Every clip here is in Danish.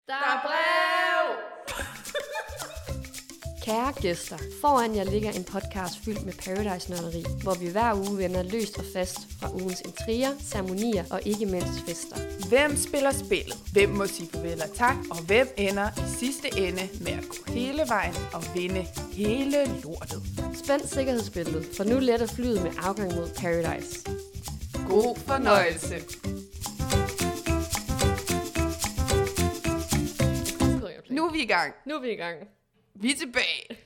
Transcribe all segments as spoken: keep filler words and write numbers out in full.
Der er brev! Kære gæster, foran jer ligger en podcast fyldt med Paradise-nørderi, hvor vi hver uge vender løst og fast fra ugens intriger, ceremonier og ikke mindst fester. Hvem spiller spillet? Hvem må sige farvel og tak? Og hvem ender i sidste ende med at gå hele vejen og vinde hele lortet? Spænd sikkerhedsbæltet, for nu letter flyet med afgang mod Paradise. God fornøjelse! Nu er vi i gang. Nu er vi i gang. Vi er tilbage.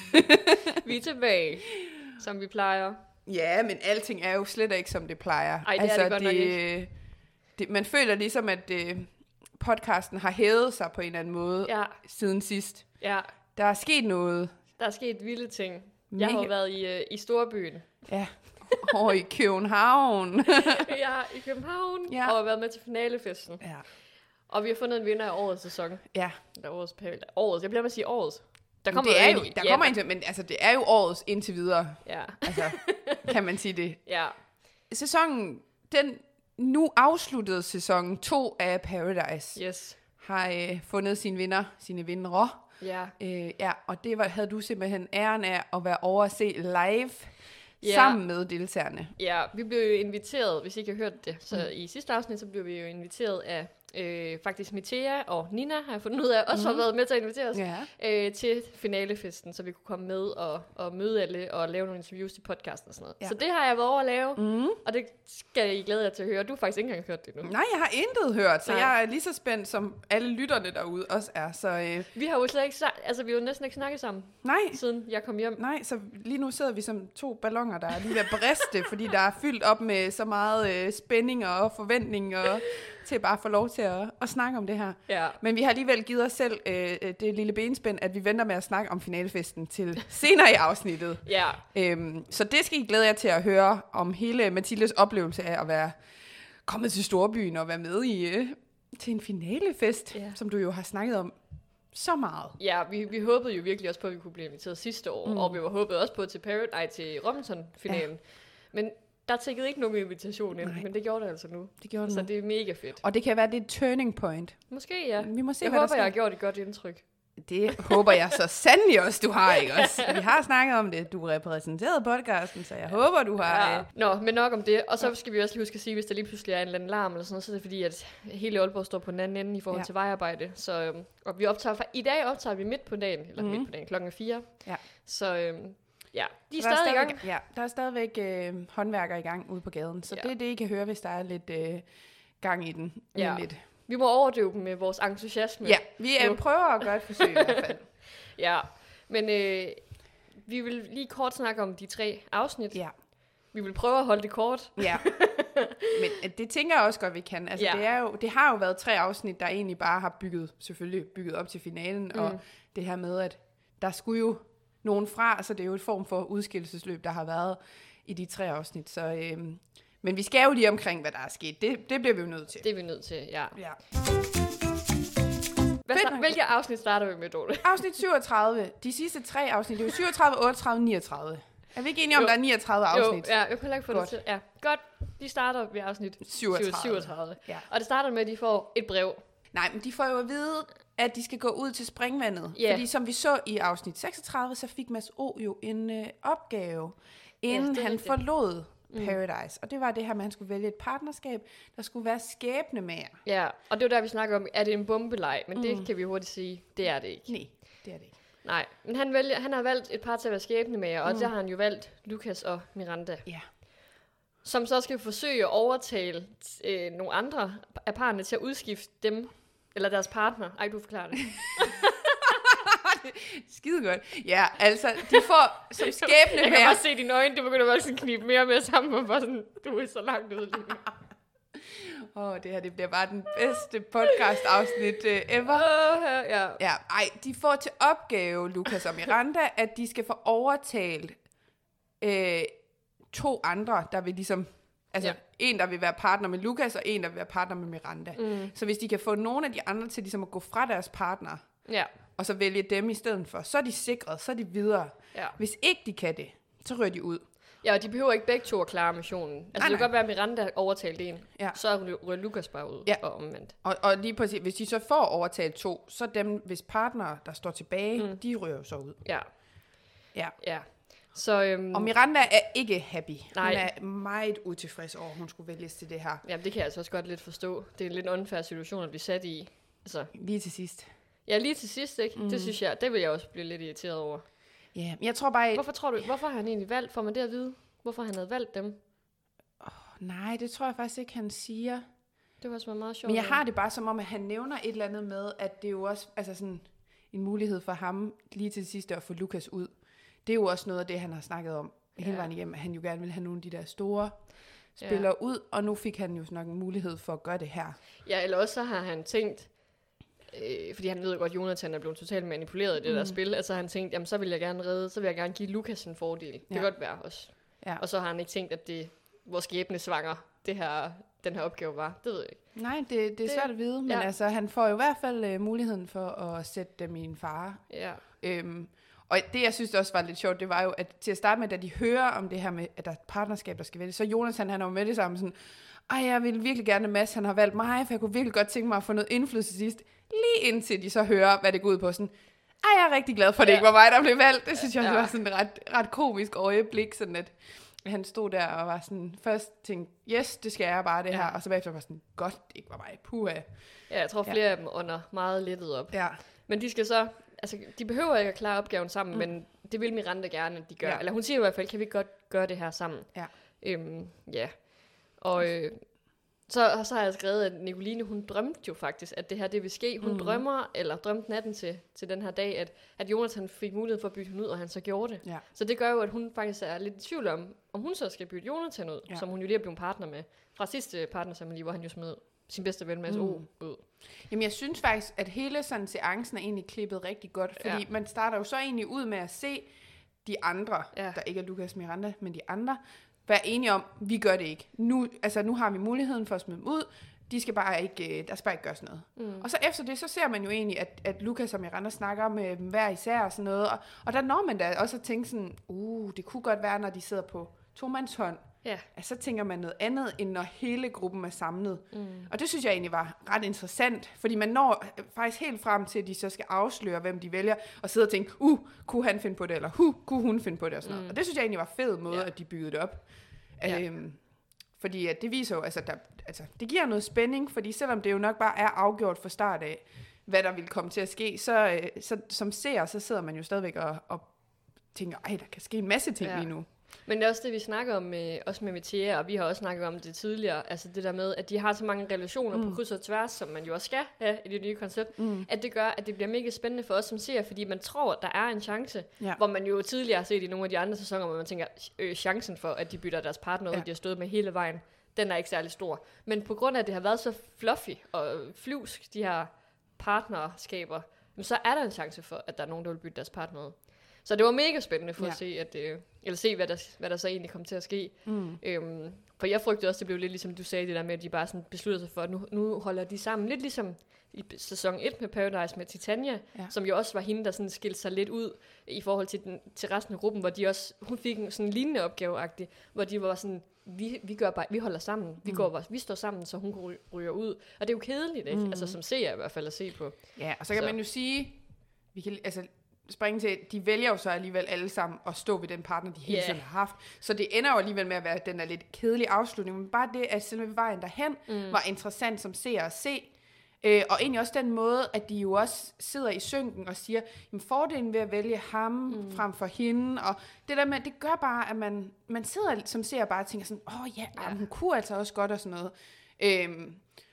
Vi er tilbage, som vi plejer. Ja, men alting er jo slet ikke, som det plejer. Ej, det altså, er det godt det, nok ikke. Det, man føler ligesom, at det, podcasten har hævet sig på en eller anden måde ja. siden sidst. Ja. Der er sket noget. Der er sket vilde ting. Mega. Jeg har været i, i storbyen. Ja, over i København. Ja, i København. Ja. Og været med til finalefesten. Ja. Og vi har fundet en vinder af årets sæson. Ja. Der er årets, årets. Jeg bliver med at sige årets. Der kommer det er jo, i, der ja, kommer ind, men altså det er jo årets indtil videre. Ja. Altså, kan man sige det. Ja. Sæsonen, den nu afsluttede sæson to af Paradise, yes. har øh, fundet sine vinder, sine vindere. Ja. Øh, ja, og det var, havde du simpelthen æren af at være over at se live ja. sammen med deltagerne. Ja, vi blev jo inviteret, hvis I ikke har hørt det, så mm. i sidste afsnit, så blev vi jo inviteret af øh, faktisk Mitea og Nina, har jeg fundet ud af, også mm. har været med til at invitere os, ja. øh, til finalefesten, så vi kunne komme med og, og møde alle og lave nogle interviews til podcasten og sådan noget. Ja. Så det har jeg været over at lave, mm. og det skal I glæde jer til at høre. Du har faktisk ikke engang hørt det nu. Nej, jeg har intet hørt, så Nej. jeg er lige så spændt, som alle lytterne derude også er. Så, øh... Vi har jo slet ikke, altså vi har jo næsten ikke snakket sammen, Nej. siden jeg kom hjem. Nej, så lige nu sidder vi som to balloner, der er lige ved at briste, fordi der er fyldt op med så meget øh, spænding og forventning og til bare at få lov til at, at snakke om det her. Ja. Men vi har alligevel givet os selv øh, det lille benspænd, at vi venter med at snakke om finalefesten til senere i afsnittet. Ja. Øhm, så det skal I glæde jer til at høre om hele Mathildes oplevelse af at være kommet til storbyen og være med i øh, til en finalefest, ja. Som du jo har snakket om så meget. Ja, vi, vi håbede jo virkelig også på, at vi kunne blive inviteret sidste år, mm. og vi var håbet også på til Paradise, nej, til Robinson-finalen. Ja. Men der tækkede ikke nogen invitation ind, Nej. Men det gjorde det altså nu. Det gjorde det Så nu. det er mega fedt. Og det kan være, det er et turning point. Måske, ja. Vi må se, jeg hvad håber, der jeg har gjort et godt indtryk. Det håber jeg så sandelig også, du har, ikke også? Vi har snakket om det. Du repræsenterede podcasten, så jeg ja. håber, du har... Ja. Nå, men nok om det. Og så skal vi også lige huske at sige, hvis der lige pludselig er en eller anden larm, eller sådan noget, så er det fordi, at hele Aalborg står på den anden ende i forhold ja. til vejarbejde. Så, øhm, og vi optager, i dag optager vi midt på dagen, eller mm. midt på dagen, klokken fire. Ja. Så... Øhm, Ja, de er stadig, stadig i gang. Ja, der er stadigvæk øh, håndværkere i gang ude på gaden, så ja. det er det, I kan høre, hvis der er lidt øh, gang i den. Ja. Lidt. Vi må overdøve dem med vores entusiasme. Ja, vi øh, prøver at gøre et forsøg i hvert fald. Ja, men øh, vi vil lige kort snakke om de tre afsnit. Ja. Vi vil prøve at holde det kort. Ja, men det tænker jeg også godt, vi kan. Altså, ja. det, er jo, det har jo været tre afsnit, der egentlig bare har bygget, selvfølgelig bygget op til finalen, mm. og det her med, at der skulle jo nogen fra, så det er jo et form for udskillelsesløb, der har været i de tre afsnit. Så, øhm, men vi skal jo lige omkring, hvad der er sket. Det, det bliver vi jo nødt til. Det er vi nødt til, ja. ja. Hvad start, hvilke afsnit starter vi med, Dorte? Afsnit syvogtredive. De sidste tre afsnit, det er jo syvogtredive, otteogtredive, niogtredive. Er vi ikke enige om, jo. Der er niogtredive afsnit? Jo, ja, jeg kan ikke få Godt. det til. Ja. Godt, de starter ved afsnit syvogtredive. syvogtredive. Ja. Og det starter med, at de får et brev. Nej, men de får jo at vide, at de skal gå ud til springvandet. Yeah. Fordi som vi så i afsnit seksogtredive, så fik Mads O jo en øh, opgave, inden ja, han rigtigt. forlod mm. Paradise. Og det var det her med, at han skulle vælge et partnerskab, der skulle være skæbnemager. Ja, og det var der, vi snakker om, er det en bombeleg? Men mm. det kan vi hurtigt sige, det er det ikke. Nej, det er det ikke. Nej, men han, vælger, han har valgt et par til at være skæbnemager, og mm. der har han jo valgt Lukas og Miranda. Ja. Som så skal forsøge at overtale øh, nogle andre af parerne til at udskifte dem, eller deres partner. Ej, du forklarer det. Skide godt. Ja, altså, de får som skæbne Jeg kan bare se dine øjne, det begynder bare sådan knibe mere og mere sammen, og bare sådan, du er så langt ude lige nu. Åh, oh, det her, det bliver bare den bedste podcast-afsnit uh, ever. Uh, ja. Ja, ej, de får til opgave, Lukas og Miranda, at de skal få overtalt øh, to andre, der vil ligesom... Altså, ja. en, der vil være partner med Lukas, og en, der vil være partner med Miranda. Mm. Så hvis de kan få nogle af de andre til ligesom at gå fra deres partner, ja. og så vælge dem i stedet for, så er de sikret, så er de videre. Ja. Hvis ikke de kan det, så rører de ud. Ja, og de behøver ikke begge to at klare missionen. Altså, nej, det kan nej. godt være, at Miranda overtalte en, ja. så ryger Lukas bare ud, ja. og omvendt. Og, og lige præcis, hvis de så får overtalt to, så dem, hvis partnere, der står tilbage, mm. de ryger så ud. Ja. Ja. Ja. Så, øhm, og Miranda er ikke happy. Nej. Hun er meget utilfreds over, at hun skulle vælges til det her. Jamen, det kan jeg altså også godt lidt forstå. Det er en lidt unfair situation at blive sat i. Altså, lige til sidst. Ja, lige til sidst, ikke? Mm. Det synes jeg, det vil jeg også blive lidt irriteret over. Ja, yeah, jeg tror bare... Hvorfor tror du, hvorfor har han egentlig valgt, får man det at vide? Hvorfor han havde valgt dem? Oh, nej, det tror jeg faktisk ikke, han siger. Det var også meget sjovt. Men jeg har det bare som om, at han nævner et eller andet med, at det er jo også altså sådan en mulighed for ham lige til sidst at få Lukas ud. Det er jo også noget af det, han har snakket om ja. hele vejen igennem, at han jo gerne vil have nogle af de der store spillere ja. ud, og nu fik han jo nok en mulighed for at gøre det her. Ja, eller også så har han tænkt, øh, fordi han ved jo godt, at Jonathan er blevet totalt manipuleret i det mm. der spil, altså han tænkt, jamen så vil jeg gerne redde, så vil jeg gerne give Lukas en fordel. Det ja. kan godt være også. Ja. Og så har han ikke tænkt, at det hvor skæbnesvanger det her, den her opgave var. Det ved jeg ikke. Nej, det, det er det, svært at vide, men ja. altså han får jo i hvert fald uh, muligheden for at sætte dem i en fare. Ja. Øhm, Og det, jeg synes også var lidt sjovt, det var jo, at til at starte med, da de hører om det her med, at der er et partnerskab, der skal vælges, så Jonathan, han er jo med det samme sådan, ej, jeg vil virkelig gerne, Mads, han har valgt mig, for jeg kunne virkelig godt tænke mig at få noget indflydelse sidst. Lige indtil de så hører, hvad det går ud på, sådan, ej, jeg er rigtig glad for, at det ja. ikke var mig, der blev valgt. Det synes jeg også ja. var sådan et ret, ret komisk øjeblik, sådan at han stod der og var sådan, først tænkte, yes, det skal jeg bare det ja. her, og så bagefter var sådan, godt, det ikke var mig, puha. Ja, jeg tror flere ja. af dem under meget lettet op. Ja. Men de skal så, altså, de behøver ikke at klare opgaven sammen, mm. men det vil Miranda gerne, at de gør. Ja. Eller hun siger i hvert fald, kan vi godt gøre det her sammen. Ja. Øhm, ja. Og øh, så, så har jeg skrevet, at Nicoline, hun drømte jo faktisk, at det her det vil ske. Hun mm. drømmer, eller drømte natten til, til den her dag, at, at Jonathan fik mulighed for at bytte hende ud, og han så gjorde det. Ja. Så det gør jo, at hun faktisk er lidt i tvivl om, om hun så skal bytte Jonathan ud, ja. som hun jo lige er blevet partner med. Fra sidste partnersamling, hvor han jo smed sin bedste ven Mads mm. O ud. Jamen jeg synes faktisk, at hele sådan seancen er egentlig klippet rigtig godt, fordi ja. man starter jo så egentlig ud med at se de andre, ja. der ikke er Lukas Miranda, men de andre, være enige om, vi gør det ikke. Nu, altså, nu har vi muligheden for at smide dem ud, de skal bare ikke, der skal bare ikke gøres noget. Mm. Og så efter det, så ser man jo egentlig, at, at Lukas og Miranda snakker med dem hver især og sådan noget, og, og der når man da også at tænke sådan, uh, det kunne godt være, når de sidder på tomandshånd, ja. Altså, så tænker man noget andet, end når hele gruppen er samlet. Mm. Og det synes jeg egentlig var ret interessant, fordi man når faktisk helt frem til, at de så skal afsløre, hvem de vælger, og sidde og tænke, uh, kunne han finde på det, eller uh, kunne hun finde på det, og sådan mm. noget. Og det synes jeg egentlig var fed måde, ja. at de byggede det op. Ja. Øhm, fordi at det viser jo, altså, der, altså, det giver noget spænding, fordi selvom det jo nok bare er afgjort fra start af, hvad der vil komme til at ske, så, øh, så som seer, så sidder man jo stadigvæk og, og tænker, ej, der kan ske en masse ting ja. lige nu. Men det er også det, vi snakker om, med, også med Metier, og vi har også snakket om det tidligere, altså det der med, at de har så mange relationer mm. på kryds og tværs, som man jo også skal have i det nye koncept, mm. at det gør, at det bliver mega spændende for os som seere, fordi man tror, at der er en chance, ja. hvor man jo tidligere har set i nogle af de andre sæsoner, hvor man tænker, øh, chancen for, at de bytter deres partner ud, ja. de har stået med hele vejen, den er ikke særlig stor. Men på grund af, at det har været så fluffy og flyvsk, de her partnerskaber, så er der en chance for, at der er nogen, der vil bytte deres partner ud. Så det var mega spændende for ja. at se, at, øh, eller se hvad, der, hvad der så egentlig kom til at ske. Mm. Øhm, for jeg frygtede også, det blev lidt ligesom du sagde, det der med, at de bare sådan besluttede sig for, at nu, nu holder de sammen. Lidt ligesom i sæson et med Paradise med Titania, ja. som jo også var hende, der sådan skilte sig lidt ud i forhold til, den, til resten af gruppen, hvor de også, hun fik en sådan lignende opgaveagtig, hvor de var sådan, vi, vi, gør bare, vi holder sammen, vi, mm. går, vi står sammen, så hun ryger ud. Og det er jo kedeligt, ikke? Mm. Altså som seer i hvert fald at se på. Ja, og så kan så. man jo sige, vi kan, altså springe til, de vælger jo så alligevel alle sammen at stå ved den partner, de hele tiden yeah. har haft. Så det ender jo alligevel med at være den der lidt kedelige afslutning. Men bare det, at selve vejen derhen mm. var interessant som seer at se. Øh, og egentlig også den måde, at de jo også sidder i synken og siger, jamen fordelen ved at vælge ham mm. frem for hende. Og det der med, det gør bare, at man, man sidder som seer bare og tænker sådan, åh oh, ja, ja. hun kunne altså også godt og sådan noget. Øhm,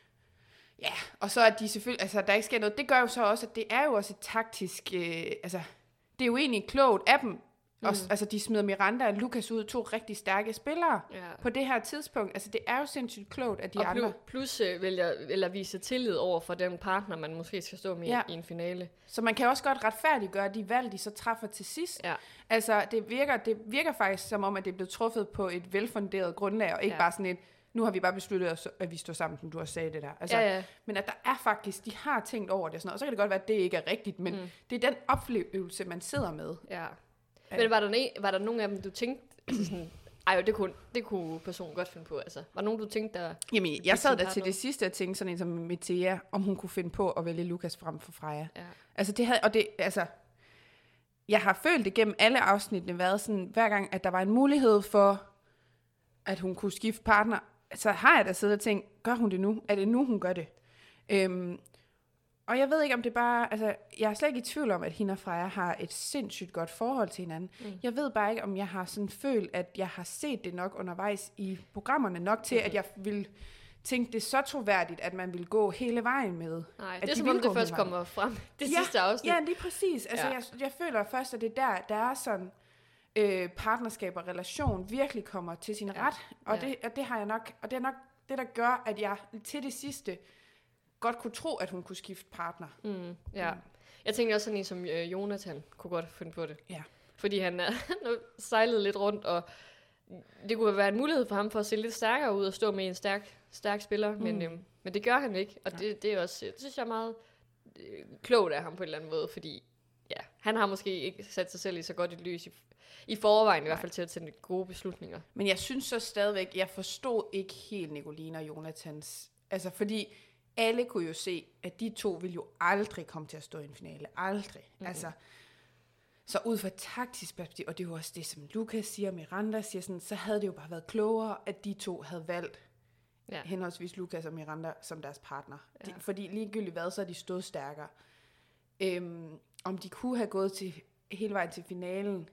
Ja, og så at de selvfølgelig, altså der ikke sker noget, det gør jo så også, at det er jo også et taktisk, øh, altså det er jo egentlig klogt af dem, mm. også, altså de smider Miranda og Lukas ud, to rigtig stærke spillere ja. på det her tidspunkt, altså det er jo sindssygt klogt, at de og andre. Og plus øh, vælger, eller vise tillid over for den partner, man måske skal stå med ja. i en finale. Så man kan også godt retfærdiggøre de valg, de så træffer til sidst. Ja. Altså det virker, det virker faktisk som om, at det er blevet truffet på et velfunderet grundlag, og ikke ja. bare sådan et, nu har vi bare besluttet os, at vi står sammen, som du har sagt det der. Altså, ja, ja. Men at der er faktisk, de har tænkt over det, sådan noget, og så kan det godt være, at det ikke er rigtigt, men mm. det er den oplevelse, man sidder med. Ja. Men var der, ne- var der nogen af dem, du tænkte, altså sådan, Ej, jo, det kunne, det kunne personen godt finde på. Altså, var nogen, du tænkte, der... Jamen, jeg sad der til det sidste og tænkte sådan en som Metea, om hun kunne finde på at vælge Lukas frem for Freja. Ja. Altså, det havde... Og det, altså... Jeg har følt det gennem alle afsnittene været sådan, hver gang, at der var en mulighed for, at hun kunne skifte partner, så har jeg da siddet og tænkt, gør hun det nu? Er det nu, hun gør det? Øhm, og jeg ved ikke, om det bare... Altså, jeg er slet ikke i tvivl om, at hende og Freja har et sindssygt godt forhold til hinanden. Mm. Jeg ved bare ikke, om jeg har sådan følt, at jeg har set det nok undervejs i programmerne nok til, mm. at jeg vil tænke, det er så troværdigt, at man vil gå hele vejen med. Nej, det er som om det først kommer frem. Det ja, sidste afsnit. Ja, lige præcis. Altså, ja. jeg, jeg føler først, at det er der, der er sådan... Øh, partnerskab og relation virkelig kommer til sin ja. ret, og, ja. det, og det har jeg nok, og det er nok det, der gør, at jeg til det sidste godt kunne tro, at hun kunne skifte partner. Mm, ja. Mm. Jeg tænker også sådan en som øh, Jonathan kunne godt finde på det. Ja. Fordi han er sejlet lidt rundt, og det kunne være en mulighed for ham for at se lidt stærkere ud og stå med en stærk, stærk spiller, mm. men, øh, men det gør han ikke, og ja. det, det er også, det synes jeg er meget øh, klogt af ham på en eller anden måde, fordi ja, han har måske ikke sat sig selv i så godt et lys i I forvejen i hvert fald til at tage gode beslutninger. Men jeg synes så stadigvæk, jeg forstod ikke helt Nicoline og Jonathans. Altså fordi alle kunne jo se, at de to ville jo aldrig komme til at stå i en finale. Aldrig. Mm-hmm. Altså, så ud fra et taktisk perspektiv, og det er jo også det, som Lukas siger, Miranda siger, sådan, så havde det jo bare været klogere, at de to havde valgt ja. henholdsvis Lukas og Miranda som deres partner. Ja. De, fordi ligegyldigt hvad, så er de stået stærkere. Øhm, om de kunne have gået til, hele vejen til finalen,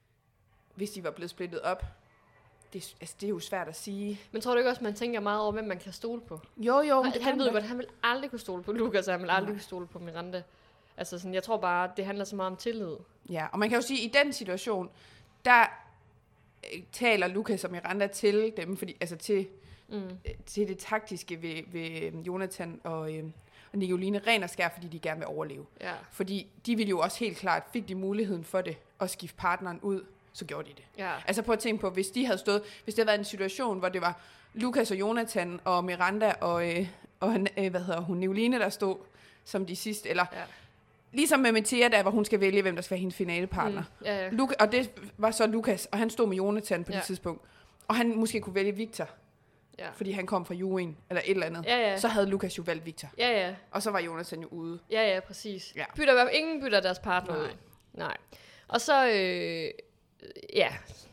hvis de var blevet splittet op, det, altså, det er jo svært at sige. Men tror du ikke også, man tænker meget over, hvem man kan stole på? Jo, jo. Han, han ved godt, at han vil aldrig kunne stole på Lukas, og han vil aldrig kunne stole på Miranda. Altså sådan, jeg tror bare, det handler så meget om tillid. Ja, og man kan jo sige, at i den situation, der øh, taler Lukas og Miranda til dem, fordi, altså til, mm. øh, til det taktiske ved, ved Jonathan og, øh, og Nicoline, ren og skær, fordi de gerne vil overleve. Ja. Fordi de ville jo også helt klart, fik de muligheden for det, at skifte partneren ud, så gjorde de det. Ja. Altså prøv at tænke på, hvis de havde stået, hvis det havde været en situation, hvor det var Lukas og Jonathan og Miranda og, øh, og øh, hvad hedder hun, Nicoline, der stod som de sidste, eller ja. Ligesom med Metea, der hvor hun skal vælge, hvem der skal være hendes finalepartner. Mm. Ja, ja. Luka, og det var så Lukas, og han stod med Jonathan på ja. det tidspunkt. Og han måske kunne vælge Victor, ja. fordi han kom fra juryen, eller et eller andet. Ja, ja. Så havde Lukas jo valgt Victor. Ja, ja. Og så var Jonathan jo ude. Ja, ja, præcis. Ja. Bytter, ingen bytter deres partner Nej. ud. Nej. Og så, øh, ja,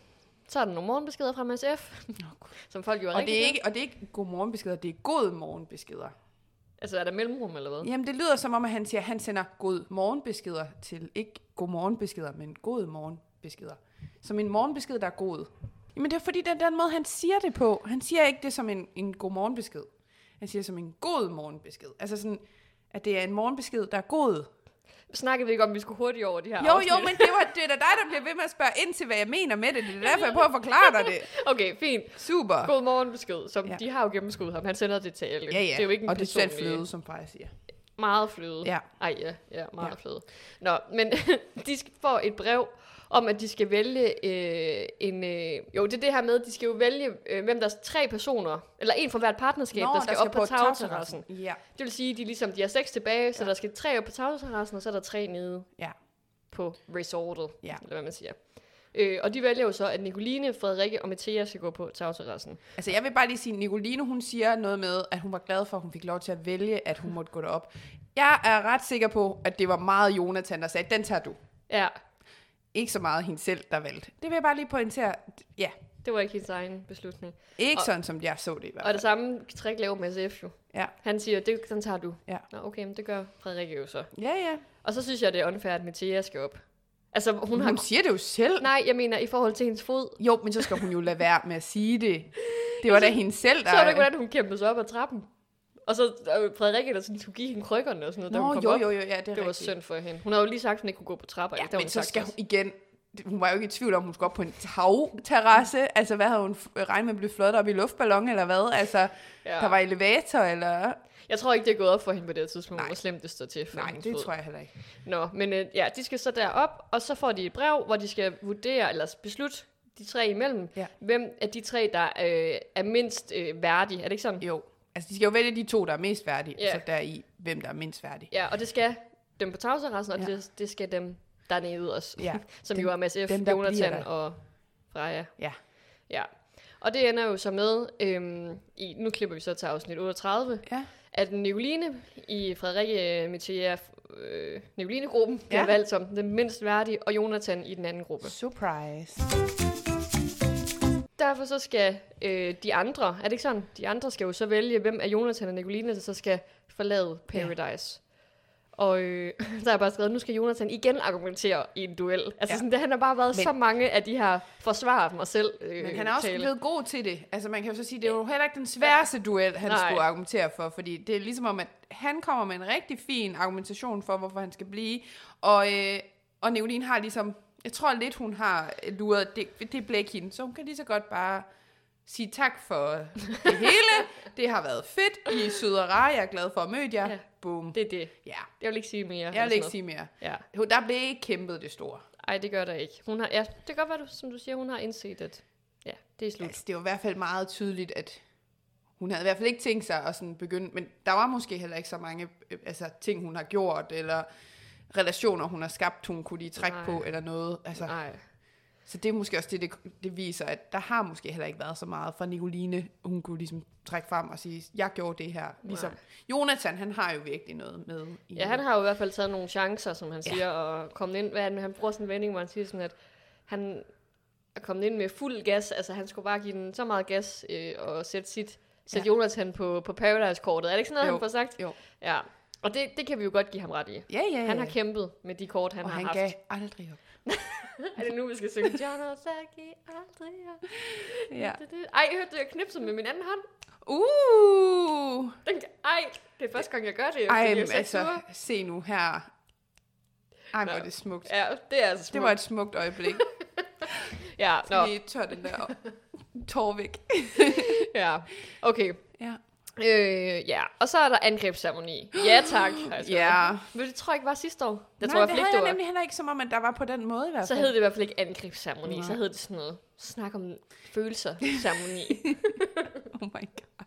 så er der nogle morgenbeskeder fra M S F, oh, som folk jo er og det er ikke, Og det er ikke god morgenbeskeder, det er god morgenbeskeder. Altså, er der mellemrum, eller hvad? Jamen, det lyder som om, at han siger, at han sender god morgenbeskeder til, ikke god morgenbeskeder, men god morgenbeskeder. Som en morgenbesked, der er god. Jamen, det er fordi, det er den måde, han siger det på. Han siger ikke det som en, en god morgenbesked. Han siger det som en god morgenbesked. Altså sådan, at det er en morgenbesked, der er god. Snakkede vi ikke om, at vi skulle hurtigt over de her Jo, afsnit? jo, men det, var, det er da dig, der bliver ved med at spørge ind til, hvad jeg mener med det. Det er derfor, jeg prøver at forklare dig det. Okay, fint. Super. God morgenbesked, som ja. de har jo gennemskudt ham. Han sender det til alle. Ja, ja. Det er jo ikke en og det er personlig... svært fløde, som Freja siger. Meget fløde. Ja. Ej, ja, ja meget ja. fløde. Nå, men de får et brev om, at de skal vælge øh, en... Øh, jo, det er det her med, at de skal jo vælge, øh, hvem der er tre personer, eller en fra hvert partnerskab, Nå, der skal, der skal op på, på tagterrassen. Ja. Det vil sige, at de, ligesom, de er seks tilbage, så ja. der skal tre op på tagterrassen, og så er der tre nede ja. på resortet, ja. eller hvad man siger. Øh, og de vælger jo så, at Nicoline, Frederikke og Metea skal gå på tagterrassen. Altså jeg vil bare lige sige, at Nicoline, hun siger noget med, at hun var glad for, at hun fik lov til at vælge, at hun måtte gå derop. Jeg er ret sikker på, at det var meget Jonathan, der sagde, den tager du. Ja. Ikke så meget hende selv, der valgte. Det vil jeg bare lige pointere. Ja. Det var ikke hendes egen beslutning. Ikke og, sådan, som jeg så det i hvert fald. Og det samme træk laver med S F jo. Ja. Han siger, det, den tager du. Ja. Nå, okay, men det gør Frederikke jo så. Ja, ja. Og så synes jeg, det er unfair, at Metea skal op. Altså, hun, hun har... siger det jo selv. Nej, jeg mener i forhold til hendes fod. Jo, men så skal hun jo lade være med at sige det. Det var da hende selv, der... Så er det hvordan hun kæmpede sig op ad trappen. Og så øh, Frederikke, der sådan skulle give hende krykkerne og sådan noget, Nå, da hun kom jo, op. jo, jo, ja, det er Det rigtigt. var synd for hende. Hun havde jo lige sagt, at hun ikke kunne gå på trapper. Ja, ikke? men hun så skal også. hun igen... Hun var jo ikke i tvivl om, hun skulle op på en tagterrasse. Altså, hvad havde hun regnet med at blive fløjet op i luftballon, eller hvad? Altså, ja. Der var elevator, eller... Jeg tror ikke, det er gået op for hende på det tidspunkt, Nej. hvor slemt det står til for Nej, hendes det fod. tror jeg heller ikke. Nå, men øh, ja, de skal så derop, og så får de et brev, hvor de skal vurdere, eller beslutte de tre imellem, ja. hvem af de tre, der øh, er mindst øh, værdige. Er det ikke sådan? Jo. Altså, de skal jo vælge de to, der er mest værdige, ja. så der er i, hvem der er mindst værdige. Ja, og det skal dem på tagterrassen, og ja. det, det skal dem dernede også. Ja. Som dem, jo er med S F, dem, Jonathan og Freja. Ja. Ja, og det ender jo så med, øhm, i, nu klipper vi så til afsnit otteogtredive, ja. at Nicoline i Frederikke Metier øh, Nicoline-gruppen bliver ja. valgt som den mindst værdige, og Jonathan i den anden gruppe. Surprise. Derfor så skal øh, de andre, er det ikke sådan? De andre skal jo så vælge, hvem af Jonathan og Nicoline, der så skal forlade Paradise. Ja. Og øh, der er bare skrevet, nu skal Jonathan igen argumentere i en duel. Altså ja. sådan, det, han har bare været men, så mange af de her forsvarer mig selv øh, Men han er også tale. blevet god til det. Altså man kan jo så sige, det er jo heller ikke den sværeste duel, han Nej. skulle argumentere for. Fordi det er ligesom om, at han kommer med en rigtig fin argumentation for, hvorfor han skal blive. Og, øh, og Nicoline har ligesom, jeg tror lidt, hun har luret, det, det blev ikke hende. Så hun kan lige så godt bare sige tak for det hele. Det har været fedt. I er søde og rare. Jeg er glad for at møde jer. Ja. Boom. Det er det. Ja. Jeg vil ikke sige mere. Jeg vil ikke sige mere. Ja. Der blev ikke kæmpet det store. Nej, det gør der ikke. Hun har, ja, det kan godt være, du, som du siger, hun har indset, at ja, det er slut. Altså, det var i hvert fald meget tydeligt, at hun havde i hvert fald ikke tænkt sig at sådan begynde, men der var måske heller ikke så mange altså, ting, hun har gjort, eller relationer, hun har skabt, hun kunne lige trække Nej. på, eller noget. Altså, Nej. Så det er måske også det, det, det viser, at der har måske heller ikke været så meget fra Nicoline. Hun kunne ligesom trække frem og sige, jeg gjorde det her. Ligesom Jonathan, han har jo virkelig noget med. I ja, han har jo i hvert fald taget nogle chancer, som han ja. siger, og kommet ind, hvad han, han bruger sådan en vending, hvor han siger sådan, at han er kommet ind med fuld gas. Altså han skulle bare give den så meget gas, øh, og sætte, sit, sætte ja. Jonathan på, på Paradise-kortet. Er det ikke sådan noget, jo. han får sagt? Jo. Ja. Og det, det kan vi jo godt give ham ret i. Ja, ja, ja. Han har kæmpet med de kort, han og har han haft. Og han gav aldrig op. Er det nu, vi skal synge? Jonathan giv aldrig op. Ja. Ej, jeg hørte det, jeg knipsede med min anden hånd. Uh! Den, ej, det er første gang, jeg gør det. Ej, jeg altså, ture. Se nu her. Ej, hvor er det smukt. Ja, det er altså smukt. Det var et smukt øjeblik. Ja, nå. Lige tør den der tår væk. Ja, okay. Ja. Øh, ja, og så er der angrebsceremoni. Ja, tak. Altså. Ja. Men det tror jeg ikke var sidste år. Det Nej, tror jeg det ikke, havde det jeg nemlig heller ikke som om, at der var på den måde i hvert fald. Så hed det i hvert fald ikke angrebsceremoni. Nej. Så hed det sådan noget, snak om følelser-ceremoni. Oh my god.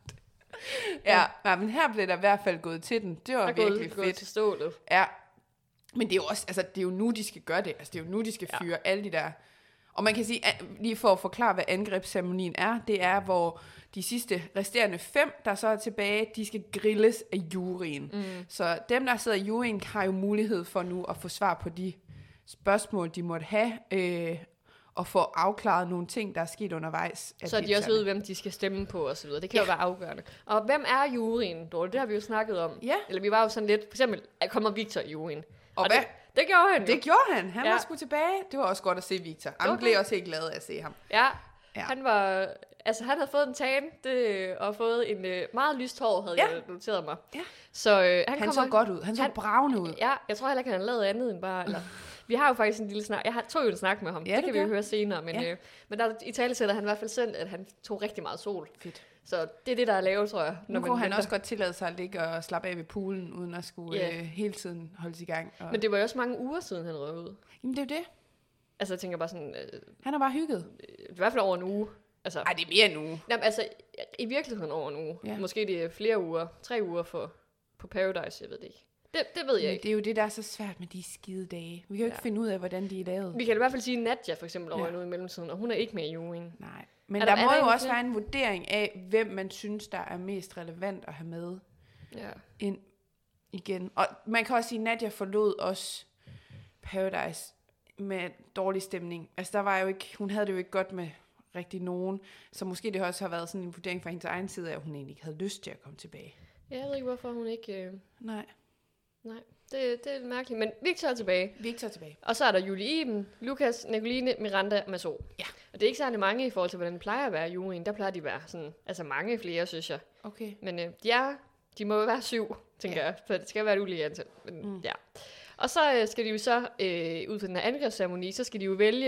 Ja, ja, men her blev der i hvert fald gået til den. Det var der virkelig gået, fedt. Gået til stålet. Ja, men det er jo også, altså det er jo nu, de skal gøre det. Altså det er jo nu, de skal fyre ja. alle de der. Og man kan sige, lige for at forklare, hvad angrebsceremonien er, det er, hvor de sidste resterende fem, der så er tilbage, de skal grilles af juryen. Mm. Så dem, der sidder i juryen, har jo mulighed for nu at få svar på de spørgsmål, de måtte have, øh, og få afklaret nogle ting, der er sket undervejs. Så de også ved, hvem de skal stemme på osv. Det kan ja. jo være afgørende. Og hvem er juryen, Dorte? Det har vi jo snakket om. Ja. Eller vi var jo sådan lidt, for eksempel, kommer Victor i juryen. Og, og hvad? Det, det gjorde han jo. Det gjorde han. Han ja. var sgu tilbage. Det var også godt at se Victor. Han okay. blev også helt glad af at se ham. Ja, ja. han var... Altså, han havde fået en tan, det, og fået en øh, meget lyst hår, havde ja. jeg noteret mig. Ja. Så, øh, han han kommer, så godt ud. Han så han, bravende ud. Ja, jeg tror heller ikke, han har lavet andet end bare... Eller, vi har jo faktisk en lille snak. Jeg har, tog jo en snak med ham. Ja, det, det kan det. vi jo høre senere. Men, ja. øh, men der i tale sætter han i hvert fald selv, at han tog rigtig meget sol. Fedt. Så det er det, der er lavet, tror jeg. Nu kunne han venter. også godt tillade sig at ligge og slappe af ved poolen, uden at skulle yeah. øh, hele tiden holdes i gang. Og... Men det var jo også mange uger siden, han røg ud. Jamen, det er jo det. Altså, jeg tænker bare sådan... Øh, han har bare hygget. I hvert fald over en uge. Altså, Ej, det er mere en uge. Jamen, altså, i virkeligheden over en uge. Ja. Måske det er flere uger. Tre uger for, på Paradise, jeg ved det ikke. Det, det ved jeg Men ikke. Det er jo det, der er så svært med de skide dage. Vi kan jo ikke ja. finde ud af, hvordan de er lavet. Vi kan i hvert fald sige Nadja, for eksempel, over ja. en uge i mellemtiden, og hun er ikke med i juryen. Nej. Men er der, der må der jo også være en vurdering af, hvem man synes, der er mest relevant at have med ja. ind igen. Og man kan også sige, at Nadja forlod også Paradise med dårlig stemning. Altså, der var jo ikke, hun havde det jo ikke godt med rigtig nogen. Så måske det også har været sådan en vurdering fra hendes egen side, at hun egentlig ikke havde lyst til at komme tilbage. Jeg ved ikke, hvorfor hun ikke... Øh... Nej. Nej, det, det er mærkeligt. Men Victor er tilbage. Victor er tilbage. Og så er der Julie Iben, Lukas, Nicoline, Miranda og Maso. Ja. Og det er ikke særlig mange i forhold til, hvordan det plejer at være i juryen. Der plejer de at være sådan, altså mange flere, synes jeg. Okay. Men øh, de, er, de må jo være syv, tænker ja. jeg. For det skal være et ulige antal. Men, mm. ja. Og så øh, skal de jo så, øh, ud fra den her angrebsceremoni, så skal de jo vælge...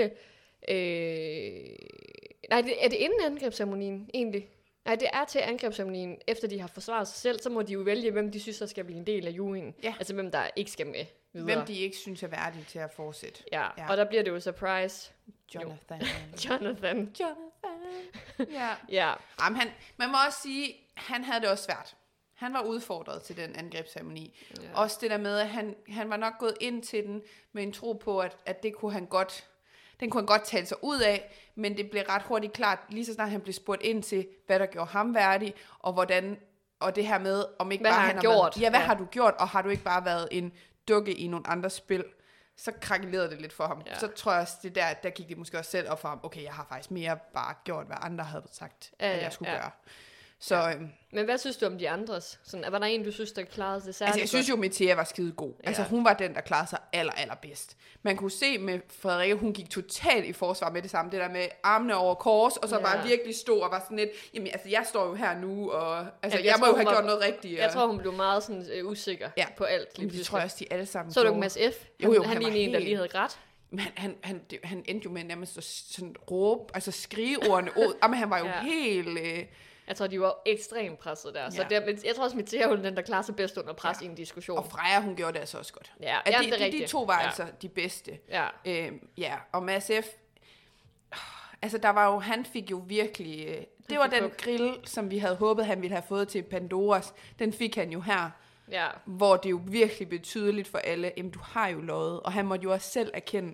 Øh, nej, det, er det inden angrebsceremonien, egentlig? Nej, det er til angrebsceremonien, efter de har forsvaret sig selv, så må de jo vælge, hvem de synes, der skal blive en del af juryen. Ja. Altså, hvem der ikke skal med videre. Hvem de ikke synes er værdige til at fortsætte. Ja, ja. Og der bliver det jo surprise. Jonathan. Jonathan. Jonathan. Ja. Ja. Jamen, han, man må også sige, han havde det også svært. Han var udfordret til den angrebsceremoni. Ja. Også det der med, at han, han var nok gået ind til den med en tro på, at, at det kunne han godt... den kunne han godt tale sig ud af, men det blev ret hurtigt klart, lige så snart han blev spurgt ind til, hvad der gjorde ham værdig, og hvordan, og det her med, om ikke hvad bare har han har gjort? Været, ja, hvad ja. har du gjort, og har du ikke bare været en dukke i nogle andre spil? Så krakelerede det lidt for ham. Ja. Så tror jeg også, det der, der gik det måske også selv op for ham, okay, jeg har faktisk mere bare gjort, hvad andre havde sagt, ja, at jeg skulle ja. gøre. Så, ja. øhm, Men hvad synes du om de andres? Sådan, var der en, du synes, der klarede sig særligt? Altså, jeg synes jo, Metea var skide god. Ja. Altså, hun var den, der klarede sig aller, aller bedst. Man kunne se med Frederikke, hun gik totalt i forsvar med det samme. Det der med armene over kors, og så ja. bare virkelig stod og var sådan lidt, jamen, altså, jeg står jo her nu, og altså, ja, jeg, jeg må tror, jo have var, gjort noget rigtigt. Jeg og... tror, hun blev meget sådan øh, usikker ja. på alt. Lige det tror jeg også, de alle sammen så du Mads F? Han, jo, jo, han, han lignede en, der lige havde grædt. Men han, han, han, det, han endte jo med nærmest sådan råbe, altså skrigeordene ud. Jamen, han var jo ja. helt... Øh, Jeg tror, de var ekstremt presset der. Ja. Så der, men jeg tror også, Metea er den, der klarer sig bedst under pres ja. i en diskussion. Og Freja, hun gjorde det altså også godt. Ja, at jamen, de, det er de, de to var ja. altså de bedste. Ja. Øhm, ja, og Mads F. Altså, der var jo, han fik jo virkelig... Øh, det var den kuk. grill, som vi havde håbet, han ville have fået til Pandoras. Den fik han jo her. Ja. Hvor det jo virkelig blev tydeligt for alle, jamen, du har jo løjet. Og han måtte jo også selv erkende,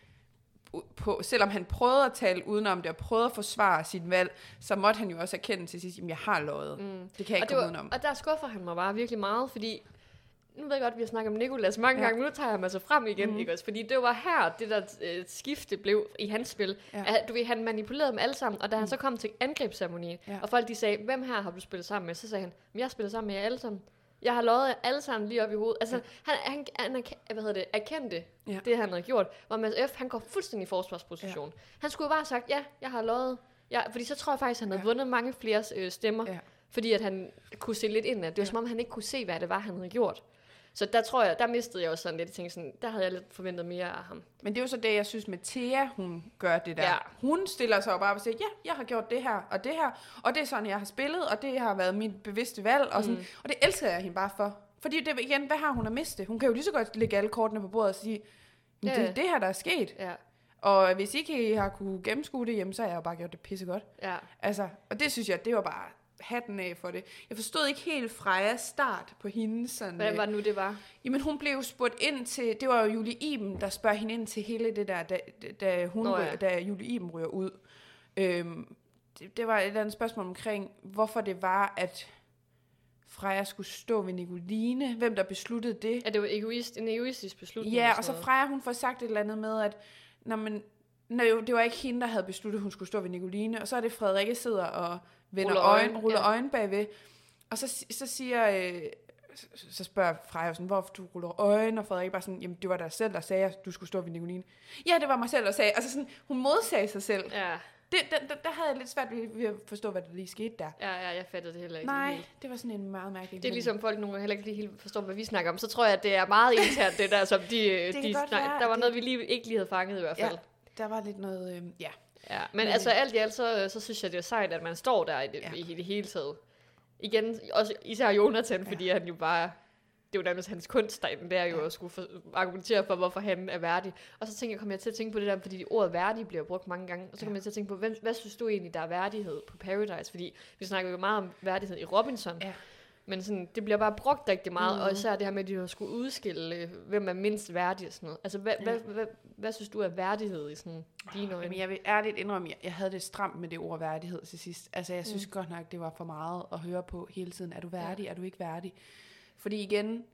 på, selvom han prøvede at tale udenom det, og prøvede at forsvare sit valg, så måtte han jo også erkende til sidst, at jeg har løjet. Mm. Det kan jeg ikke komme udenom. Og der skuffer han mig bare virkelig meget, fordi, nu ved jeg godt, at vi har snakket om Nicolas mange ja. gange, men nu tager jeg mig så frem igen, mm. ikke også? Fordi det var her, det der øh, skifte blev i hans spil. Ja. At, du ved, han manipulerede dem alle sammen, og da han mm. så kom til angrebsceremonien, ja. og folk de sagde, hvem her har du spillet sammen med? Så sagde han, jeg har spillet sammen med jer alle sammen. Jeg har løjet alle sammen lige op i hovedet. Altså, ja. han, han, han hvad hedder det, erkendte ja. det, han havde gjort. Hvor Mads F., han går fuldstændig i forsvarsposition. Ja. Han skulle jo bare have sagt, ja, jeg har løjet. Ja, fordi så tror jeg faktisk, han havde ja. vundet mange flere øh, stemmer. Ja. Fordi at han kunne se lidt ind af det. Det var ja. som om, han ikke kunne se, hvad det var, han havde gjort. Så der tror jeg, der mistede jeg også sådan lidt. Jeg tænkte sådan, der havde jeg lidt forventet mere af ham. Men det er jo så det, jeg synes, Metea, hun gør det der. Ja. Hun stiller sig jo bare og siger, ja, jeg har gjort det her og det her, og det er sådan, jeg har spillet, og det har været mit bevidste valg, og, sådan, mm. og det elsker jeg hende bare for. Fordi det, igen, hvad har hun at miste? Hun kan jo lige så godt lægge alle kortene på bordet og sige, ja. det er det her, der er sket. Ja. Og hvis ikke I har kunne gennemskue det, jamen, så har jeg jo bare gjort det pissegodt. Ja. Altså, og det synes jeg, det var bare hatten af for det. Jeg forstod ikke helt Frejas start på hende. Sådan, hvad var det nu, det var? Jamen, hun blev spurgt ind til, det var jo Julie Iben, der spørger hende ind til hele det der, da, da, hun, Nå, ja. da Julie Iben ryger ud. Øhm, det, det var et eller andet spørgsmål omkring, hvorfor det var, at Freja skulle stå ved Nicoline. Hvem der besluttede det? Ja, det var egoist, en egoistisk beslutning. Ja, og så Freja, hun får sagt et eller andet med, at når man, når jo, det var ikke hende, der havde besluttet, at hun skulle stå ved Nicoline. Og så er det Frederikke sidder og vender øjne, ruller ja. øjne bagved. Og så, så siger, øh, så spørger Freja sådan, hvorfor du ruller øjne, og Frederik bare sådan, jamen det var dig selv, der sagde, at du skulle stå ved Nicoline. Ja, det var mig selv, der sagde. Altså sådan, hun modsagde sig selv. Ja. Det, der, der, der havde jeg lidt svært ved at forstå, hvad der lige skete der. Ja, ja, jeg fattede det heller ikke. Nej, helt. Det var sådan en meget mærkelig. Det er ligesom folk nogle gange heller ikke lige helt forstår, hvad vi snakker om. Så tror jeg, at det er meget internt, det der, som de... de snak, være, der var noget, vi lige ikke lige havde fanget i hvert fald. Ja, der var lidt noget, øh, ja. Ja, men, men altså alt i alt, så, så synes jeg, det er sejt, at man står der i det, ja. i, i det hele taget. Igen, også især Jonathan, ja. fordi han jo bare... Det er jo nærmest hans kunst derinde, det er jo ja. at skulle for, argumentere for, hvorfor han er værdig. Og så tænker jeg, kommer jeg til at tænke på det der, fordi det ordet værdig bliver brugt mange gange. Og så kommer ja. jeg til at tænke på, hvad, hvad synes du egentlig, der er værdighed på Paradise? Fordi vi snakker jo meget om værdighed i Robinson. Ja. Men sådan, det bliver bare brugt rigtig meget, mm. og især det her med, at de skulle udskille, hvem er mindst værdig og sådan noget. Altså, hvad, ja. hvad, hvad, hvad, hvad synes du er værdighed i sådan dine øjne? Jamen, jeg vil ærligt indrømme, jeg, jeg havde det stramt med det ord værdighed til sidst. Altså, jeg synes mm. godt nok, det var for meget at høre på hele tiden. Er du værdig? Ja. Er du ikke værdig? Fordi igen,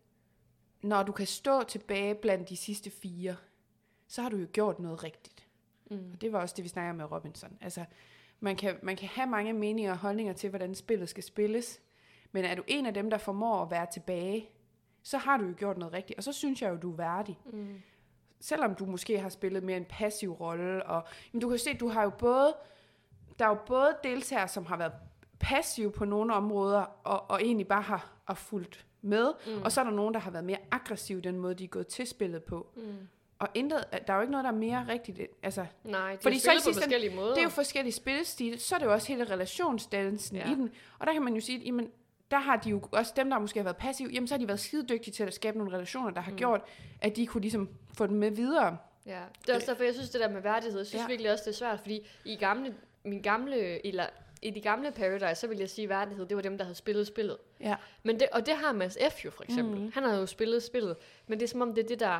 når du kan stå tilbage blandt de sidste fire, så har du jo gjort noget rigtigt. Mm. Og det var også det, vi snakker med Robinson. Altså, man kan, man kan have mange meninger og holdninger til, hvordan spillet skal spilles, men er du en af dem, der formår at være tilbage, så har du jo gjort noget rigtigt, og så synes jeg jo, du er værdig. Mm. Selvom du måske har spillet mere en passiv rolle, og men du kan se, du har jo både, der er jo både deltagere, som har været passive på nogle områder, og, og egentlig bare har, har fulgt med, mm. og så er der nogen, der har været mere aggressive den måde, de er gået til spillet på. Mm. Og intet, der er jo ikke noget, der er mere rigtigt. Altså, nej, de fordi har spillet på forskellige måder. Det er jo forskellige spillestil, så er det jo også hele relationsdannelsen ja. i den. Og der kan man jo sige, jamen, der har de jo også, dem der måske har været passive, jamen så har de været skide dygtige til at skabe nogle relationer, der har mm. gjort, at de kunne ligesom få dem med videre. Ja, det er også derfor, jeg synes det der med værdighed, jeg synes ja. virkelig også, det er svært, fordi i gamle, min gamle, eller i de gamle Paradise, så vil jeg sige, at værdighed, det var dem, der havde spillet spillet. Ja. Men det, og det har Mads F. jo for eksempel. Mm. Han har jo spillet spillet, men det er som om, det er det, der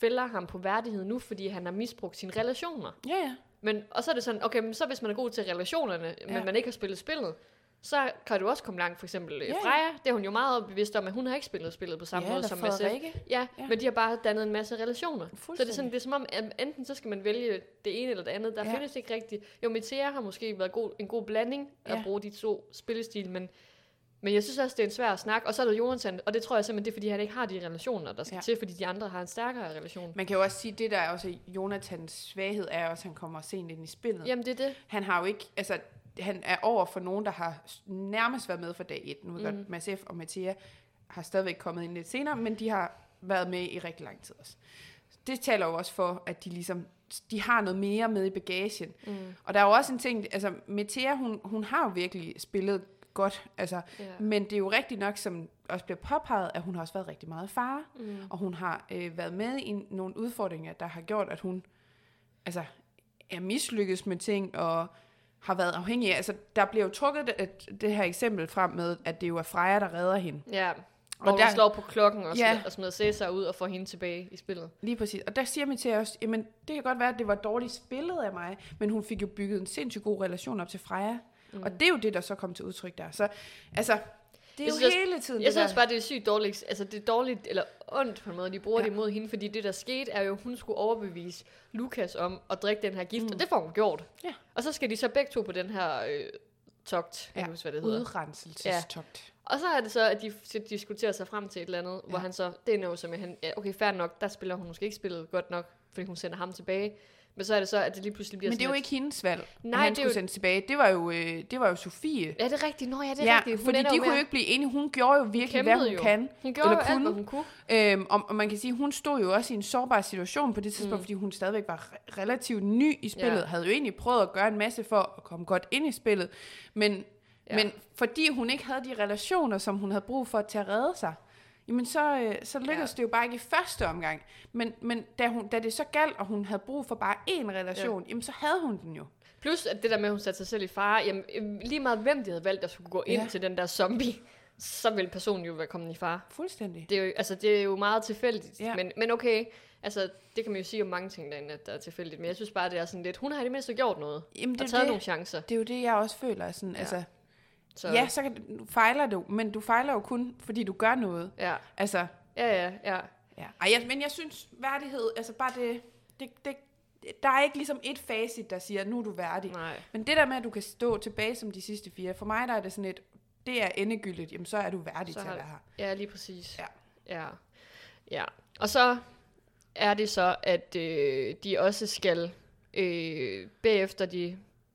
fælder ham på værdighed nu, fordi han har misbrugt sine relationer. Ja, ja. Men, og så er det sådan, okay, men så hvis man er god til relationerne, ja. men man ikke har spillet spillet, så kan du også komme langt. For eksempel ja, Freja, det er hun jo meget bevidst om, at hun har ikke spillet spillet på samme ja, måde som Mads F. Ja, ja, men de har bare dannet en masse relationer. Så det er sådan, det er som om, at enten så skal man vælge det ene eller det andet. Der ja. findes ikke rigtigt. Jo, Metea har måske været god, en god blanding ja. at bruge de to spillestil, men Men jeg synes også, det er en svær snak. Og så er der Jonathan, og det tror jeg simpelthen, det er, fordi han ikke har de relationer, der skal ja. til, fordi de andre har en stærkere relation. Man kan jo også sige, det der er også Jonathans svaghed, er også, at han kommer sent ind i spillet. Jamen, det er det. Han har jo ikke, altså, han er over for nogen, der har nærmest været med fra dag et. Nu ved mm. Mads F. og Metea har stadigvæk kommet ind lidt senere, men de har været med i rigtig lang tid også. Det taler jo også for, at de ligesom, de har noget mere med i bagagen. Mm. Og der er jo også en ting, altså Metea, hun, hun har jo virkelig spillet godt, altså, yeah. men det er jo rigtigt nok, som også bliver påpeget, at hun har også været rigtig meget far, mm. og hun har øh, været med i nogle udfordringer, der har gjort, at hun altså, er mislykkedes med ting, og har været afhængig af, altså der bliver jo trukket det, det her eksempel frem med, at det jo er Freja, der redder hende. Ja, yeah. og, og der slår på klokken og, ja. og smider Cæsar ud og får hende tilbage i spillet. Lige præcis, og der siger mig til os, jamen det kan godt være, at det var dårligt spillet af mig, men hun fik jo bygget en sindssygt god relation op til Freja. Mm. Og det er jo det, der så kom til udtryk der. Så altså, det er jeg jo synes, hele tiden Jeg det synes der. bare, det er sygt dårligt. Altså, det er dårligt, eller ondt på en måde, de bruger ja. det imod hende. Fordi det, der skete, er jo, hun skulle overbevise Lukas om at drikke den her gift. Mm. Og det får hun gjort. Ja. Og så skal de så begge to på den her øh, togt. Jeg ja. huske, hvad det hedder. Udrenselsestogt. Ja. Og så er det så, at de diskuterer sig frem til et eller andet, ja. hvor han så, det er noget som, han, ja, okay, fair nok, der spiller hun måske ikke spillet godt nok, fordi hun sender ham tilbage. Men så er det så, at det lige pludselig bliver Men det er jo et... ikke hendes valg, Nej, at han skulle jo... sendes tilbage. Det var jo, øh, det var jo Sofie. Ja, det er rigtigt. Nå ja, det er ja, rigtigt. Hun fordi de kunne jo ikke blive enige. Hun gjorde jo virkelig, hvad hun jo. kan. Hun gjorde jo alt, hvad hun kunne. Øhm, og, og man kan sige, hun stod jo også i en sårbar situation på det tidspunkt, mm. fordi hun stadigvæk var relativt ny i spillet. Ja. Havde jo egentlig prøvet at gøre en masse for at komme godt ind i spillet. Men, ja. men fordi hun ikke havde de relationer, som hun havde brug for til at redde sig, jamen så, øh, så lykkedes ja. det jo bare ikke i første omgang. Men, men da, hun, da det så galt, og hun havde brug for bare én relation, ja. jamen så havde hun den jo. Plus at det der med, at hun satte sig selv i fare, jamen lige meget hvem de havde valgt, der skulle gå ind ja. til den der zombie, så ville personen jo være kommet i fare. Fuldstændig. Det er jo, altså, det er jo meget tilfældigt. Ja. Men, men okay, altså det kan man jo sige om mange ting derinde, at der er tilfældigt. Men jeg synes bare, det er sådan lidt, hun har i det mindste gjort noget. Jamen, det og taget det, nogle chancer. Det er jo det, jeg også føler. Sådan, ja. altså... Så. Ja, så kan, du fejler du, men du fejler jo kun, fordi du gør noget. Ja. Altså. Ja, ja, ja. ja. Ej, jeg, men jeg synes, værdighed, altså bare det, det, det, der er ikke ligesom et facit, der siger, nu er du værdig. Nej. Men det der med, at du kan stå tilbage som de sidste fire, for mig der er det sådan et, det er endegyldigt, jamen så er du værdig så til har, at være her. Ja, lige præcis. Ja. Ja. Ja. Og så er det så, at øh, de også skal, øh, bagefter de...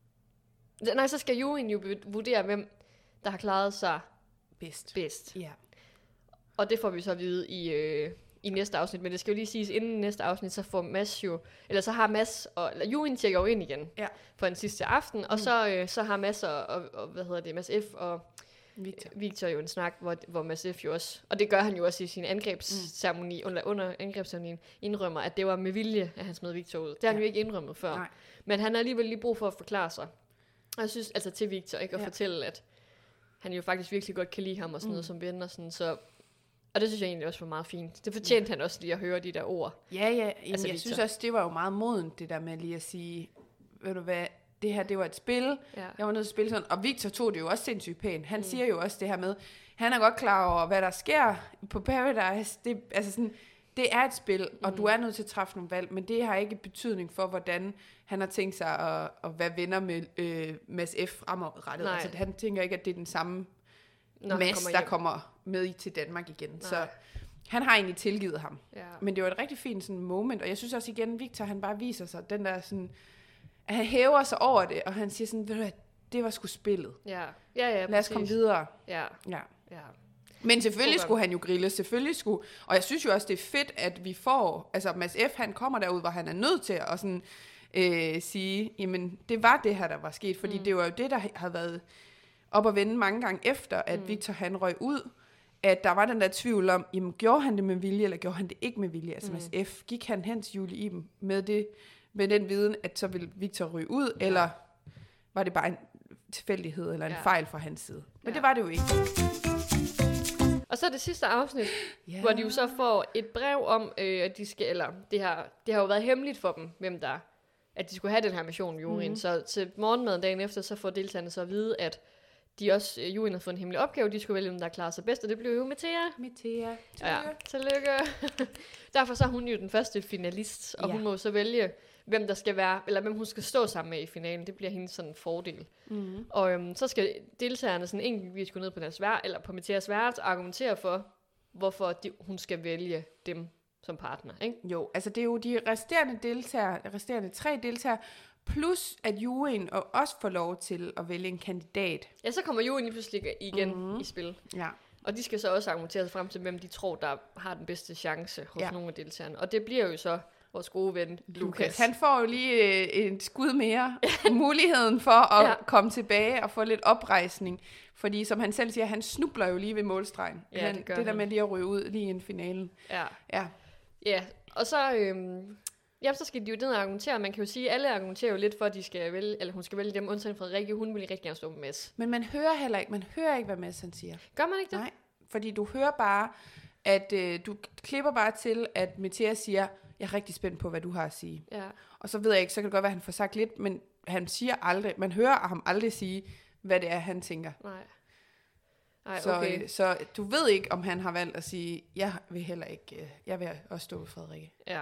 Nej, så skal juryen jo vurdere, hvem der har klaret sig bedst. bedst. Ja. Og det får vi så at vide i, øh, i næste afsnit. Men det skal jo lige siges, inden næste afsnit, så får Mads jo... Eller så har Mads... Og, eller juryen tjekker jo ind igen ja. for en sidste aften. Mm. Og så, øh, så har Mads og, og, og... Hvad hedder det? Mads F. og Victor, øh, Victor jo en snak, hvor, hvor Mads F. jo også... Og det gør han jo også i sin angrebsceremoni, mm. under, under angrebsceremonien, indrømmer, at det var med vilje, at han smed Victor ud. Det har ja. han jo ikke indrømmet før. Nej. Men han har alligevel lige brug for at forklare sig. Og jeg synes, altså til Victor, ikke? At ja. fortælle, at han jo faktisk virkelig godt kan lide ham og sådan mm. noget som ven og sådan, så... Og det synes jeg egentlig også var meget fint. Det fortjente ja. han også lige at høre de der ord. Ja, ja. Jamen, altså, jeg Victor. synes også, det var jo meget modent, det der med lige at sige, ved du hvad, det her, det var et spil. Ja. Jeg var nødt til at spille sådan. Og Victor tog det jo også sindssygt pænt. Han mm. siger jo også det her med, han er godt klar over, hvad der sker på Paradise. Det, altså sådan, det er et spil, og mm. du er nødt til at træffe nogle valg, men det har ikke betydning for, hvordan han har tænkt sig at, at være venner med øh, Mads F. fremadrettet. Altså, han tænker ikke, at det er den samme Når Mads, kommer der kommer med i til Danmark igen. Nej. Så han har egentlig tilgivet ham. Ja. Men det var et rigtig fint sådan, moment, og jeg synes også igen, Victor, han bare viser sig, den der sådan, at han hæver sig over det, og han siger sådan, ved du hvad, det var sgu spillet. Ja. Ja, ja, Lad os komme videre. Ja. Ja. Ja. Men selvfølgelig skulle han jo grille, selvfølgelig skulle, og jeg synes jo også, det er fedt, at vi får, altså Mads F., han kommer derud, hvor han er nødt til at sådan, øh, sige, jamen det var det her, der var sket, fordi mm. det var jo det, der har været op at vende mange gange efter, at mm. Victor han røg ud, at der var den der tvivl om, jamen gjorde han det med vilje, eller gjorde han det ikke med vilje, altså mm. Mads F., gik han hen til Julie Iben med, det, med den viden, at så ville Victor ryge ud, ja. eller var det bare en tilfældighed, eller en ja. fejl fra hans side, men ja. det var det jo ikke. Og så er det sidste afsnit, yeah. hvor de jo så får et brev om, øh, at de skal, eller det har, det har jo været hemmeligt for dem, hvem der, at de skulle have den her mission, juryen. Mm. Så til morgenmaden dagen efter, så får deltagerne så at vide, at de også, øh, juryen har fået en hemmelig opgave, de skulle vælge, hvem der klarer sig bedst, og det blev jo Metea. Metea, tillykke. Ja, tillykke. Derfor så er hun jo den første finalist, og ja. hun må så vælge, hvem der skal være, eller hvem hun skal stå sammen med i finalen. Det bliver hendes sådan en fordel. Mm. Og øhm, så skal deltagerne sådan enkeltvis gå ned på deres vær, eller på Meteas værelse og argumentere for, hvorfor de, hun skal vælge dem som partner, ikke? Jo, altså det er jo de resterende deltagere, de resterende tre deltagere, plus at juryen også får lov til at vælge en kandidat. Ja, så kommer juryen lige pludselig igen mm-hmm. i spil. Ja. Og de skal så også argumentere sig frem til, hvem de tror, der har den bedste chance hos ja. nogle af deltagerne. Og det bliver jo så vores gode ven, Lukas. Han får jo lige øh, et skud mere. Muligheden for at ja. komme tilbage og få lidt oprejsning. Fordi som han selv siger, han snubler jo lige ved målstregen. Ja, han, det gør det der han. med lige at ryge ud lige i finalen. Ja. Ja. Ja, og så... Øhm, ja, så skal de jo ned og argumentere. Man kan jo sige, at alle argumenterer jo lidt for, at de skal vælge, eller hun skal vælge dem, undtagen Frederikke. Hun vil rigtig gerne stå med Mads. Men man hører heller ikke, man hører ikke, hvad Mads han siger. Gør man ikke det? Nej, fordi du hører bare, at øh, du klipper bare til, at Metea siger, jeg er rigtig spændt på, hvad du har at sige. Ja. Og så ved jeg ikke, så kan det godt være, at han får sagt lidt, men han siger aldrig, man hører ham aldrig sige, hvad det er, han tænker. Nej. Ej, så, okay. øh, så du ved ikke, om han har valgt at sige, jeg vil heller ikke, øh, jeg vil også stå ved Frederikke. Ja,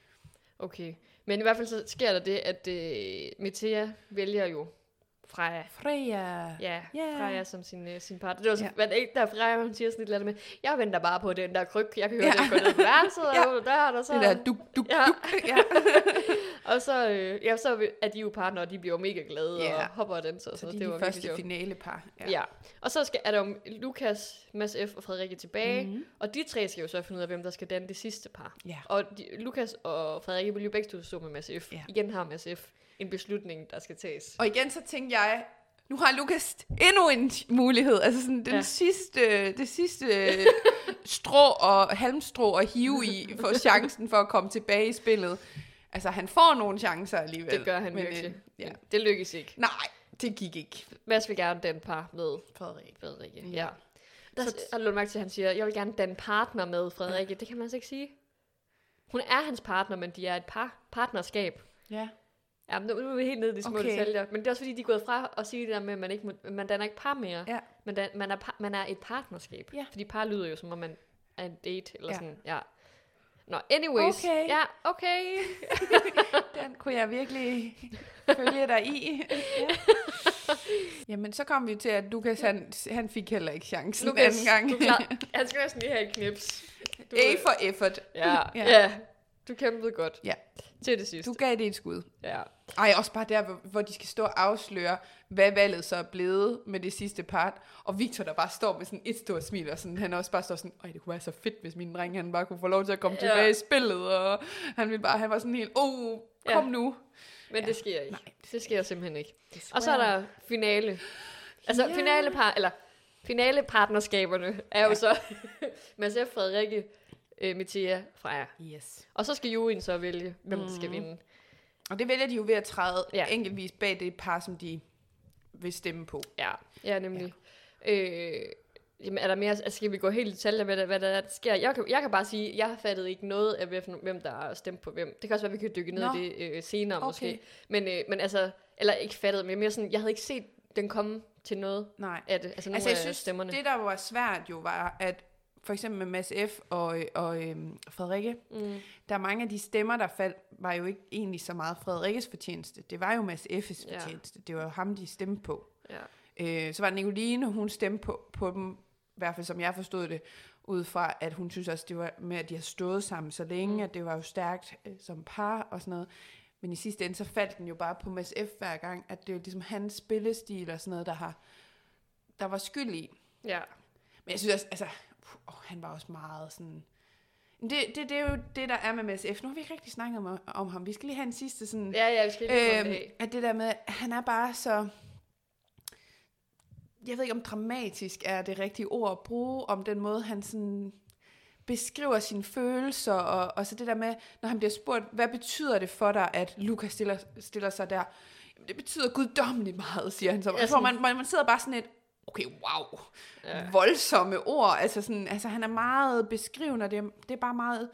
okay. Men i hvert fald så sker der det, at øh, Metea vælger jo Freja. Freja. Ja, yeah. Freja som sin, øh, sin partner. Det var så, ja. yeah. der Freja, hun siger sådan et eller andet med, jeg venter bare på den der kryg, jeg kan høre, ja. den går ned på værelset, ja. og der, der så... Det der duk, duk, ja. duk. Ja. Og så, øh, ja, så er de jo partner, og de bliver jo mega glade, yeah. og hopper og danser. Så, så de det er de første finalepar. Ja. ja. Og så skal, er der jo Lukas, Mads F. og Frederikke tilbage, mm-hmm. og de tre skal jo så finde ud af, hvem der skal danne det sidste par. Yeah. Og de, Lukas og Frederikke vil jo begge to stå med Mads F. Yeah. Igen har Mads F. en beslutning, der skal tages. Og igen så tænkte jeg, nu har Lukas endnu en mulighed, altså sådan den ja. sidste, det sidste strå og halmstrå at hive i, for chancen for at komme tilbage i spillet. Altså han får nogle chancer alligevel. Det gør han men, virkelig. Ja. Det lykkes ikke. Nej, det gik ikke. Mads vil gerne danne par med Frederikke. Frederikke. Ja. Der så, har du lagt mærke til, at han siger, jeg vil gerne danne partner med Frederikke. Ja. Det kan man altså ikke sige. Hun er hans partner, men de er et par partnerskab. Ja. Ja, men nu er vi helt nede i de små okay. detaljer. Men det er også fordi, de er gået fra at sige det der med, at man ikke må, man danner ikke par mere. Ja. Men dan, man, er par, man er et partnerskab. Ja. Fordi par lyder jo som om man er en date. Eller ja. sådan, ja. Nå, anyways. Okay. Ja, okay. Den kunne jeg virkelig følge dig i. Ja. Jamen, så kom vi til, at Lukas, han, han fik heller ikke chancen Lukas, anden gang. du klar, han skal næsten lige have et knips. Du, A for effort. Ja, ja. ja. Du kæmpede godt. Ja. Til det sidste. Du gav det et skud. Ja. Ej, også bare der, hvor, hvor de skal stå og afsløre, hvad valget så er blevet med det sidste part. Og Victor, der bare står med sådan et stort smil, og sådan, han også bare står sådan, ej, det kunne være så fedt, hvis min dreng, han bare kunne få lov til at komme ja. tilbage i spillet. Og han ville bare, han var sådan helt, oh, kom ja. nu. Men ja. det sker ikke. Nej, det, det sker simpelthen ikke. Og så er der finale. Altså, yeah. finale par, eller finale partnerskaberne er ja. jo så Mads F. Frederikke, øh, Metea, Freja. Yes. Og så skal juryen så vælge, hvem mm. der skal vinde. Og det vælger de jo ved at træde ja. enkeltvis bag det par, som de vil stemme på. Ja, ja nemlig. Ja. Øh, jamen, er der mere, altså, skal vi gå helt i detaljer, hvad der, hvad der sker? Jeg kan, jeg kan bare sige, jeg har fattet ikke noget af, hvem der har stemt på hvem. Det kan også være, vi kan dykke ned Nå. i det øh, senere okay. måske. Men, øh, men altså, eller ikke fattet, men mere sådan, jeg havde ikke set den komme til noget Nej. af det. Altså, nogle altså jeg af synes, stemmerne. det der var svært jo var, at for eksempel med Mads F. og, og øhm, Frederikke, mm. der er mange af de stemmer, der faldt, var jo ikke egentlig så meget Frederikkes fortjeneste. Det var jo Mads F.'s ja. fortjeneste. Det var jo ham, de stemte på. Ja. Øh, så var det Nicoline, hun stemte på, på dem, i hvert fald som jeg forstod det, ud fra, at hun synes også, det var med, at de har stået sammen så længe, mm. at det var jo stærkt øh, som par og sådan noget. Men i sidste ende, så faldt den jo bare på Mads F. hver gang, at det var ligesom hans spillestil og sådan noget, der, har, der var skyld i. Ja. Men jeg synes også, altså, oh, han var også meget sådan... Det, det, det er jo det, der er med Mads F. Nu har vi ikke rigtig snakket om, om ham. Vi skal lige have en sidste sådan... Ja, ja, vi skal lige øh, det at det der med, han er bare så... Jeg ved ikke, om dramatisk er det rigtige ord at bruge, om den måde, han sådan beskriver sine følelser, og, og så det der med, når han bliver spurgt, hvad betyder det for dig, at Lukas stiller, stiller sig der? Jamen, det betyder guddommeligt meget, siger han så. Jeg tror, man, man, man sidder bare sådan et, okay, wow, ja. voldsomme ord. Altså, sådan, altså han er meget beskrivende, og det er, det er bare meget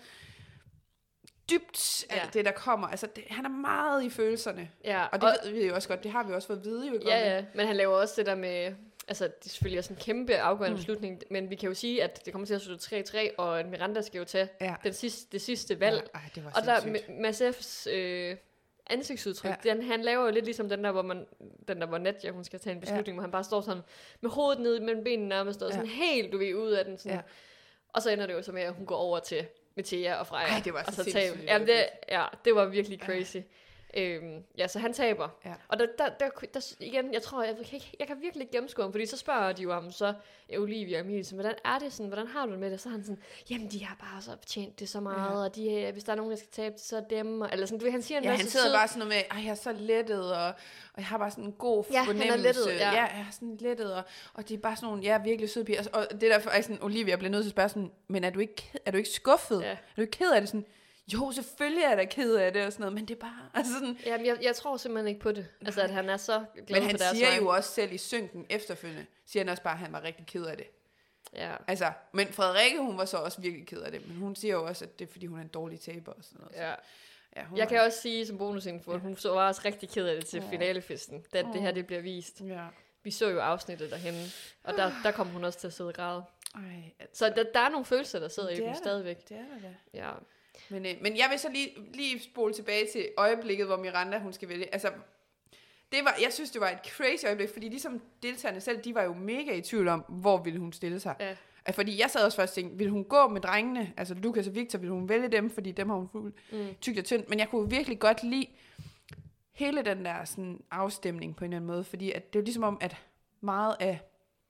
dybt, ja. alt det, der kommer. Altså, det, han er meget i følelserne. Ja. Og det og, ved vi jo også godt, det har vi også fået at vide. Jo, ja, ja, men han laver også det der med, altså det er selvfølgelig også en kæmpe afgørende mm. beslutning, men vi kan jo sige, at det kommer til at slutte tre tre, og Miranda skal jo tage ja. den sidste, det sidste valg. Ja, ej, det var og der Mads F's øh, ansigtsudtryk, ja. den, han laver jo lidt ligesom den der, hvor man, den der, hvor Nadja, hun skal tage en beslutning, ja. hvor han bare står sådan med hovedet ned mellem benene nærmest, og ja. sådan helt, du ved, ud af den. Sådan. Ja. Og så ender det jo så med, at hun går over til Metea og Freja. Ej, det var så, så sindssygt. Jamen, det, ja, det var virkelig crazy. Ja. Øhm, ja, så han taber. Ja. Og der, der, der, der, igen, jeg tror, jeg, jeg, kan, jeg kan virkelig ikke gennemskue ham, fordi så spørger de jo ham så, Olivia og Emil, hvordan er det sådan, hvordan har du det med det? Så er han sådan, jamen de har bare så fortjent det så meget, ja. og de, hvis der er nogen, der skal tabe det, så er dem, og, eller sådan, du ved, han siger en ja, masse han sidder sød. bare sådan noget med, ej, jeg er så lettet, og, og jeg har bare sådan en god ja, fornemmelse. Han er lettet, ja, ja, jeg er sådan lettet, og, og de er bare sådan nogle, ja, virkelig søde piger. Og det er derfor, at sådan, Olivia bliver nødt til at spørge sådan, men er du ikke, er du ikke skuffet? Ja. Er du ikke ked af det? Sådan, jo, selvfølgelig er der ked af det og sådan noget, men det er bare... Altså sådan, jamen, jeg, jeg tror simpelthen ikke på det. Altså, at han er så glad men for deres han siger jo også selv i synken efterfølgende, siger han også bare, at han var rigtig ked af det. Ja. Altså, men Frederikke, hun var så også virkelig ked af det, men hun siger jo også, at det er, fordi hun er en dårlig taber og sådan noget. Ja. Ja, jeg kan også sige som bonusinfo, at hun så var også rigtig ked af det til ja. finalefesten, da ja. det her det bliver vist. Ja. Vi så jo afsnittet derhenne, og der, der kom hun også til at sidde og græde. Ej, altså. Så der, der er nogle følelser, der sidder i dem stadigvæk. Det er der. Ja. Men, øh, men jeg vil så lige, lige spole tilbage til øjeblikket, hvor Miranda, hun skal vælge. Altså, det var, jeg synes, det var et crazy øjeblik, fordi ligesom deltagerne selv, de var jo mega i tvivl om, hvor ville hun stille sig. Ja. Fordi jeg sad også først og tænkte, ville hun gå med drengene, altså Lukas og Victor, ville hun vælge dem, fordi dem har hun fuld mm. tykt og tyndt. Men jeg kunne virkelig godt lide hele den der sådan, afstemning på en eller anden måde, fordi at det er jo ligesom om, at meget af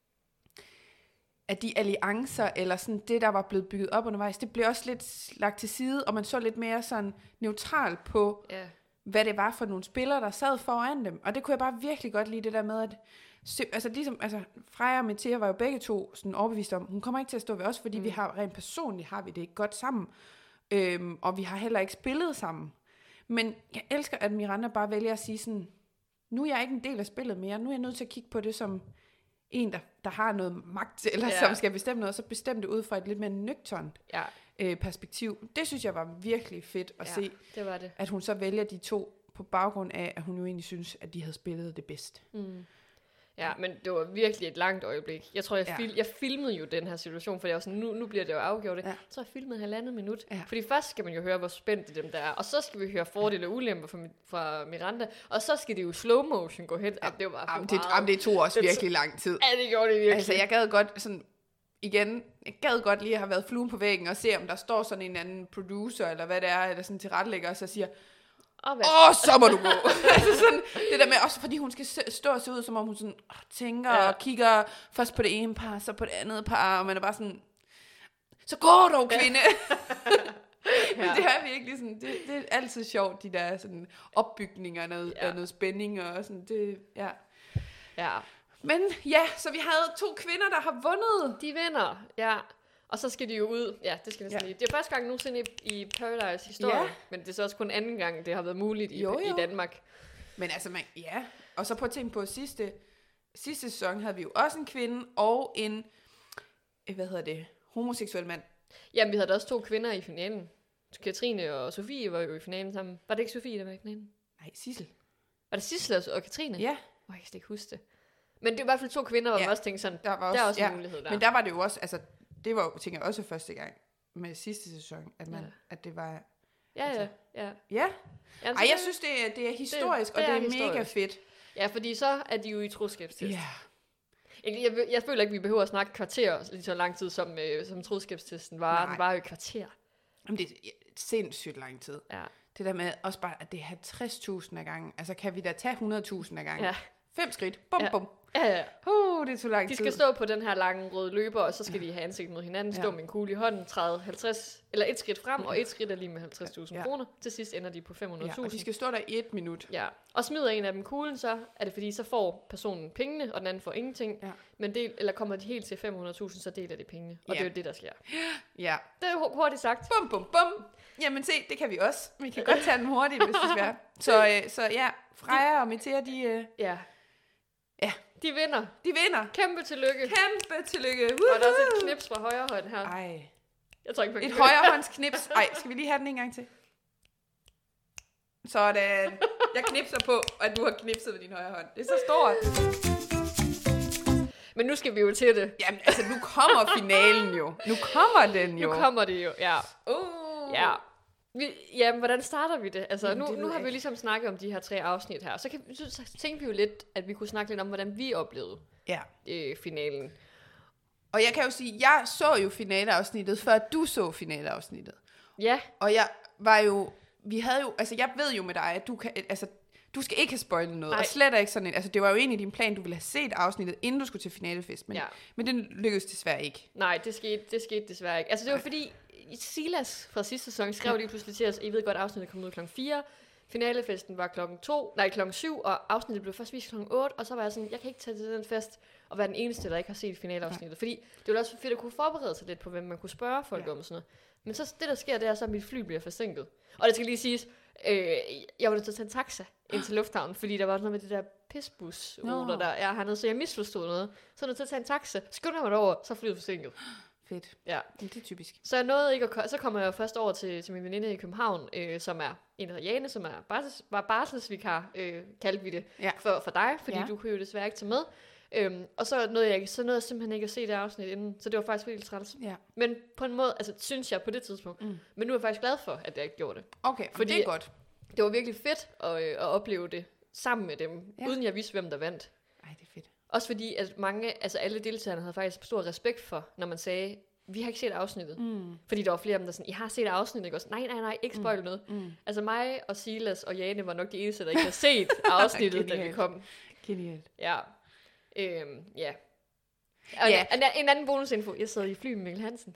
at de alliancer, eller sådan det, der var blevet bygget op undervejs, det blev også lidt lagt til side, og man så lidt mere sådan neutral på, yeah. hvad det var for nogle spillere, der sad foran dem. Og det kunne jeg bare virkelig godt lide, det der med, at altså, ligesom, altså, Freja og Metea var jo begge to sådan overbevist om, hun kommer ikke til at stå ved os, fordi mm. vi har rent personligt, har vi det ikke godt sammen. Øhm, og vi har heller ikke spillet sammen. Men jeg elsker, at Miranda bare vælger at sige sådan, nu er jeg ikke en del af spillet mere, nu er jeg nødt til at kigge på det som en, der, der har noget magt, eller ja. som skal bestemme noget, så bestemme det ud fra et lidt mere nøgternt ja. øh, perspektiv. Det synes jeg var virkelig fedt at ja, se, det var det. At hun så vælger de to på baggrund af, at hun jo egentlig synes, at de havde spillet det bedst. Mm. Ja, men det var virkelig et langt øjeblik. Jeg tror, jeg, fil- ja. jeg filmede jo den her situation, for jeg var sådan, nu, nu bliver det jo afgjort. Ja. Jeg tror, jeg filmede halvandet minut. Ja. Fordi først skal man jo høre, hvor spændt dem der er, og så skal vi høre fordele og ulemper fra, fra Miranda, og så skal det jo slow motion gå hen. Ja. Det var bare jamen, det, jamen, det tog også det virkelig lang tid. Ja, det gjorde det virkelig. Altså, jeg gad godt sådan, igen, jeg gad godt lige at have været fluen på væggen og se, om der står sådan en anden producer, eller hvad det er, eller sådan tilrettelægger, og så siger, åh, oh, så må du gå. Altså sådan, det der med, også fordi hun skal stå og se ud, som om hun sådan, oh, tænker ja. og kigger først på det ene par, så på det andet par, og man er bare sådan, så gå dog, kvinde. Men ja. det er virkelig sådan, det, det er altid sjovt, de der sådan opbygninger, noget, ja. noget spænding og sådan, det, ja. Ja. Men ja, så vi havde to kvinder, der har vundet. De vinder, ja. Og så skal de jo ud. Ja, det skal næsten ja. lige. Det er første gang nogensinde i, i Paradise historie, ja. men det er så også kun anden gang, det har været muligt i, jo, jo. i Danmark. Men altså, man, ja. Og så på at tænke på sidste, sidste sæson havde vi jo også en kvinde og en, hvad hedder det, homoseksuel mand. Jamen, vi havde også to kvinder i finalen. Katrine og Sofie var jo i finalen sammen. Var det ikke Sofie, der var i finalen? Nej, Sissel. Var det Sissel og Katrine? Ja. Oh, jeg kan ikke huske det. Men det var i hvert fald to kvinder, hvor ja. man også tænkte sådan, der, var også, der er også ja. en mulighed der. Men der var det jo også, altså, det var jo, tænker jeg, også første gang med sidste sæson, at, man, ja. at det var... Ja, altså, ja, ja. Ja? Jamen, Ej, jeg synes, det er, det er historisk, det, det og det er, er mega fedt. Ja, fordi så er de jo i troskabstest. Ja. Jeg, jeg, jeg føler ikke, vi behøver at snakke kvarter lige så lang tid, som, øh, som troskabstesten var. Nej. Den var jo et kvarter. Jamen, det er sindssygt lang tid. Ja. Det der med også bare, at det er halvtreds tusind af gangen. Altså, kan vi da tage hundrede tusind af gangen? Ja. Fem skridt. Bum, ja. bum. Ja, ja. Uh, det er så lang tid. De skal stå på den her lange røde løber, og så skal de have ansigt mod hinanden, stå ja. med en kugle i hånden, træde halvtreds, eller et skridt frem, og et skridt er lige med halvtreds tusind ja. kroner. Til sidst ender de på fem hundrede tusind. Ja, og de skal stå der i et minut. Ja, og smider en af dem kuglen, så er det fordi, så får personen pengene, og den anden får ingenting. Ja. Men del, eller kommer de helt til fem hundrede tusind, så deler de pengene. Og ja. det er jo det, der sker. Ja. Det er jo hurtigt sagt. Bum, bum, bum. Jamen se, det kan vi også. Vi kan godt tage den hurtigt, hvis det skal. Så, øh, så ja, Freja og Metea, de... Øh, ja. Ja, De vinder. De vinder. Kæmpe tillykke. Kæmpe tillykke. Woohoo! Og der er også et knips fra højre hånd her. Ej. Jeg tror ikke, et højrehåndsknips. Ej, skal vi lige have den en gang til? Sådan. Jeg knipser på, at du har knipset med din højre hånd. Det er så stort. Men nu skal vi jo til det. Jamen, altså, nu kommer finalen jo. Nu kommer den jo. Nu kommer det jo, ja. Uh. Ja. Vi, jamen, hvordan starter vi det? Altså, Jamen, nu, det nu har jeg. vi jo ligesom snakket om de her tre afsnit her. Så, kan, så, så tænkte vi jo lidt, at vi kunne snakke lidt om, hvordan vi oplevede ja. øh, finalen. Og jeg kan jo sige, jeg så jo finaleafsnittet, før du så finaleafsnittet. Ja. Og jeg var jo, vi havde jo, altså jeg ved jo med dig, at du kan, altså, du skal ikke have spoilet noget, Nej. Og slet ikke sådan en, altså det var jo egentlig din plan, du ville have set afsnittet, inden du skulle til finalefest, men, ja. men det lykkedes desværre ikke. Nej, det skete, det skete desværre ikke. Altså det var Nej. fordi, Silas fra sidste sæson skrev lige pludselig til os, I ved godt, afsnittet kom ud klokken fire, finalefesten var klokken to, nej klokken syv, og afsnittet blev først vist klokken otte, og så var jeg sådan, jeg kan ikke tage til den fest, og være den eneste, der ikke har set finaleafsnittet, fordi det ville også fedt at kunne forberede sig lidt på, hvem man kunne spørge folk ja. om og sådan noget. Men så det, der sker, det er så, at mit fly bliver forsinket. Og det skal lige siges, øh, jeg var nødt til at tage en taxa ind til lufthavnen, fordi der var noget med det der pisbusruter, der er hernede, så jeg misforstod noget. Så jeg nødt til at tage en taxa, skynder mig derover, så er flyet forsinket. Fedt. Ja. Det er typisk. Så jeg nåede ikke at, så kommer jeg først over til, til min veninde i København, øh, som er en af Jane, som er barsels, var barselsvikar, øh, kaldte vi det, ja. for, for dig, fordi ja. du kunne jo desværre ikke tage med. Øhm, og så nåede, jeg, så nåede jeg simpelthen ikke at se det afsnit inden, så det var faktisk virkelig træls. Ja. Men på en måde, altså synes jeg på det tidspunkt, mm. men nu er jeg faktisk glad for, at jeg ikke gjorde det. Okay, fordi det er godt. Det var virkelig fedt at, øh, at opleve det sammen med dem, ja. uden jeg vidste, hvem der vandt. Ej, det er fedt. Også fordi, at mange, altså alle deltagerne havde faktisk stor respekt for, når man sagde, vi har ikke set afsnittet. Mm. Fordi der var flere af dem, der sådan, I har set afsnittet, ikke? Og sådan, nej, nej, nej, ikke spoil mm. noget. Mm. Altså mig og Silas og Jane var nok de eneste, der ikke havde set afsnittet, da vi kom. Genialt. Ja. Øhm, ja. Og yeah. en, en anden bonusinfo, jeg sad i fly med Mikkel Hansen.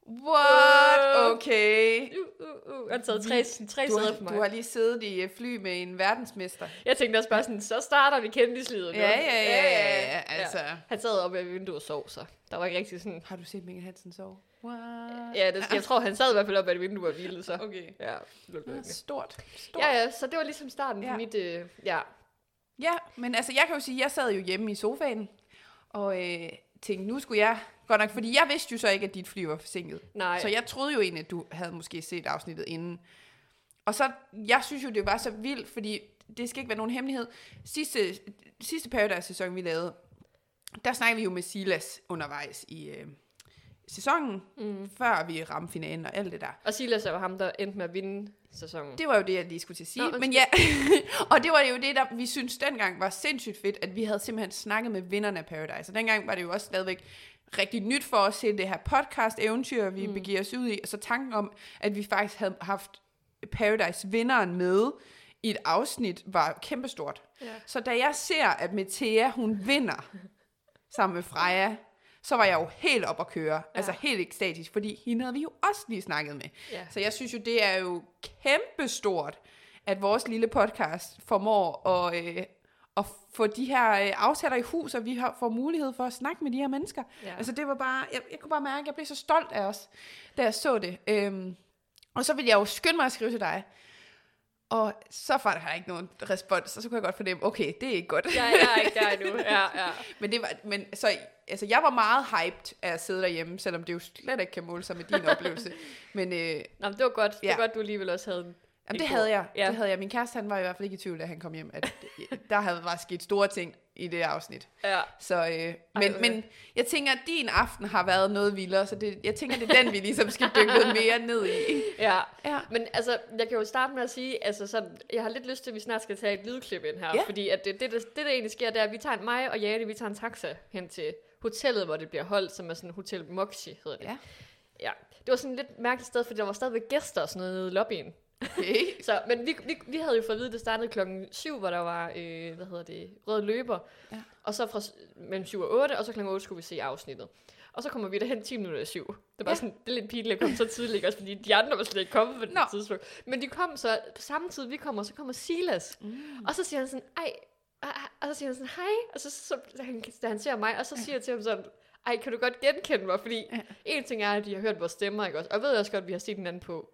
What? Okay. Uh, uh, uh. Han taget tre, tre sæder for mig. Du har lige siddet i fly med en verdensmester. Jeg tænkte også bare sådan, så starter vi kendislivet. Ja, ja, ja, ja, ja, altså. Ja. Han sad oppe ved vinduet og sov, så der var ikke rigtig sådan... Har du set Mikkel Hansen sove? What? Ja, det, jeg tror, han sad i hvert fald oppe ved vinduet og hvilede sig. Okay. Ja, det var stort. Stort. Ja, ja, så det var ligesom starten ja. på mit... Øh, ja. Ja, men altså, jeg kan jo sige, jeg sad jo hjemme i sofaen, og øh, tænkte, nu skulle jeg... Godt nok, fordi jeg vidste jo så ikke, at dit fly var forsinket. Nej. Så jeg troede jo egentlig, at du havde måske set afsnittet inden. Og så, jeg synes jo, det var så vildt, fordi det skal ikke være nogen hemmelighed. Sidste, sidste Paradise-sæson, vi lavede, der snakkede vi jo med Silas undervejs i øh, sæsonen, mm. før vi ramte finalen og alt det der. Og Silas var ham, der endte med at vinde sæsonen. Det var jo det, jeg lige skulle til at sige. Nå, men ja, og det var jo det, der vi synes dengang var sindssygt fedt, at vi havde simpelthen snakket med vinderne af Paradise. Og dengang var det jo også stadigvæk rigtig nyt for os til det her podcast-eventyr, vi mm. begiver os ud i. Og så tanken om, at vi faktisk havde haft Paradise-vinderen med i et afsnit, var kæmpestort. Ja. Så da jeg ser, at Metea, hun vinder sammen med Freja, så var jeg jo helt op at køre. Ja. Altså helt ekstatisk, fordi hende havde vi jo også lige snakket med. Ja. Så jeg synes jo, det er jo kæmpestort, at vores lille podcast formår at... Øh, og få de her øh, aftaler i hus, og vi har, får mulighed for at snakke med de her mennesker. Ja. Altså det var bare, jeg, jeg kunne bare mærke, at jeg blev så stolt af os, da jeg så det. Øhm, og så ville jeg jo skynde mig at skrive til dig, og så var der ikke nogen respons, og så kunne jeg godt fornemme, okay, det er ikke godt. Ja, jeg er ikke der endnu. Ja, ja. men det var, men så, altså jeg var meget hyped af at sidde derhjemme, selvom det jo slet ikke kan måle sig med din oplevelse. Men, øh, Nå, men det var godt, det var ja. godt, du alligevel også havde en. Jamen, det havde jeg. Ja. Det havde jeg. Min kæreste, han var i hvert fald ikke i tvivl, da han kom hjem, at der havde bare sket store ting i det afsnit. Ja. Så, øh, men, Ej, okay. men jeg tænker, at din aften har været noget vildere, så det, jeg tænker, det er den, vi ligesom skal dykke noget mere ned i. Ja. ja, men altså, jeg kan jo starte med at sige, altså sådan, jeg har lidt lyst til, at vi snart skal tage et lydklip ind her, ja. fordi at det, det, det, det, der egentlig sker, det er, at vi tager mig og Jane, vi tager en taxa hen til hotellet, hvor det bliver holdt, som er sådan Hotel Moxie, hedder det. Ja. Ja, det var sådan et lidt mærkeligt sted, fordi der var stadigvæk gæster og sådan noget nede i lobbyen. Okay. Så, men vi, vi, vi havde jo fået at vide, at det startede klokken syv, hvor der var, øh, hvad hedder det, rød løber. Ja. Og så fra mellem syv og otte, og så klokken otte skulle vi se afsnittet. Og så kommer vi derhen ti minutter i syv. Det var ja. sådan, det er lidt pinligt at komme så tidligt, også fordi de andre var slet ikke kommet på det no. tidspunkt. Men de kom så, på samme tid vi kommer, så kommer Silas. Mm. Og så siger han sådan, ej, og så siger han sådan, hej. Og så, så da, han, da han ser mig, og så siger jeg til ham sådan, ej, kan du godt genkende mig? Fordi ja. en ting er, at de har hørt vores stemmer, ikke også? Og jeg ved også godt, at vi har set hinanden på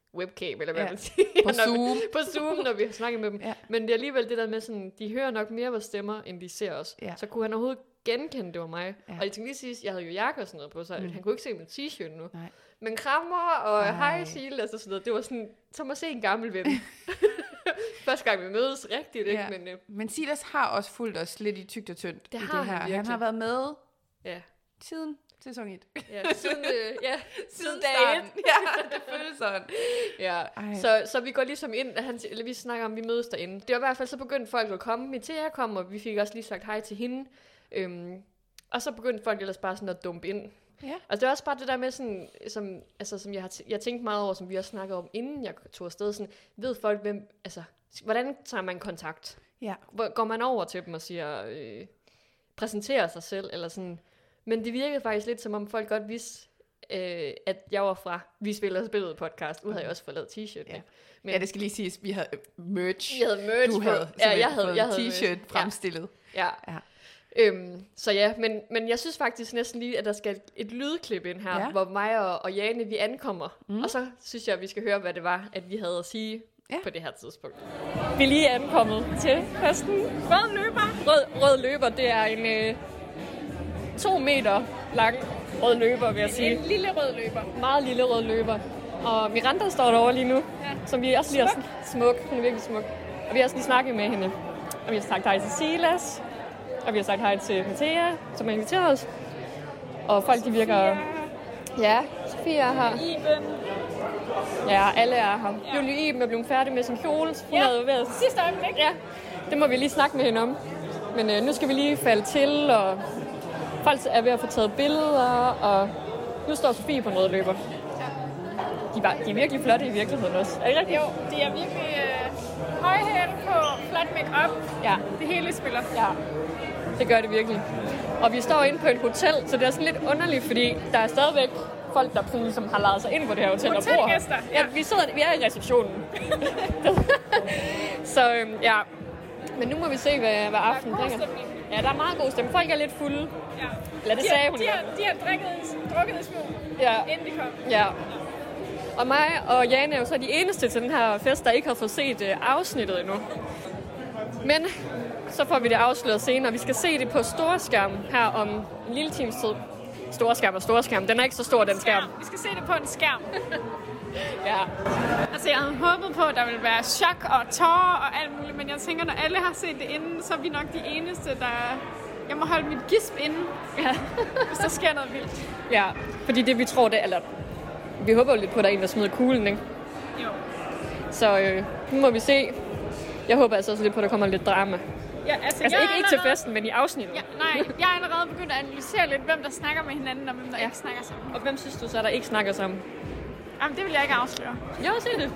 webcam, eller hvad ja. man siger. På Zoom. Vi, på Zoom, når vi snakker med dem. Ja. Men det er alligevel det der med sådan, de hører nok mere vores stemmer, end de ser os. Ja. Så kunne han overhovedet genkende, det var mig. Ja. Og jeg tænkte lige sidst, jeg havde jo jakke og sådan noget på, så mm. han kunne ikke se min t-shirt nu. Nej. Men krammer og hej Sil, altså sådan noget, det var sådan, som at se en gammel ven. Første gang vi mødes rigtigt, ikke? Ja. Men, øh, Men Silas har også fulgt os lidt i tygt og tyndt det i har det her. Han, han har været med ja. siden sæson et. Ja, siden, øh, ja, siden dag et. Ja, det føles sådan. Ja, så, så vi går ligesom ind, at han, eller vi snakker om, vi mødes derinde. Det var i hvert fald, så begyndte folk at komme. Mitea kom, og vi fik også lige sagt hej til hende. Øhm, og så begyndte folk ellers bare sådan at dumpe ind. Ja. Altså det er også bare det der med sådan, som, altså, som jeg har t- jeg tænkt meget over, som vi også snakkede om, inden jeg tog afsted, sådan, ved folk, hvem, altså, hvordan tager man kontakt? Ja. Hvor, går man over til dem og siger, øh, præsenterer sig selv, eller sådan. Men det virkede faktisk lidt, som om folk godt vidste, øh, at jeg var fra Vi Spiller Spillet podcast. Nu havde jeg også fået lavet t-shirt. Ja. Men, ja, det skal lige siges, vi havde merch. Vi havde merch. Du havde ja, jeg havde, fået jeg havde t-shirt merch. Fremstillet. Ja. ja. ja. Øhm, så ja, men, men jeg synes faktisk næsten lige, at der skal et, et lydklip ind her, ja. Hvor mig og, og Jane, vi ankommer. Mm. Og så synes jeg, at vi skal høre, hvad det var, at vi havde at sige ja. På det her tidspunkt. Vi er lige ankommet til festen. Rød løber. Rød, rød løber, det er en øh, to meter lang rød løber, vil jeg sige. En lille rød løber. Meget lille rød løber. Og Miranda står derovre lige nu, ja. Som vi også lige har smuk. Hun er virkelig smuk. Og vi har også lige snakket med hende. Og vi har sagt hej til Silas. Og vi har sagt hej til Mathea, som har inviteret os. Og folk, de virker... Sofia. Ja, Sofia er her. Iben. Ja, alle er her. Ja. Julie Iben er blevet færdig med sin kjole. Hun ja, havde været... sidste øjeblik. Ja, det må vi lige snakke med hende om. Men øh, nu skal vi lige falde til, og folk er ved at få taget billeder, og nu står Sofie på en rød løber. De, var, de er virkelig flotte i virkeligheden også. Er det rigtigt? Jo, de er virkelig øh, højhæl på flot make-up. Ja. Det hele spiller. Ja, det gør det virkelig. Og vi står inde på et hotel, så det er sådan lidt underligt, fordi der er stadigvæk folk, der sådan ligesom har lejet sig ind på det her hotel og bor. Hotelgæster. Ja, vi sidder, vi er i receptionen. Så øhm, ja, men nu må vi se, hvad, hvad aftenen bringer. Ja, der er meget god stemning. Folk er lidt fulde. Ja. Eller det de sagde har, hun. De har, de har drukket, drukket i smug, ja. Inden de kom. Ja. Og mig og Jane er jo så de eneste til den her fest, der ikke har fået set uh, afsnittet endnu. Men så får vi det afsløret senere. Vi skal se det på storskærm her om en lille times tid. Storskærm og storskærm. Den er ikke så stor, den skærm. Vi skal se det på en skærm. Ja. Altså, jeg havde håbet på, at der ville være chok og tårer og alt muligt, men jeg tænker, når alle har set det inden, så er vi nok de eneste, der... Jeg må holde mit gisp inde, ja. Hvis der sker noget vildt. Ja, fordi det vi tror, det er... Eller, vi håber jo lidt på, at der er en, der smider kuglen, ikke? Jo. Så øh, nu må vi se. Jeg håber altså også lidt på, at der kommer lidt drama. Ja, altså, altså ikke, allerede... ikke til festen, men i afsnittet. Ja, nej, jeg er allerede begyndt at analysere lidt, hvem der snakker med hinanden, og hvem der ja. Ikke snakker sammen. Og hvem synes du så, der ikke snakker sammen? Jamen, det vil jeg ikke afsløre. Jo, se det.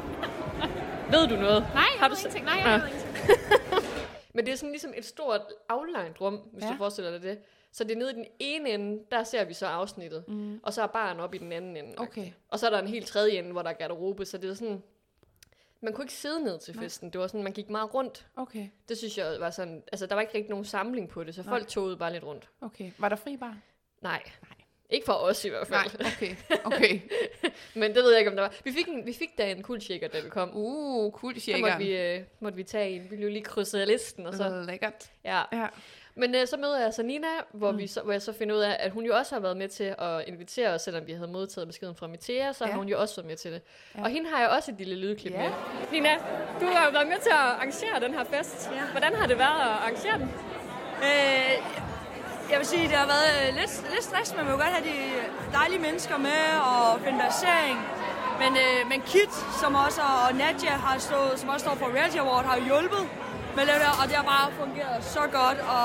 Ved du noget? Nej, jeg har ved du ingenting. Nej, jeg ja. ved ingenting. Men det er sådan ligesom et stort outlined rum, hvis ja. Du forestiller dig det. Så det er nede i den ene ende, der ser vi så afsnittet. Mm. Og så er baren oppe i den anden ende. Okay. Og så er der en helt tredje ende, hvor der er garderobe. Så det er sådan... Man kunne ikke sidde ned til festen. Nej. Det var sådan, man gik meget rundt. Okay. Det synes jeg var sådan... Altså, der var ikke rigtig nogen samling på det, så folk togede bare lidt rundt. Okay. Var der fri bar? Nej. Nej. Ikke for os i hvert fald. Nej, okay. Okay. Men det ved jeg ikke, om der var. Vi fik, en, vi fik da en kuldshaker, da vi kom. Uh, kuldshaker. Så måtte vi, øh, måtte vi tage en. Vi blev lige krydset af listen. Og så. Lækkert. Ja. ja. Men øh, så møder jeg så Nina, hvor, mm. vi så, hvor jeg så finder ud af, at hun jo også har været med til at invitere os, selvom vi havde modtaget beskeden fra Mitea, så ja. Har hun jo også været med til det. Ja. Og hende har jeg også et lille lydklip ja. Med. Nina, du har jo været med til at arrangere den her fest. Ja. Hvordan har det været at arrangere den? Øh, jeg vil sige, det har været lidt, lidt stress, men man vil godt have de dejlige mennesker med og finde placering. Men, øh, men Kit, som også og Nadia har stået, som også står for Reality Award, har hjulpet med det der, og det har bare fungeret så godt. Og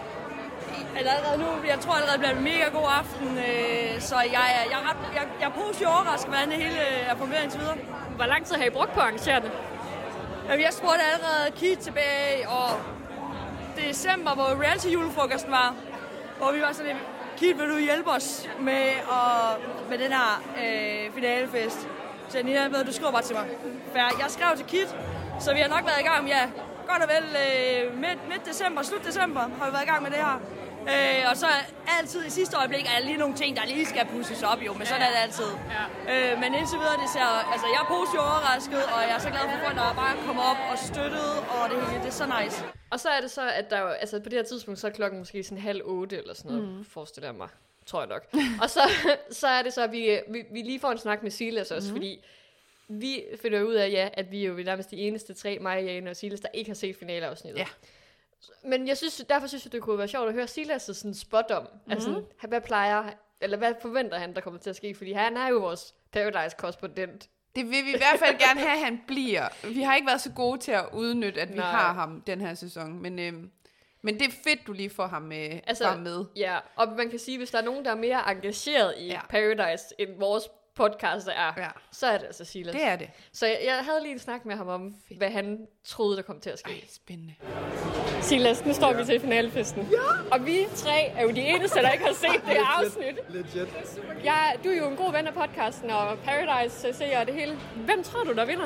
allerede nu, jeg tror allerede, det bliver en mega god aften, øh, så jeg, jeg, er ret, jeg, jeg er positivt overrasket, hvordan det hele er fungeret indtil videre. Hvor lang tid har I brugt på at arrangere det? Jamen, jeg spurgte allerede Kit tilbage og december, hvor reality-julefrokosten var. Hvor vi var sådan lidt, Kit, vil du hjælpe os med, og, med den her øh, finalefest? Så Nina, du skriver bare til mig. Færdig. Jeg skrev til Kit, så vi har nok været i gang, ja, godt og vel øh, midt, midt december, slut december har vi været i gang med det her. Øh, og så altid i sidste øjeblik er der lige nogle ting, der lige skal pusses op jo, men sådan er det altid. Ja. Øh, men indtil videre, det ser, altså jeg er positivt overrasket, og jeg er så glad for folk, der bare kommer op og støttet, og det hele, det er så nice. Og så er det så, at der jo, altså på det her tidspunkt, så er klokken måske sådan halv otte eller sådan noget, mm. forestiller jeg mig, tror jeg nok. Og så, så er det så, at vi, vi, vi lige får en snak med Silas også, mm. fordi vi finder ud af, ja, at vi er jo nærmest de eneste tre, mig, Jane og Silas, der ikke har set finaleafsnittet. Ja. Men jeg synes, derfor synes jeg, det kunne være sjovt at høre Silas' sådan spot om. Mm-hmm. Altså, hvad plejer, eller hvad forventer han, der kommer til at ske? Fordi han er jo vores Paradise-korrespondent. Det vil vi i hvert fald gerne have, at han bliver. Vi har ikke været så gode til at udnytte, at vi Nej. har ham den her sæson. Men, øhm, men det er fedt, du lige får ham med. Altså, ham med. Ja, og man kan sige, hvis der er nogen, der er mere engageret i ja. Paradise, end vores podcast er, ja. så er det altså Silas. Det er det. Så jeg, jeg havde lige en snak med ham om, fedt. hvad han troede, der kom til at ske. Ej, spændende. Silas, nu står ja. vi til finalefesten. Ja. Og vi tre er jo de eneste, der ikke har set det afsnit. Legit. Ja, du er jo en god ven af podcasten, og Paradise ser det hele. Hvem tror du, der vinder?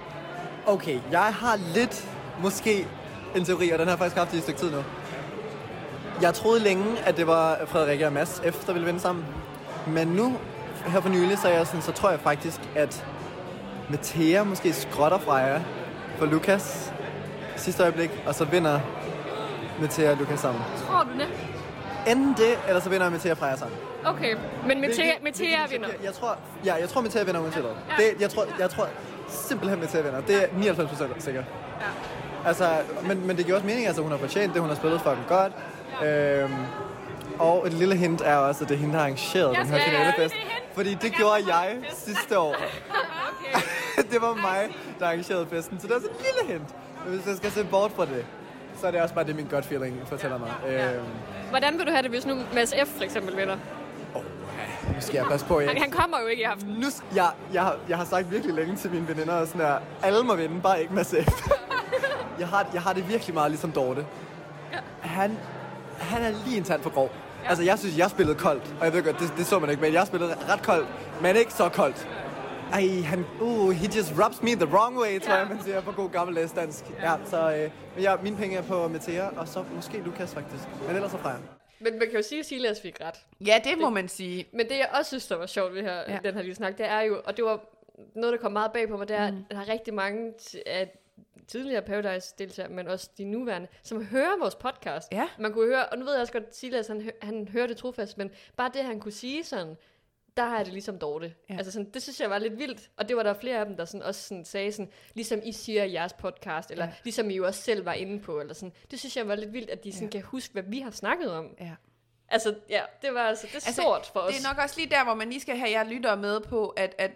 Okay, jeg har lidt, måske, en teori, og den har jeg faktisk haft i et stykke tid nu. Jeg troede længe, at det var Frederikke og Mads F, der ville vinde sammen. Men nu, her for nylig, så, jeg sådan, så tror jeg faktisk, at Mathea måske skrotter Freja for Lukas sidste øjeblik, og så vinder Mathea og Lukas sammen. Tror du det? Enten det, eller så vinder Mathea og Freja sammen. Okay, men Mathea, Mathea vinder? Jeg, jeg tror, ja, jeg tror Mathea vinder uanset ja. det. Jeg tror, jeg tror simpelthen Mathea vinder. Det er nioghalvfems procent sikkert. Ja. Altså, men, men det giver også mening, altså hun har fortjent det, hun har spillet for dem godt. Ja. Øhm, og et lille hint er også, at det er hende, der har arrangeret den her finalefest. Fordi det gjorde jeg sidste år. Okay. Det var mig, der arrangerede festen, så det er også et lille hint. Men hvis jeg skal se bort fra det, så er det også bare det, min gut feeling fortæller mig. Ja. Øhm. Hvordan vil du have det, hvis nu Mads F. for eksempel vinder? Åh, oh, nu skal jeg passe på. Jeg... Han, han kommer jo ikke i aften. Nu, jeg, jeg, har, jeg har sagt virkelig længe til mine veninder, og sådan der, alle må vinde, bare ikke Mads F. jeg, har, jeg har det virkelig meget ligesom Dorte. Ja. Han, han er lige en tand for grov. Ja. Altså, jeg synes, jeg spillede koldt, og jeg ved godt, det, det så man ikke, men jeg spillede ret koldt, men ikke så koldt. Ej, han, uh, he just rubs me the wrong way, tror ja. jeg, man siger på god gammeldags dansk. Ja, ja så øh, men ja, mine penge er på Mathea, og så måske Lukas faktisk, men ellers så Freja. Men man kan jo sige, at Silas fik ret. Ja, det må det, man sige. Men det, jeg også synes, der var sjovt ved her, ja. den her lille snak, det er jo, og det var noget, der kom meget bag på mig, det er, mm. at der er rigtig mange af tidligere Paradise-deltagere, men også de nuværende, som hører vores podcast. Ja. Man kunne høre, og nu ved jeg også godt, at Silas, han, han hører det trofast, men bare det, han kunne sige sådan, der er det ligesom Dorte. Ja. Altså sådan, det synes jeg var lidt vildt, og det var der flere af dem, der sådan også sådan sagde sådan, ligesom I siger i jeres podcast, eller ja. ligesom I jo også selv var inde på, eller sådan. Det synes jeg var lidt vildt, at de sådan ja. kan huske, hvad vi har snakket om. Ja. Altså, ja, det var altså, det er altså, stort for os. Det er nok også lige der, hvor man lige skal have jer lyttere med på, at, at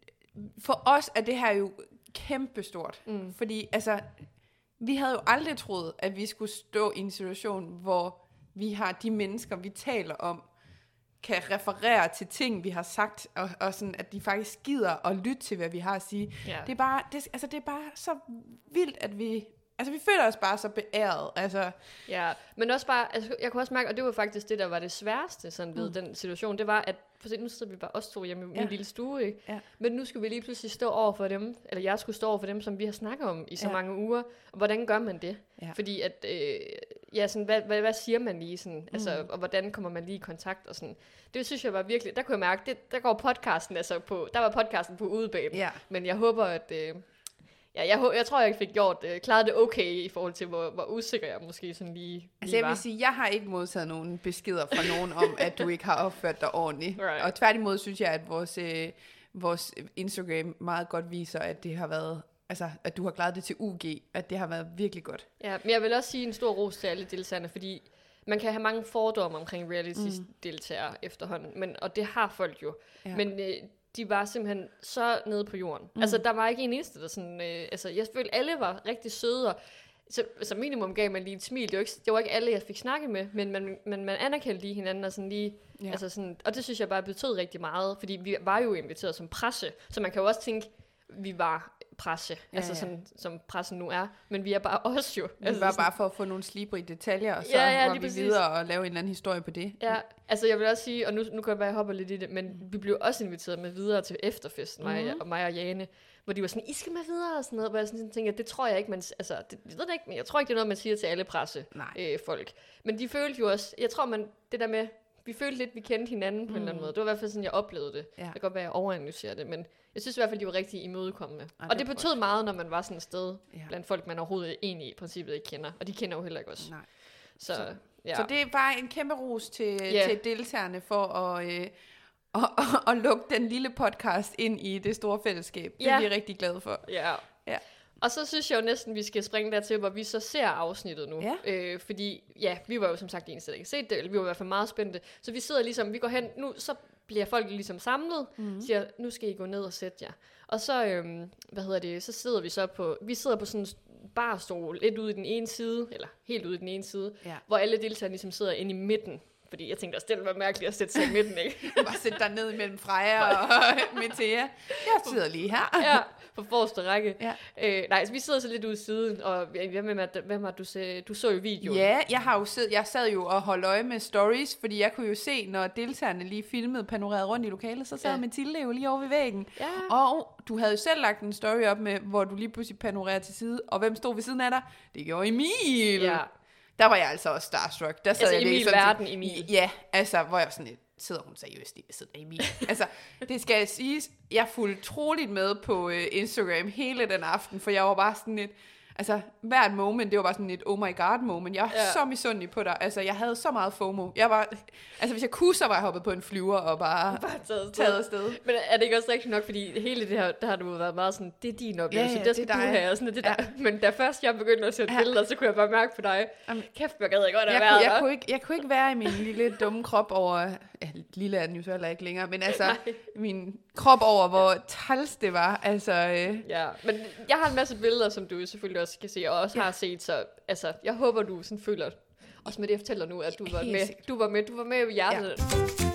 for os er det her jo kæmpestort. Mm. Fordi, altså, vi havde jo aldrig troet, at vi skulle stå i en situation, hvor vi har de mennesker, vi taler om, kan referere til ting, vi har sagt, og, og sådan, at de faktisk gider at lytte til, hvad vi har at sige. Yeah. Det er bare, det, altså, det er bare så vildt, at vi, altså, vi føler os bare så beæret. Altså. Ja, men også bare, altså, jeg kunne også mærke, og det var faktisk det, der var det sværeste sådan, ved mm. den situation, det var, at for nu sidder vi bare os to hjemme i min ja. lille stue, ikke? Ja. Men nu skulle vi lige pludselig stå over for dem, eller jeg skulle stå over for dem, som vi har snakket om i så ja. mange uger. Og hvordan gør man det? Ja. Fordi at, øh, ja, sådan, hvad, hvad, hvad siger man lige, sådan, mm. altså, og hvordan kommer man lige i kontakt, og sådan. Det synes jeg var virkelig, der kunne jeg mærke, det, der går podcasten altså på, der var podcasten på udebane. Ja. Men jeg håber, at, øh, ja, jeg, jeg tror, jeg fik gjort, øh, klaret det okay i forhold til, hvor, hvor usikker jeg måske sådan lige, lige altså, jeg vil sige, jeg har ikke modtaget nogen beskeder fra nogen om, at du ikke har opført dig ordentligt. Right. Og tværtimod synes jeg, at vores, øh, vores Instagram meget godt viser, at det har været, altså, at du har klaret det til U G, at det har været virkelig godt. Ja, men jeg vil også sige en stor ros til alle deltagerne, fordi man kan have mange fordomme omkring reality-deltagere mm. efterhånden, men, og det har folk jo. Ja. Men øh, de var simpelthen så nede på jorden. Mm. Altså, der var ikke en eneste, der sådan... Øh, altså, jeg følte, alle var rigtig søde, og så, så minimum gav man lige et smil. Det var ikke, det var ikke alle, jeg fik snakket med, men man, man, man anerkendte lige hinanden, og sådan lige... Ja. Altså sådan, og det synes jeg bare betød rigtig meget, fordi vi var jo inviteret som presse, så man kan jo også tænke, vi var presse, ja, altså sådan, ja. som pressen nu er, men vi er bare os jo. Vi altså var sådan, bare for at få nogle slibrige detaljer, og så ja, ja, var vi præcis. videre og lave en eller anden historie på det. Ja, altså jeg vil også sige, og nu, nu kan jeg bare hoppe lidt i det, men vi blev også inviteret med videre til efterfesten, mig, mm-hmm. og mig og Jane, hvor de var sådan, I skal med videre og sådan noget, hvor jeg sådan tænkte, det tror jeg ikke, man, altså, det, jeg ved det ikke, men jeg tror ikke, det er noget, man siger til alle pressefolk. Øh, folk. Men de følte jo også, jeg tror, man, det der med, vi følte lidt, vi kendte hinanden på mm. en eller anden måde. Det var i hvert fald sådan, jeg oplevede det. Ja. Det kan godt være, jeg overanalyserer det, men jeg synes i hvert fald, de var rigtig imødekommende. Ja, og det, det betød godt. Meget, når man var sådan et sted ja. Blandt folk, man overhovedet egentlig i princippet ikke kender. Og de kender jo heller ikke os. Nej. Så, så, ja. så det er bare en kæmpe ros til, yeah. til deltagerne for at, øh, at, at, at lukke den lille podcast ind i det store fællesskab. Det ja. Er vi rigtig glade for. Ja. Ja. Og så synes jeg jo næsten, vi skal springe dertil, hvor vi så ser afsnittet nu. Ja. Øh, fordi, ja, vi var jo som sagt de eneste, der ikke set det, eller vi var i hvert fald meget spændte. Så vi sidder ligesom, vi går hen, nu så bliver folk ligesom samlet, mm. siger, nu skal I gå ned og sætte jer. Og så, øhm, hvad hedder det, så sidder vi så på, vi sidder på sådan en barstol, lidt ude i den ene side, eller helt ude i den ene side, ja. Hvor alle deltagerne ligesom sidder inde i midten. Fordi jeg tænkte også, det ville være mærkeligt at sætte sig i midten, ikke? Bare sætte dig ned mellem Freja og Metea. Jeg sidder lige her. Ja, på forreste række. Ja. Øh, nej, så vi sidder så lidt ude i siden, og hvem er, hvem er du, se, du så jo videoen? Ja, jeg har jo siddet, jeg sad jo og holdt øje med stories, fordi jeg kunne jo se, når deltagerne lige filmede, panorerede rundt i lokalet, så sad ja. Mathilde jo lige over ved væggen. Ja. Og du havde jo selv lagt en story op med, hvor du lige pludselig panorerede til side, og hvem stod ved siden af dig? Det gjorde Emil. Ja. Der var jeg altså også starstruck. Der sad altså jeg Emil sådan verden, til, Emil. Ja, altså, hvor jeg sådan lidt, sidder hun seriøst lige ved siden af Emil. Altså, det skal jeg sige, jeg fulgte troligt med på uh, Instagram hele den aften, for jeg var bare sådan lidt, altså, hvert moment, det var bare sådan et oh my god moment. Jeg var ja. Så misundelig på dig. Altså, jeg havde så meget FOMO. Jeg var, altså, hvis jeg kunne, så var jeg hoppet på en flyver og bare, bare taget, taget afsted. Men er det ikke også rigtigt nok, fordi hele det her, der har du været meget sådan, det er din oplevelse, ja, ja, det skal det du have, og sådan det ja. Der. Men da først jeg begyndte at sætte ja. Billeder, så kunne jeg bare mærke på dig, Jamen, kæft, jeg gad jeg godt at være kunne, jeg, kunne ikke, jeg kunne ikke være i min lille dumme krop over, ja, lille er den jo så heller ikke længere, men altså, Nej. Min krop over, hvor ja. Træls det var, altså. Øh. Ja, men jeg har en masse billeder, som du selvfølgelig også kan se, og også ja. Har set, så altså, jeg håber, du sådan føler, også med det, jeg fortæller nu, at du var med, du var med, du var med i hjertet. Ja.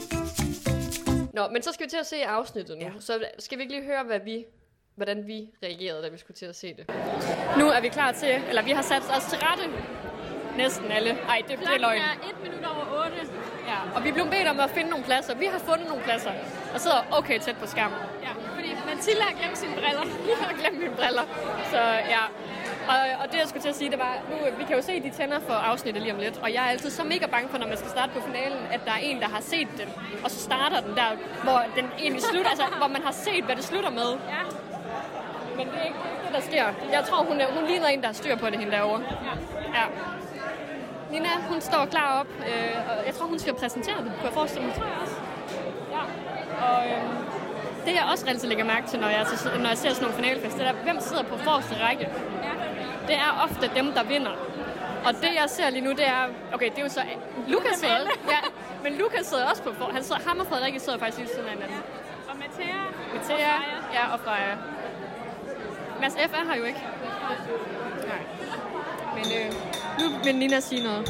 Nå, men så skal vi til at se afsnittet nu, ja. Så skal vi ikke lige høre, hvad vi, hvordan vi reagerede, da vi skulle til at se det. Nu er vi klar til, eller vi har sat os til rette, næsten alle. Ej, det bliver løgn. Klokken er et minut over otte. Ja, og vi blev bedt om at finde nogle pladser. Vi har fundet nogle pladser, og sidder okay tæt på skærmen. Ja, fordi Mathilde har glemt sine briller. Jeg har glemt mine briller, så ja. Og, og det jeg skulle til at sige, det var, nu, vi kan jo se, at de tænder for afsnittet lige om lidt, og jeg er altid så mega bange for, når man skal starte på finalen, at der er en, der har set den, og så starter den der, hvor den egentlig slutter, altså hvor man har set, hvad det slutter med. Ja. Men det er ikke det, der sker. Jeg tror, hun, hun ligner en, der har styr på det, hende derovre. Ja. Ja. Nina, hun står klar op, øh, og jeg tror, hun skal præsentere det, kunne jeg forestille mig. Det tror jeg også. Ja. Og øh, det jeg også altid lægger mærke til, når jeg, når jeg ser sådan nogle finalefest, det er, hvem sidder på forreste række. Ja. Det er ofte dem, der vinder. Og det jeg ser lige nu, det er, okay, det er jo så, Lukas sidder, ja, men Lukas sidder også på for, han sidder, ham og Frederik sidder faktisk lige sådan af hinanden. Og Mathea, Mathea, ja, og Freja. Mads F. er her jo ikke. Nej. Men øh, nu vil Nina sige noget.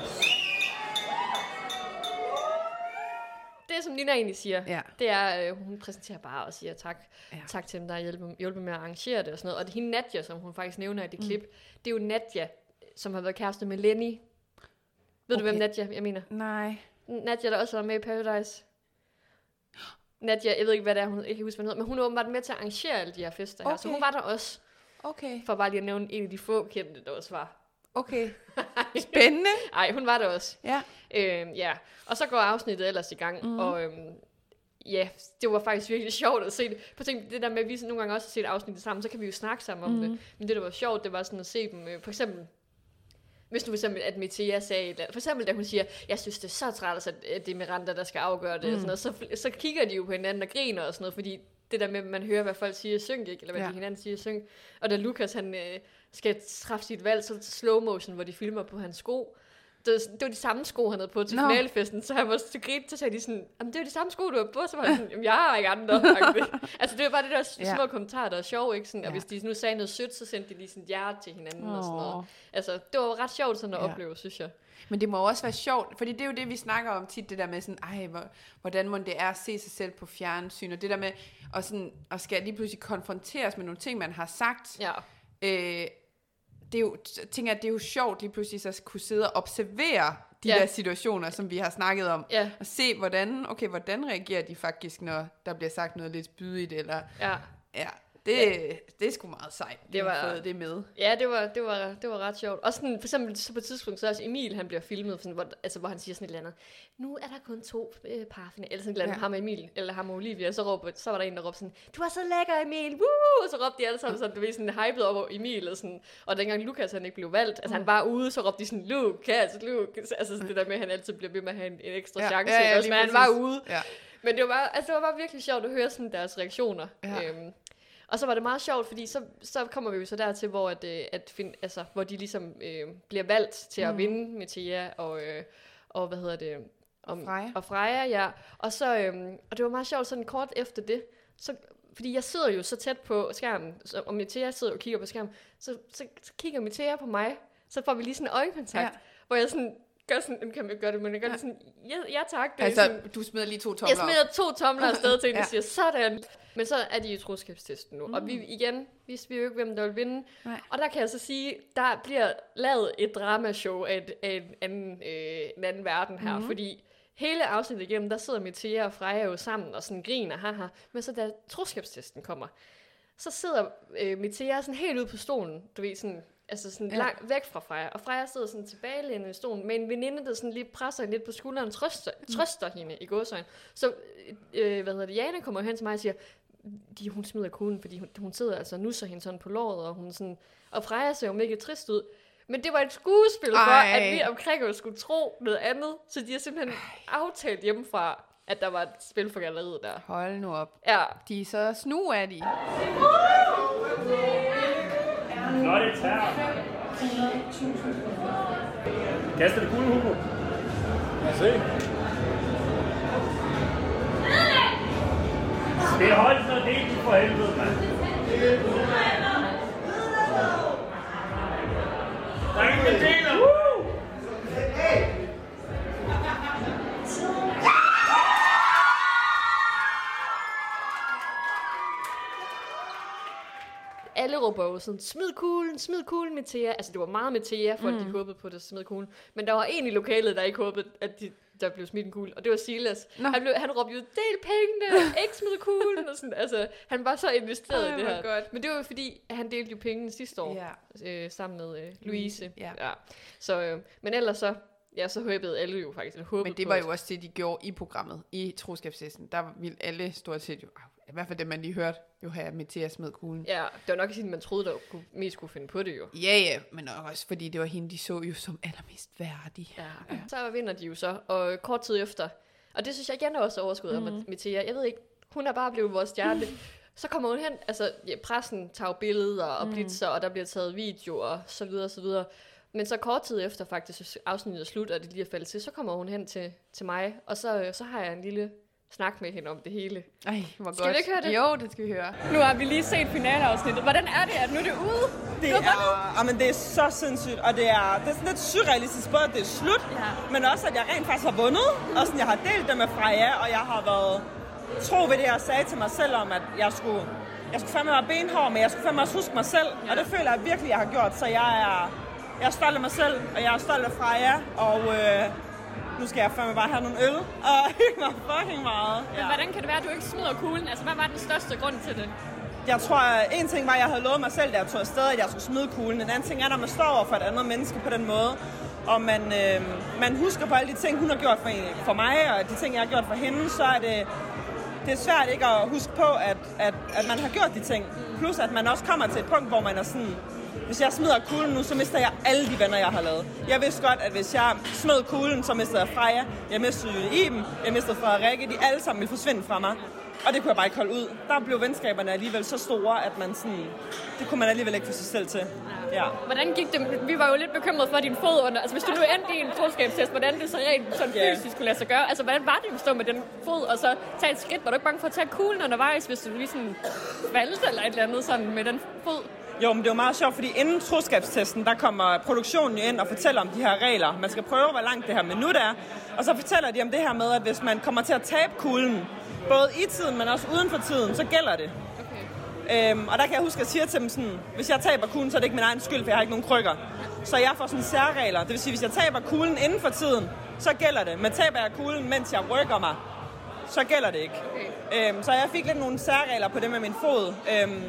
Det, som Nina egentlig siger, ja. Det er, øh, hun præsenterer bare og siger tak. Ja. Tak til dem, der har hjulpet, hjulpet med at arrangere det og sådan noget. Og det er hende Nadja, som hun faktisk nævner i det klip. Mm. Det er jo Nadja, som har været kæreste med Lenny. Ved okay. du, hvem Nadja jeg mener? Nej. Nadja, der også var med i Paradise. Nadja, jeg ved ikke, hvad det er, hun ikke husker, hvad hun hedder, men hun er åbenbart med til at arrangere alle de her fester her. Okay. Så hun var der også. Okay. For bare lige at nævne en af de få kendte, der også var. Okay. Spændende. Nej, hun var der også. Ja. Øhm, ja. Og så går afsnittet ellers i gang, mm. og øhm, ja, det var faktisk virkelig sjovt at se det. På ting, det der med, at vi nogle gange også har set afsnittet sammen, så kan vi jo snakke sammen om mm. det. Men det, der var sjovt, det var sådan at se dem, øh, for eksempel, hvis nu for eksempel, at Metea sagde, for eksempel da hun siger, jeg synes, det er så træt, at det er Miranda, der skal afgøre det, mm. og sådan noget, så, så kigger de jo på hinanden og griner og sådan noget, fordi det der med, at man hører, hvad folk siger i synk, ikke? Eller hvad ja. De hinanden siger i synk. Og da Lukas, han øh, skal træffe sit valg, så slow motion, hvor de filmer på hans sko. Det, det var de samme sko, han havde på til no. finalefesten, så han var så grint, så sagde de sådan, jamen det var de samme sko, du har på, så var han sådan, jamen jeg har ikke andre. Altså det var bare det der små ja. Kommentarer, der er sjov, ikke? Sådan, og ja. Hvis de nu sagde noget sødt, så sendte de lige sådan hjerte til hinanden oh. og sådan noget. Altså det var ret sjovt sådan at ja. Opleve, synes jeg. Men det må også være sjovt, fordi det er jo det, vi snakker om tit, det der med sådan, ej, hvor, hvordan må det er at se sig selv på fjernsyn, og det der med at, sådan, at skal lige pludselig konfronteres med nogle ting, man har sagt. Ja. Øh, det er jo, tænker jeg, det er jo sjovt lige pludselig så at kunne sidde og observere de ja. Der situationer, som vi har snakket om, ja. Og se, hvordan, okay, hvordan reagerer de faktisk, når der bliver sagt noget lidt spydigt, eller, ja. Ja, Det, ja. det er sgu meget sejt, det var, har fået det med. Ja, det var, det var, det var ret sjovt. Også sådan, for eksempel så på et tidspunkt, så også Emil, han bliver filmet, sådan, hvor, altså, hvor han siger sådan et eller andet, nu er der kun to øh, parfine, eller sådan et eller andet, ja. ham og Emil, eller ham og Olivia, så, råber, så var der en, der råbte sådan, du er så lækker, Emil, woo! Og så råbte de alle sammen sådan, du ved, sådan hyped over Emil, og, sådan, og dengang Lukas, han ikke blev valgt, altså mm. han var ude, så råbte de sådan, Lukas, Lukas, altså sådan, det der med, at han altid bliver ved med at have en, en ekstra ja, chance, ja, ja, også, men han var ude. Ja. Men det var, bare, altså, det var bare virkelig sjovt at høre sådan deres reaktioner. Ja. Øhm, og så var det meget sjovt, fordi så, så kommer vi jo så dertil, hvor, at, at find, altså, hvor de ligesom øh, bliver valgt til at mm. vinde med Thea og, øh, og hvad hedder det? Om, Freja. Og Freja, ja. Og, så, øh, og det var meget sjovt sådan kort efter det, så, fordi jeg sidder jo så tæt på skærmen, så, og Thea sidder og kigger på skærmen, så, så, så kigger Thea på mig, så får vi lige sådan en øjekontakt, ja. hvor jeg sådan... Gør sådan, kan man gøre det, men jeg gør ja. det sådan, ja, ja tak. Det altså, sådan, du smider lige to tomler Jeg smider to tomler afsted til, en, ja. der siger, sådan. Men så er de i troskabstesten nu, mm. og vi igen, vi ved jo ikke, hvem der vil vinde. Nej. Og der kan jeg så sige, der bliver lavet et dramashow af, et, af en, anden, øh, en anden verden her, mm. fordi hele afsnittet igennem, der sidder Thea og Freja jo sammen og sådan griner, haha. Men så da troskabstesten kommer, så sidder øh, Thea sådan helt ude på stolen, du ved sådan... Altså sådan ja. langt væk fra Freja. Og Freja sidder sådan tilbagelænet i stolen med en veninde, der sådan lige presser hende lidt på skulderen, trøster, mm. trøster hende i gåsøjne. Så, øh, hvad hedder det, Jane kommer hen til mig og siger, de, hun smider kuglen, fordi hun, hun sidder altså nu så hende sådan på låret, og hun sådan, og Freja ser jo mega trist ud. Men det var et skuespil for, Ej. at vi omkring os skulle tro noget andet. Så de har simpelthen Ej. aftalt hjemmefra, at der var et spil for galleriet der. Hold nu op. Ja. De er så snu af de. Flot et tær. Kaster det kuglen, Hugo? Lad os se. Det er holdt noget delt for helvede, mand. Der er ingen deler. Woo! Alle råber jo sådan, smid kuglen, smid kuglen med Thea. Altså, det var meget med Thea, for mm. at de håbede på, at de smid kuglen. Men der var en i lokalet, der ikke håbede, at de, der blev smidt en kugle. Og det var Silas. No. Han, blev, han råbte jo, del pengene, ikke smid kuglen. Og sådan. Altså, han var så investeret oh, i det her. God. Men det var jo fordi, han delte jo pengene sidste år, yeah. øh, sammen med øh, Louise. Mm. Yeah. Ja. Så, øh, men ellers så, ja, så håbede alle jo faktisk. Men det var jo også det, de gjorde i programmet, i troskabstesten. Der ville alle stort set jo, i hvert fald det, man lige hørte, jo have med Thea smed kuglen. Ja, det var nok ikke, man troede, der kunne, mest kunne finde på det jo. Ja, ja, men også fordi det var hende, de så jo som allermest værdig. Ja, ja. Så vinder de jo så, og kort tid efter, og det synes jeg igen er også overskud mm-hmm. med Thea. Jeg ved ikke, hun er bare blevet vores stjerne. Så kommer hun hen, altså ja, pressen tager billeder og blitzer, mm. og der bliver taget video og så videre og så videre. Men så kort tid efter faktisk afsnittet er slut, og det lige er faldet til, så kommer hun hen til, til mig, og så, så har jeg en lille snak med hende om det hele. Ej, hvor godt. Skal vi ikke høre det? Jo, det skal vi høre. Nu har vi lige set finaleafsnittet. Hvordan er det, at nu er det ude? Det er, jamen, det er så sindssygt, og det er, det er sådan lidt surrealistisk, både at det er slut, ja. men også at jeg rent faktisk har vundet, og sådan, jeg har delt det med Freja, og jeg har været tro ved det, jeg sagde til mig selv om, at jeg skulle, jeg skulle fandme være benhård, men jeg skulle fandme også huske mig selv, ja. og det føler jeg virkelig, jeg har gjort, så jeg er, jeg er stolt af mig selv, og jeg er stolt af Freja, og øh, nu skal jeg fandme bare have nogle øl, og hygge mig fucking meget. Ja. Men hvordan kan det være, at du ikke smider kuglen? Altså, hvad var den største grund til det? Jeg tror, at en ting var, at jeg havde lovet mig selv, da jeg tog afsted, at jeg skulle smide kuglen. En anden ting er, når man står over for et andet menneske på den måde, og man, øh, man husker på alle de ting, hun har gjort for, for mig, og de ting, jeg har gjort for hende, så er det, det er svært ikke at huske på, at, at, at man har gjort de ting. Plus, at man også kommer til et punkt, hvor man er sådan, hvis jeg smider kuglen nu, så mister jeg alle de venner, jeg har lavet. Jeg vidste godt, at hvis jeg smed kuglen, så mistede jeg Freja, jeg mistede Iben, jeg mistede Frederikke, de alle sammen ville forsvinde fra mig. Og det kunne jeg bare ikke holde ud. Der blev venskaberne alligevel så store, at man sådan, det kunne man alligevel ikke få sig selv til. Ja. Hvordan gik det? Vi var jo lidt bekymrede for din fod under. Altså hvis du nu endte i en troskabstest, hvordan det så rent sådan yeah. fysisk skulle lade sig gøre. Altså hvordan var det at stå med den fod og så tage et skridt? Var du ikke bange for at tage kuglen undervejs, hvis du lige sådan valgte eller et eller andet sådan med den fod? Jo, men det var meget sjovt, fordi inden troskabstesten, der kommer produktionen ind og fortæller om de her regler. Man skal prøve, hvor langt det her minut er. Og så fortæller de om det her med, at hvis man kommer til at tabe kuglen, både i tiden, men også uden for tiden, så gælder det. Okay. Øhm, og der kan jeg huske, at jeg siger til dem sådan, hvis jeg taber kuglen, så er det ikke min egen skyld, for jeg har ikke nogen krykker. Så jeg får sådan særregler. Det vil sige, hvis jeg taber kuglen inden for tiden, så gælder det. Men taber jeg kuglen, mens jeg rykker mig, så gælder det ikke. Okay. Øhm, så jeg fik lidt nogle særregler på det med min fod. Øhm,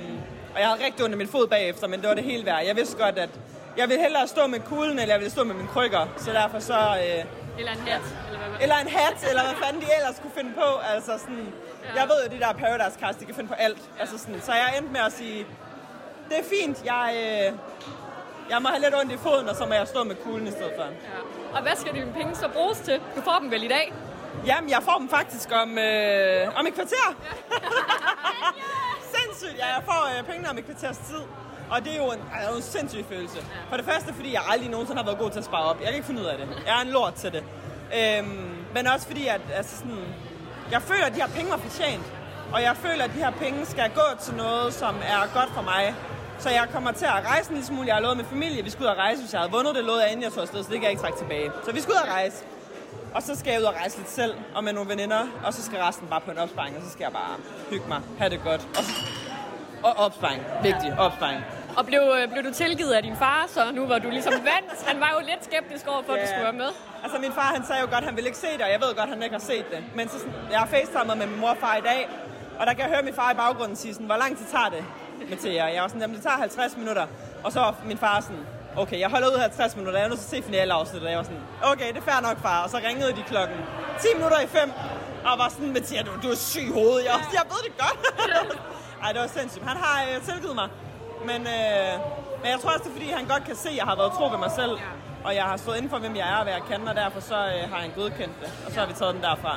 Og jeg havde rigtig ondt af min fod bagefter, men det var det hele værd. Jeg vidste godt, at jeg ville hellere stå med kuglen, eller jeg ville stå med mine krykker. Så derfor så... Øh, eller en hat. Eller, hvad eller en hat, eller hvad fanden de ellers kunne finde på. Altså sådan... Ja. Jeg ved jo, de der Paradise-cast, de kan finde på alt. Ja. Altså sådan, så jeg endte med at sige, det er fint, jeg, øh, jeg må have lidt ondt i foden, og så må jeg stå med kuglen i stedet for. Ja. Og hvad skal dine penge så bruges til? Du får dem vel i dag? Jamen, jeg får dem faktisk om, øh, om et kvarter. Sindssygt, ja, jeg får øh, pengene om et kvarters tid. Og det er jo en, er jo en sindssyg følelse. Ja. For det første, fordi jeg aldrig nogensinde har været god til at spare op. Jeg kan ikke finde ud af det. Jeg er en lort til det. Øhm, men også fordi, at altså sådan, jeg føler, at de her penge var fortjent. Og jeg føler, at de her penge skal gå til noget, som er godt for mig. Så jeg kommer til at rejse en lille smule. Jeg har lovet med familie. Vi skal ud og rejse. Hvis jeg havde vundet det, lovede jeg inden jeg tog afsted, så det kan jeg ikke trække tilbage. Så vi skal ud og rejse. Og så skal jeg ud og rejse lidt selv og med nogle veninder. Og så skal resten bare på en opsparing. Og så skal jeg bare hygge mig. Ha' det godt. Og, så, og opsparing. Vigtigt. Opsparing. Og blev, blev du tilgivet af din far, så nu var du ligesom vandt? Han var jo lidt skeptisk over for, at yeah. du skulle være med. Altså min far, han sagde jo godt, at han ville ikke se det, og jeg ved godt, at han ikke har set det. Men så sådan, jeg har facetimet med min mor og far i dag, og der kan jeg høre min far i baggrunden sige sådan, hvor lang tid tager det, Mathia? Jeg var sådan, jamen det tager halvtreds minutter. Og så var min far sådan, okay, jeg holder ud halvtreds minutter, jeg er nødt til at se finaleafsnittet. Og jeg var sådan, okay, det er fair nok, far. Og så ringede de klokken ti minutter i fem, og var sådan, Mathia, du, du er syg i hovedet. Jeg, jeg ved det godt. Ej, det var sindssygt. Han har øh, tilgivet mig. Men, øh, men jeg tror også, det er fordi, han godt kan se, at jeg har været tro ved mig selv. Og jeg har stået inden for, hvem jeg er og hvad jeg kan, og derfor så øh, har han godkendt det. Og så har vi taget den derfra.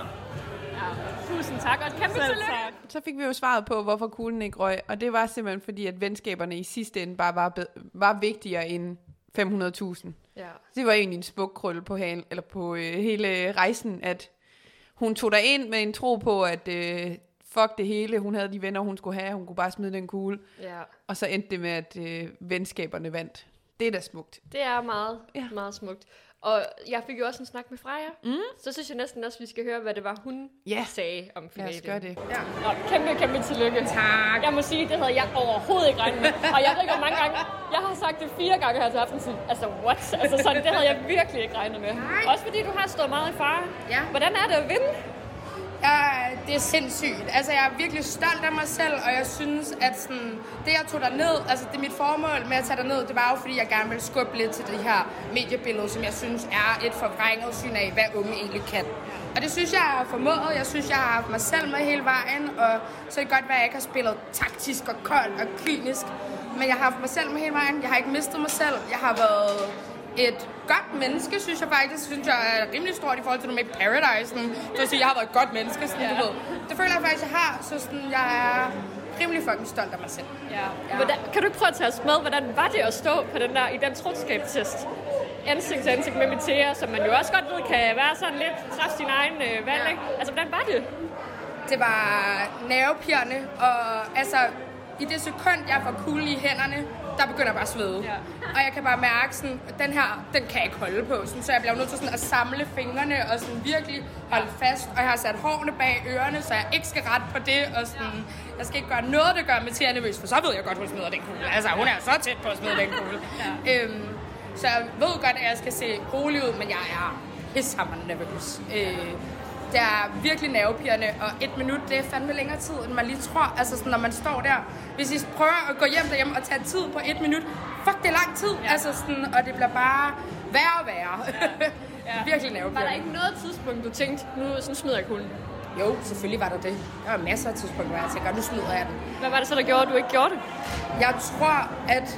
Ja, tusind tak, og et kæmpe tillykke. Så fik vi jo svaret på, hvorfor kuglen ikke røg. Og det var simpelthen fordi, at venskaberne i sidste ende bare var, be- var vigtigere end fem hundrede tusind. Ja. Det var egentlig en smuk krølle på, halen, eller på øh, hele rejsen, at hun tog ind med en tro på, at øh, fuck det hele. Hun havde de venner, hun skulle have. Hun kunne bare smide den kugle. Ja. Og så endte det med, at øh, venskaberne vandt. Det er da smukt. Det er meget, ja. meget smukt. Og jeg fik jo også en snak med Freja. Mm. Så synes jeg næsten også, at vi skal høre, hvad det var, hun yeah. sagde om finalen. Ja, skal det. Ja. Nå, kæmpe, kæmpe tillykke. Tak. Jeg må sige, det havde jeg overhovedet ikke regnet med. Og jeg ved ikke, hvor mange gange. Jeg har sagt det fire gange her til aften. Altså, what? Altså, sådan, det havde jeg virkelig ikke regnet med. Nej. Også fordi du har stået meget i fare. Ja. Hvordan er det at vinde? Ja, det er sindssygt. Altså, jeg er virkelig stolt af mig selv, og jeg synes, at sådan, det, jeg tog derned, altså det er mit formål med at tage derned, det var jo, fordi jeg gerne ville skubbe lidt til det her mediebillede, som jeg synes er et forvrænget syn af, hvad unge egentlig kan. Og det synes jeg har formået. Jeg synes, jeg har haft mig selv med hele vejen, og så er det godt være, at jeg ikke har spillet taktisk og koldt og klinisk, men jeg har haft mig selv med hele vejen. Jeg har ikke mistet mig selv. Jeg har været et godt menneske, synes jeg faktisk. Synes jeg er rimelig stort i forhold til noget med Paradise. Sådan, så at sige, jeg har været et godt menneske, sådan, ja. Du ved. Det føler jeg faktisk, jeg har. Så sådan, jeg er rimelig fucking stolt af mig selv. Ja. Ja. Hvordan, kan du ikke prøve at tage os med, hvordan var det at stå på den der, i den troskabstest? Ansigt til ansigt med Mathia, som man jo også godt ved kan være sådan lidt træffe sin egen øh, valg, ja. Ikke? Altså, hvordan var det? Det var nervepirrende, og altså, i det sekund, jeg får kuglen i hænderne, der begynder jeg bare at svede. Ja. Og jeg kan bare mærke, sådan, den her, den kan jeg ikke holde på. Sådan, så jeg bliver nødt til sådan, at samle fingrene og sådan, virkelig holde fast. Og jeg har sat hårene bag ørerne, så jeg ikke skal rette på det. Og sådan, jeg skal ikke gøre noget, der gør Mathia nervøs, for så ved jeg godt, hun smider den kugle. Altså, hun er så tæt på at smide den kugle. Ja. Øhm, så jeg ved godt, at jeg skal se rolig ud, men jeg er pissehammerende nervøs. Øh, Det er virkelig nervepirrende, og et minut, det er fandme længere tid, end man lige tror. Altså sådan, når man står der. Hvis I prøver at gå hjem derhjemme og tage tid på et minut, fuck, det er lang tid. Ja. Altså sådan, og det bliver bare værre og værre. Ja. Ja. Virkelig nervepirrende. Var der ikke noget tidspunkt, du tænkte, nu sådan smider jeg kuglen? Jo, selvfølgelig var der det. Der var masser af tidspunkter, hvor jeg tænkte, nu smider jeg den. Hvad var det så, der gjorde, at du ikke gjorde det? Jeg tror, at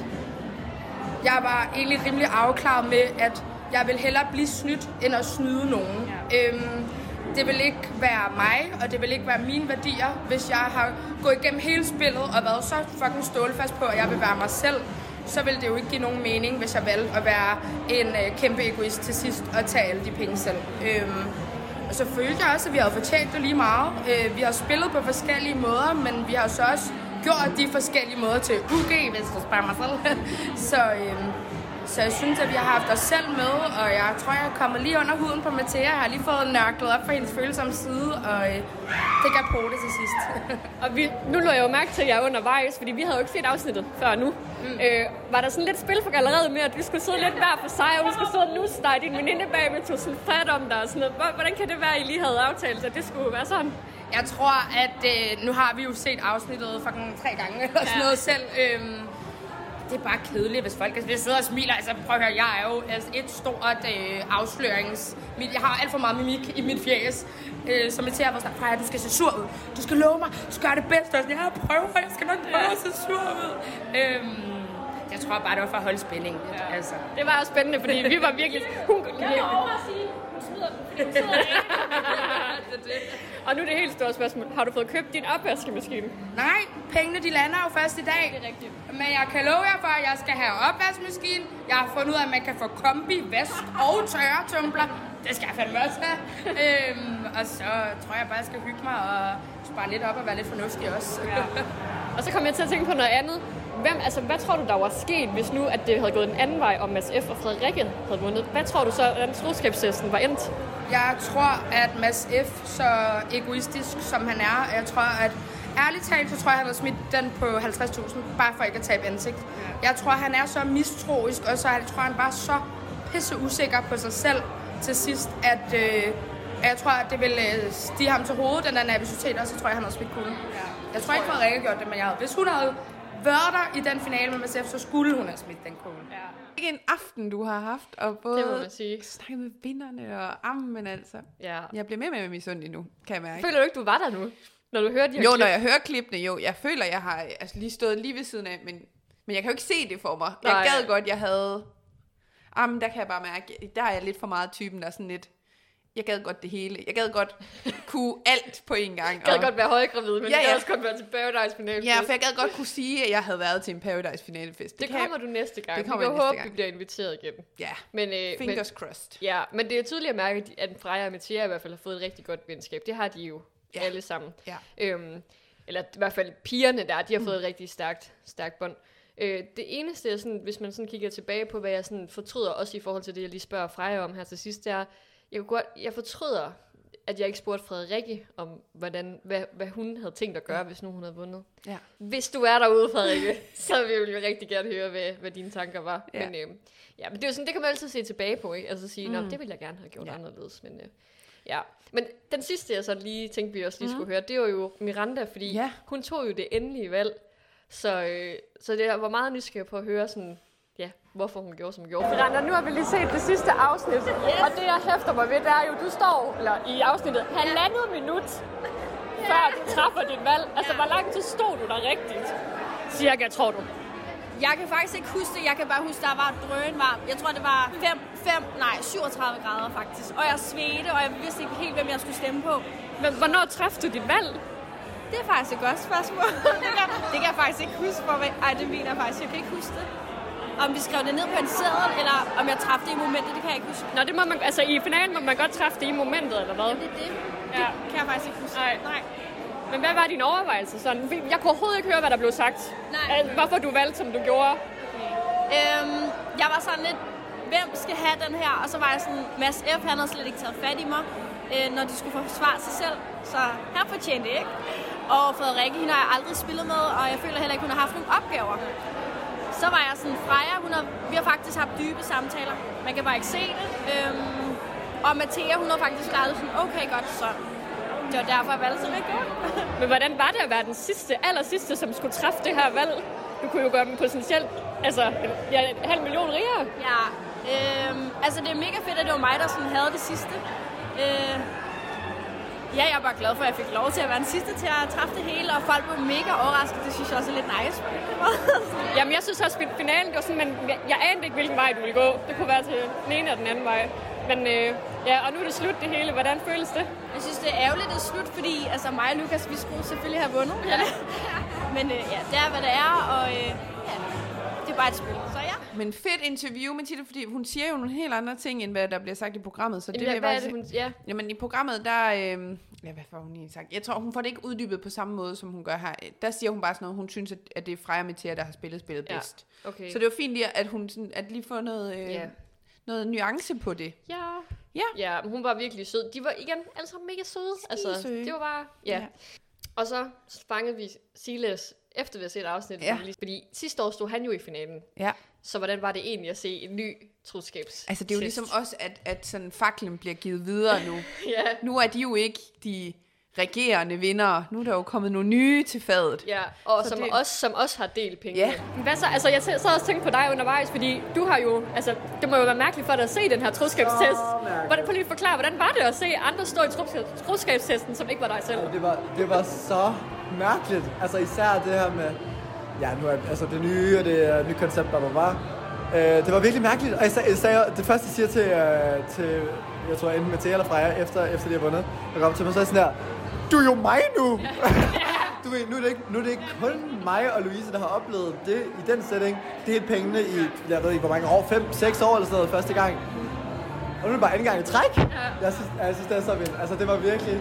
jeg var egentlig rimelig afklaret med, at jeg vil hellere blive snydt, end at snyde nogen. Ja. Øhm, Det vil ikke være mig, og det vil ikke være mine værdier, hvis jeg har gået igennem hele spillet og været så fucking stålfast på, at jeg vil være mig selv. Så vil det jo ikke give nogen mening, hvis jeg valgte at være en øh, kæmpe egoist til sidst og tage alle de penge selv. Øhm, og så følte jeg også, at vi havde fortjent det lige meget. Øh, vi har spillet på forskellige måder, men vi har så også gjort de forskellige måder til U G, hvis du spørger mig selv. så, øh, Så jeg synes, at vi har haft os selv med, og jeg tror, jeg kommer lige under huden på Mathea. Jeg har lige fået nørklet op for hendes følsomme side, og øh, det kan jeg bruge det til sidst. Og vi, nu lå jeg jo mærke til, at jeg er undervejs, fordi vi havde jo ikke set afsnittet før nu. Mm. Øh, var der sådan lidt spil for galleriet med, at vi skulle sidde lidt hver for sig, og vi skulle sidde og nusse dig, din veninde bagved tog sådan fat om dig og sådan noget. Hvordan kan det være, at I lige havde aftalt, at det skulle være sådan? Jeg tror, at øh, nu har vi jo set afsnittet fucking tre gange eller sådan ja. noget selv. Øhm, det er bare kedeligt, hvis folk altså, sidder og smiler. Altså prøv at høre, jeg er jo altså, et stort øh, afslørings... Jeg har alt for meget mimik i mit fjæs. Øh, som jeg til at sige, Freja, du skal se sur ud. Du skal love mig, du skal gøre det bedste. Jeg prøver, jeg skal nok prøve at se sur ud. Øhm, jeg tror bare, det var for at holde spænding. Ja. Altså. Det var også spændende, fordi vi var virkelig... Hun, jeg vil over at sige, hun smider den. Hun Og nu er det helt store spørgsmål. Har du fået købt din opvaskemaskine? Nej, pengene de lander jo først i dag. Det er rigtigt. Men jeg kan love jer for, at jeg skal have opvaskemaskine. Jeg har fundet ud af, at man kan få kombi, vask og tørretumbler. Det skal jeg fandme også have. øhm, og så tror jeg bare, jeg skal hygge mig og spare lidt op og være lidt fornuftig også. Ja. Og så kom jeg til at tænke på noget andet. Hvem, altså, hvad tror du, der var sket, hvis nu at det havde gået en anden vej, og Mads F. og Frederikke havde vundet? Hvad tror du så, at den troskabstesten var endt? Jeg tror, at Mads F. så egoistisk, som han er, jeg tror, at ærligt talt, så tror jeg, han har smidt den på halvtreds tusind, bare for ikke at tabe ansigt. Ja. Jeg tror, han er så mistroisk, og så jeg tror han bare så pisse usikker på sig selv til sidst, at øh, jeg tror, at det vil øh, stige ham til hovedet, den der nervøsitet, og så tror jeg, han har smidt kuglen. Ja. Jeg tror ikke, Frederikke gjort det, men jeg havde. Hvis hun havde været der i den finale med Mads F., så skulle hun have smidt den kugle. Ja. Ikke en aften, du har haft, og både det må man sige. Snakket med vinderne og ammen, altså. Ja. Jeg bliver med med misundelig nu, kan jeg mærke. Føler du ikke, du var der nu, når du hører de her Jo, klip? når jeg hører klippene, jo. Jeg føler, jeg har altså, lige stået lige ved siden af, men, men jeg kan jo ikke se det for mig. Nej. Jeg gad godt, jeg havde... Jamen, der kan jeg bare mærke, der er jeg lidt for meget typen, der er sådan lidt... Jeg gad godt det hele. Jeg gad godt kunne alt på en gang. Jeg gad og... godt være højgravid, men ja, jeg gad ja. også godt være til Paradise finalefest. Ja, for jeg gad godt kunne sige, at jeg havde været til en Paradise finalefest. Det, det kommer jeg... du næste gang. Det vi kommer kan næste håbe, gang. vi bliver inviteret igen. Ja, men, øh, fingers men, crossed. Ja, men det er tydeligt at mærke, at Freja og Mathea i hvert fald har fået et rigtig godt venskab. Det har de jo ja. alle sammen. Ja. Øhm, eller i hvert fald pigerne der, de har fået et rigtig stærkt, stærkt bånd. Øh, det eneste, er sådan, hvis man sådan kigger tilbage på, hvad jeg sådan fortryder, også i forhold til det, jeg lige spørger Freja om her til sidst, det er, jeg, kunne godt, jeg fortryder, at jeg ikke spurgte Frederikke om, hvordan, hvad, hvad hun havde tænkt at gøre, ja. hvis nu hun havde vundet. Ja. Hvis du er derude, Frederikke, så vil jeg jo rigtig gerne høre, hvad, hvad dine tanker var. Ja. Men, øh, ja, men det, er jo sådan, det kan man altid se tilbage på, ikke? Altså sige, mm. nå, det ville jeg gerne have gjort ja. anderledes. Men, øh, ja. men den sidste, jeg så lige tænkte, vi også lige mm. skulle høre, det var jo Miranda, fordi ja. hun tog jo det endelige valg. Så, øh, så det var meget nysgerrig på at høre sådan... Ja, hvorfor hun gjorde, som hun gjorde. Miranda, nu har vi lige set det sidste afsnit, yes. og det jeg hæfter mig ved, det er jo, du står eller, i afsnittet halvandet minut, før du træffer dit valg. Altså, hvor lang tid stod du der rigtigt? Cirka, tror du? Jeg kan faktisk ikke huske det. Jeg kan bare huske, der var drøn varmt. Jeg tror, det var fem, fem, nej, syvogtredive grader faktisk. Og jeg svedte, og jeg vidste ikke helt, hvem jeg skulle stemme på. Men hvornår træffede du dit valg? Det er faktisk et godt spørgsmål. det, kan, det kan jeg faktisk ikke huske. For, ej, det mener jeg faktisk. Jeg kan ikke huske det. Om vi skrev det ned på en seddel, eller om jeg træffede det i momentet, det kan jeg ikke huske. Nå, det må man, altså i finalen må man godt træffe det i momentet, eller hvad? Ja, det er det. Ja. Det kan jeg faktisk ikke huske. Nej. Nej. Men hvad var din overvejelse sådan? Jeg kunne overhovedet ikke høre, hvad der blev sagt. Nej. Hvorfor du valgte, som du gjorde? Okay. Øhm, jeg var sådan lidt, hvem skal have den her? Og så var jeg sådan, Mads F. han havde slet ikke taget fat i mig, øh, når de skulle forsvare sig selv. Så han fortjente det, ikke? Og Frederikke, hende har jeg aldrig spillet med, og jeg føler heller ikke, hun har haft nogle opgaver. Så var jeg sådan, Freja, hun har, vi har faktisk haft dybe samtaler. Man kan bare ikke se det. Øhm, og Mathea, hun har faktisk klaret sådan, okay godt, så det var derfor, jeg valgte sådan lidt godt. Men hvordan var det at være den sidste, aller sidste, som skulle træffe det her valg? Du kunne jo gøre dem potentielt, altså ja, en halv million rigere. Ja, øhm, altså det er mega fedt, at det var mig, der sådan havde det sidste. Øh, Ja, jeg er bare glad for, at jeg fik lov til at være den sidste til at træffe det hele, og folk var mega overrasket. Det synes jeg også er lidt nice. Jamen, jeg synes også, at finalen, det var sådan, men jeg, jeg anede ikke, hvilken vej du ville gå. Det kunne være til den ene eller den anden vej. Men øh, ja, og nu er det slut det hele. Hvordan føles det? Jeg synes, det er ærgerligt, det er slut, fordi altså, mig og Lukas, vi skulle selvfølgelig have vundet. Ja. Men øh, ja, det er, hvad det er, og øh, ja, det er bare et spil. Så ja. Men fedt interview med Tille, fordi hun siger jo nogle helt andre ting, end hvad der bliver sagt i programmet. Så det ja, hvad hvad er det, hun, ja. Jamen i programmet, der, øh, Ja, hvad får hun lige sagt? Jeg tror, hun får det ikke uddybet på samme måde, som hun gør her. Der siger hun bare sådan noget, hun synes, at, at det er Freja og Mathia, der har spillet spillet ja. bedst. Okay. Så det var fint lige, at hun sådan, at lige får noget, øh, yeah. noget nuance på det. Ja. Ja. Ja, hun var virkelig sød. De var igen alle sammen mega søde. Altså, det var bare, ja. ja. Og så fangede vi Silas, efter vi har set afsnittet. Ja. Fordi sidste år stod han jo i finalen. Ja. Så hvordan var det egentlig at se en ny troskabs? Altså det er jo ligesom også, at, at sådan faklen bliver givet videre nu. ja. Nu er de jo ikke de regerende vindere. Nu er der jo kommet nogle nye til fadet. Ja, og som, det... også, som også har delt penge. Ja. Hvad så? Altså jeg så også tænkt på dig undervejs, fordi du har jo, altså det må jo være mærkeligt for dig at se den her troskabstest. Oh, hvordan, prøv lige at forklare, hvordan var det at se andre stå i troskabstesten, som ikke var dig selv? Ja, det, var, det var så mærkeligt. Altså især det her med, ja nu er altså det nye, og det er et nyt koncept, der var. Uh, det var virkelig mærkeligt, og jeg sagde, jeg sagde det første, jeg siger til, uh, til jeg tror enten Mathia eller Freja, efter, efter de har vundet, og kom til mig, så er sådan her, du er jo mig nu! Du ved, nu er, det ikke, nu er det ikke kun mig og Louise, der har oplevet det i den setting. Det er pengene i, jeg ved ikke hvor mange år, fem, seks år eller sådan noget, første gang. Og nu er det bare anden gang i træk. Jeg synes, jeg synes det er så vildt. Altså det var virkelig,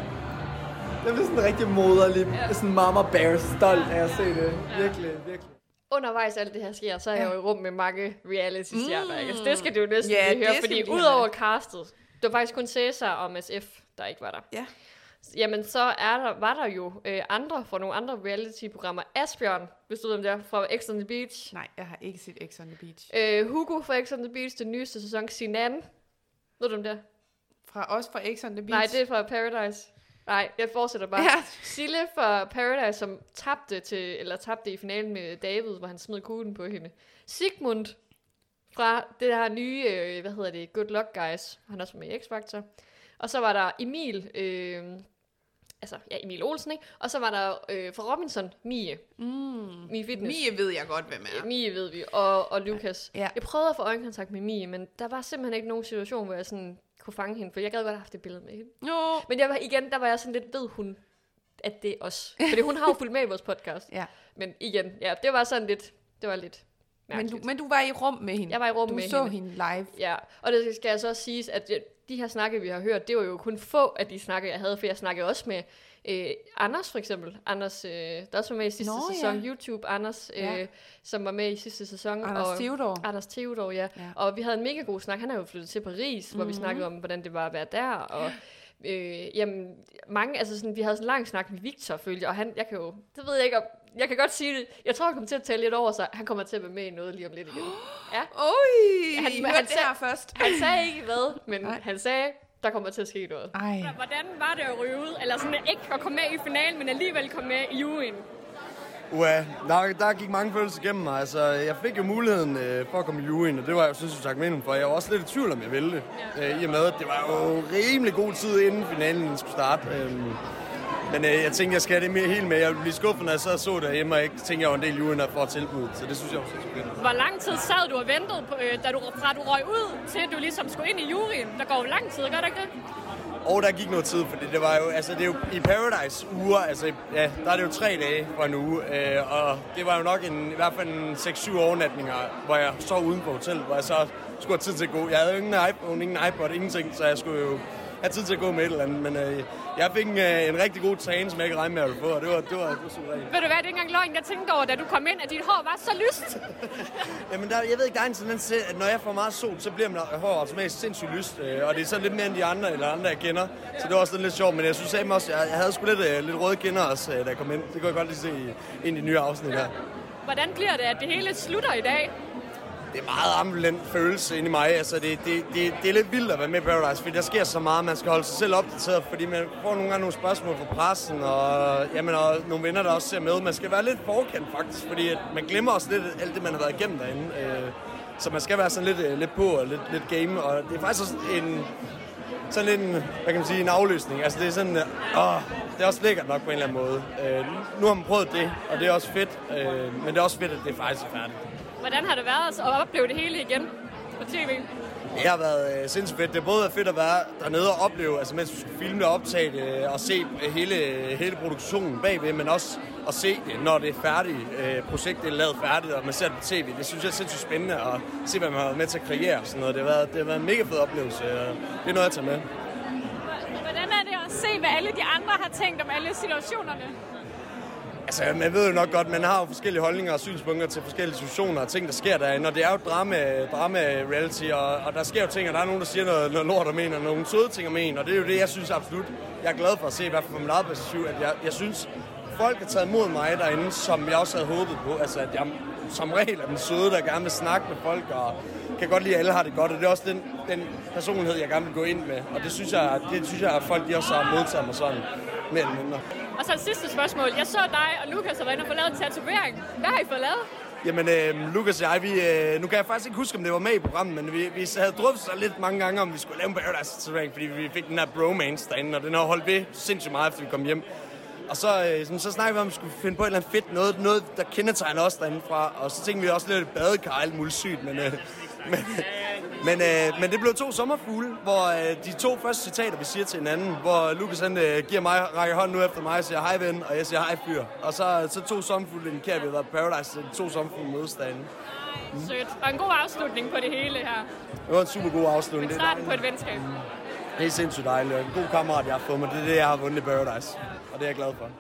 det var sådan rigtig moderlig, sådan mama bear stolt af at se det. Virkelig, virkelig. Undervejs alt det her sker, så er jeg jo i rum med mange reality-stjerner. Mm. Altså, det skal du jo næsten yeah, høre, fordi udover castet, det var faktisk kun Cæsar og Mads F., der ikke var der. Ja. Jamen, så er der, var der jo øh, andre fra nogle andre reality-programmer. Asbjørn, hvis du ved, om det er, fra X on the Beach. Nej, jeg har ikke set X on the Beach. Øh, Hugo fra X on the Beach, den nyeste sæson. Sinan, ved du om det er? Fra os fra X on the Beach? Nej, det er fra Paradise. Nej, jeg fortsætter bare. Ja. Sille fra Paradise, som tabte, til, eller tabte i finalen med David, hvor han smed kuglen på hende. Sigmund fra det her nye, øh, hvad hedder det, Good Luck Guys. Han er også med i X-Factor. Og så var der Emil, øh, altså ja, Emil Olsen, ikke? Og så var der øh, fra Robinson, Mie. Mm. Mie Fitness. Mie ved jeg godt, hvem er. Mie ved vi, og, og Lukas. Ja. Jeg prøvede at få øjenkontakt med Mie, men der var simpelthen ikke nogen situation, hvor jeg sådan kunne fange hende, for jeg gad godt have haft et billede med hende. No. Men jeg var, igen, der var jeg sådan lidt, ved hun, at det er os. Fordi hun har jo fulgt med i vores podcast. Ja. Men igen, ja, det var sådan lidt, det var lidt men du, men du var i rum med hende? Jeg var i rum du med hende. Du så hende. hende live? Ja, og det skal jeg så også sige, at de her snakke, vi har hørt, det var jo kun få af de snakke, jeg havde, for jeg snakkede også med øh, Anders for eksempel. Anders, øh, der også var med i sidste Nå, sæson. Ja. YouTube Anders, øh, ja. Som var med i sidste sæson. Anders og, Theodor. Anders Theodor, ja. ja. Og vi havde en mega god snak. Han er jo flyttet til Paris, mm-hmm. hvor vi snakkede om, hvordan det var at være der. Og øh, jamen, mange, altså sådan, vi havde sådan en lang snak med Victor, følge, og han, jeg kan jo, det ved jeg ikke om, jeg kan godt sige det. Jeg tror, han kommer til at tælle lidt over sig. Han kommer til at være med i noget lige om lidt igen. Ja. Oj, han, I han, han det her først. Han sagde ikke hvad, men Ej. han sagde, der kommer til at ske noget. Ej. Hvordan var det at ryge ud? Eller sådan ikke at komme med i finalen, men alligevel komme med i juryen? Uha, der, der gik mange følelser igennem mig. Altså, jeg fik jo muligheden øh, for at komme i juryen, og det var jeg jo synes, jeg taknemmelig for. Jeg var også lidt i tvivl, om jeg ville det. Ja. Øh, I og med, at det var jo rimelig god tid, inden finalen skulle starte. Øh, men øh, jeg tænkte, jeg skal have det mere helt med. Jeg ville blive skuffet, når jeg så så det hjemme, og ikke tænkte, jeg var en del juryen, der får tilbud. Så det synes jeg også er super. Hvor lang tid sad du og ventede, på, øh, da du, fra du røg ud, til du ligesom skulle ind i juryen? Der går jo lang tid, gør der ikke det? Og der gik noget tid, fordi det var jo, altså det er jo i Paradise uger, altså ja, der er det jo tre dage for en uge, øh, og det var jo nok en, i hvert fald en seks syv overnatninger, hvor jeg sov uden på hotel, hvor jeg så skulle have tid til at gå. Jeg havde jo ingen iPhone, ingen iPod, ingenting, så jeg skulle jo have tid til at gå med et eller andet, men øh, jeg fik en, øh, en rigtig god træning, som jeg ikke regnede med at få, og det var, det var, det var super rent. Ved du hvad, det er ikke engang løgn, jeg tænkte over, da du kom ind, at dit hår var så lyst. Jamen, der, jeg ved ikke, der er en tendens til, at når jeg får meget sol, så bliver min hår automatisk sindssygt lyst, øh, og det er så lidt mere end de andre, eller andre, jeg kender, så det var også lidt sjovt, men jeg synes også, jeg, jeg havde sgu lidt, øh, lidt røde kinder også, øh, da jeg kom ind. Det kunne jeg godt lige se i, ind i de nye afsnit her. Hvordan bliver det, at det hele slutter i dag? Det er meget ambivalent følelse inde i mig. Altså, det, det, det, det er lidt vildt at være med i Paradise, fordi der sker så meget. Man skal holde sig selv opdateret, fordi man får nogle gange nogle spørgsmål fra pressen, og, jamen, og nogle venner, der også ser med. Man skal være lidt forkendt faktisk, fordi at man glemmer også lidt alt det, man har været igennem derinde. Så man skal være sådan lidt, lidt på og lidt, lidt game, og det er faktisk også en, sådan lidt en, hvad kan man sige, en afløsning. Altså, det er sådan, åh, det er også lækkert nok på en eller anden måde. Nu har man prøvet det, og det er også fedt, men det er også fedt, at det faktisk er færdigt. Hvordan har det været at opleve det hele igen på tv? Det har været øh, sindssygt fedt. Det har både været fedt at være dernede og opleve, altså mens vi skulle filme det og optage det, og se hele, hele produktionen bagved, men også at se det, når det er færdigt. Øh, projektet er lavet færdigt, og man ser det på tv. Det synes jeg er sindssygt spændende at se, hvad man har været med til at kreere. Sådan noget. Det, har været, det har været en mega fed oplevelse, og det er noget, jeg tager med. Hvordan er det at se hvad alle de andre har tænkt om alle situationerne? Altså, man ved jo nok godt, man har jo forskellige holdninger og synspunkter til forskellige situationer og ting, der sker derinde. Og det er jo drama, drama-reality, og, og der sker jo ting, og der er nogen, der siger noget, noget lort om en, og nogle søde ting om en. Og det er jo det, jeg synes absolut. Jeg er glad for at se, i hvert fald fra mit eget perspektiv, at jeg, jeg synes, folk har taget imod mig derinde, som jeg også havde håbet på. Altså, at jeg som regel er den søde, der gerne vil snakke med folk, og kan godt lide, at alle har det godt. Og det er også den, den personlighed, jeg gerne vil gå ind med. Og det synes jeg, det synes jeg at folk de også har modtaget mig sådan, mere eller mindre. Og så et sidste spørgsmål. Jeg så dig og Lukas har været inde og få lavet en tatovering. Hvad har I fået lavet? Jamen, øh, Lukas og jeg, vi, øh, nu kan jeg faktisk ikke huske, om det var med i programmet, men vi, vi havde drøftet sig lidt mange gange, om vi skulle lave en Paradise-tatovering, fordi vi fik den her bromance derinde, og den har holdt ved sindssygt meget, efter vi kom hjem. Og så, øh, så, så snakkede vi om, at vi skulle finde på et eller andet fedt, noget, noget der kendetegner os derindefra, og så tænkte vi også lidt badekar og alt muligt sygt, men... Øh, men Men, øh, men det blev to sommerfugle, hvor øh, de to første citater, vi siger til hinanden, hvor Lukas han øh, giver mig, rækker hånden ud efter mig og siger hej ven, og jeg siger hej fyr. Og så, så to sommerfugle indikerer, vi har været på Paradise, så to sommerfugle mødes derinde. Mm. Sødt. Og en god afslutning på det hele her. Det var en super god afslutning. Det er starten på et venskab. Mm. Det er sindssygt dejligt, og en god kammerat, jeg har fået mig. Det er det, jeg har vundet i Paradise, og det er jeg glad for.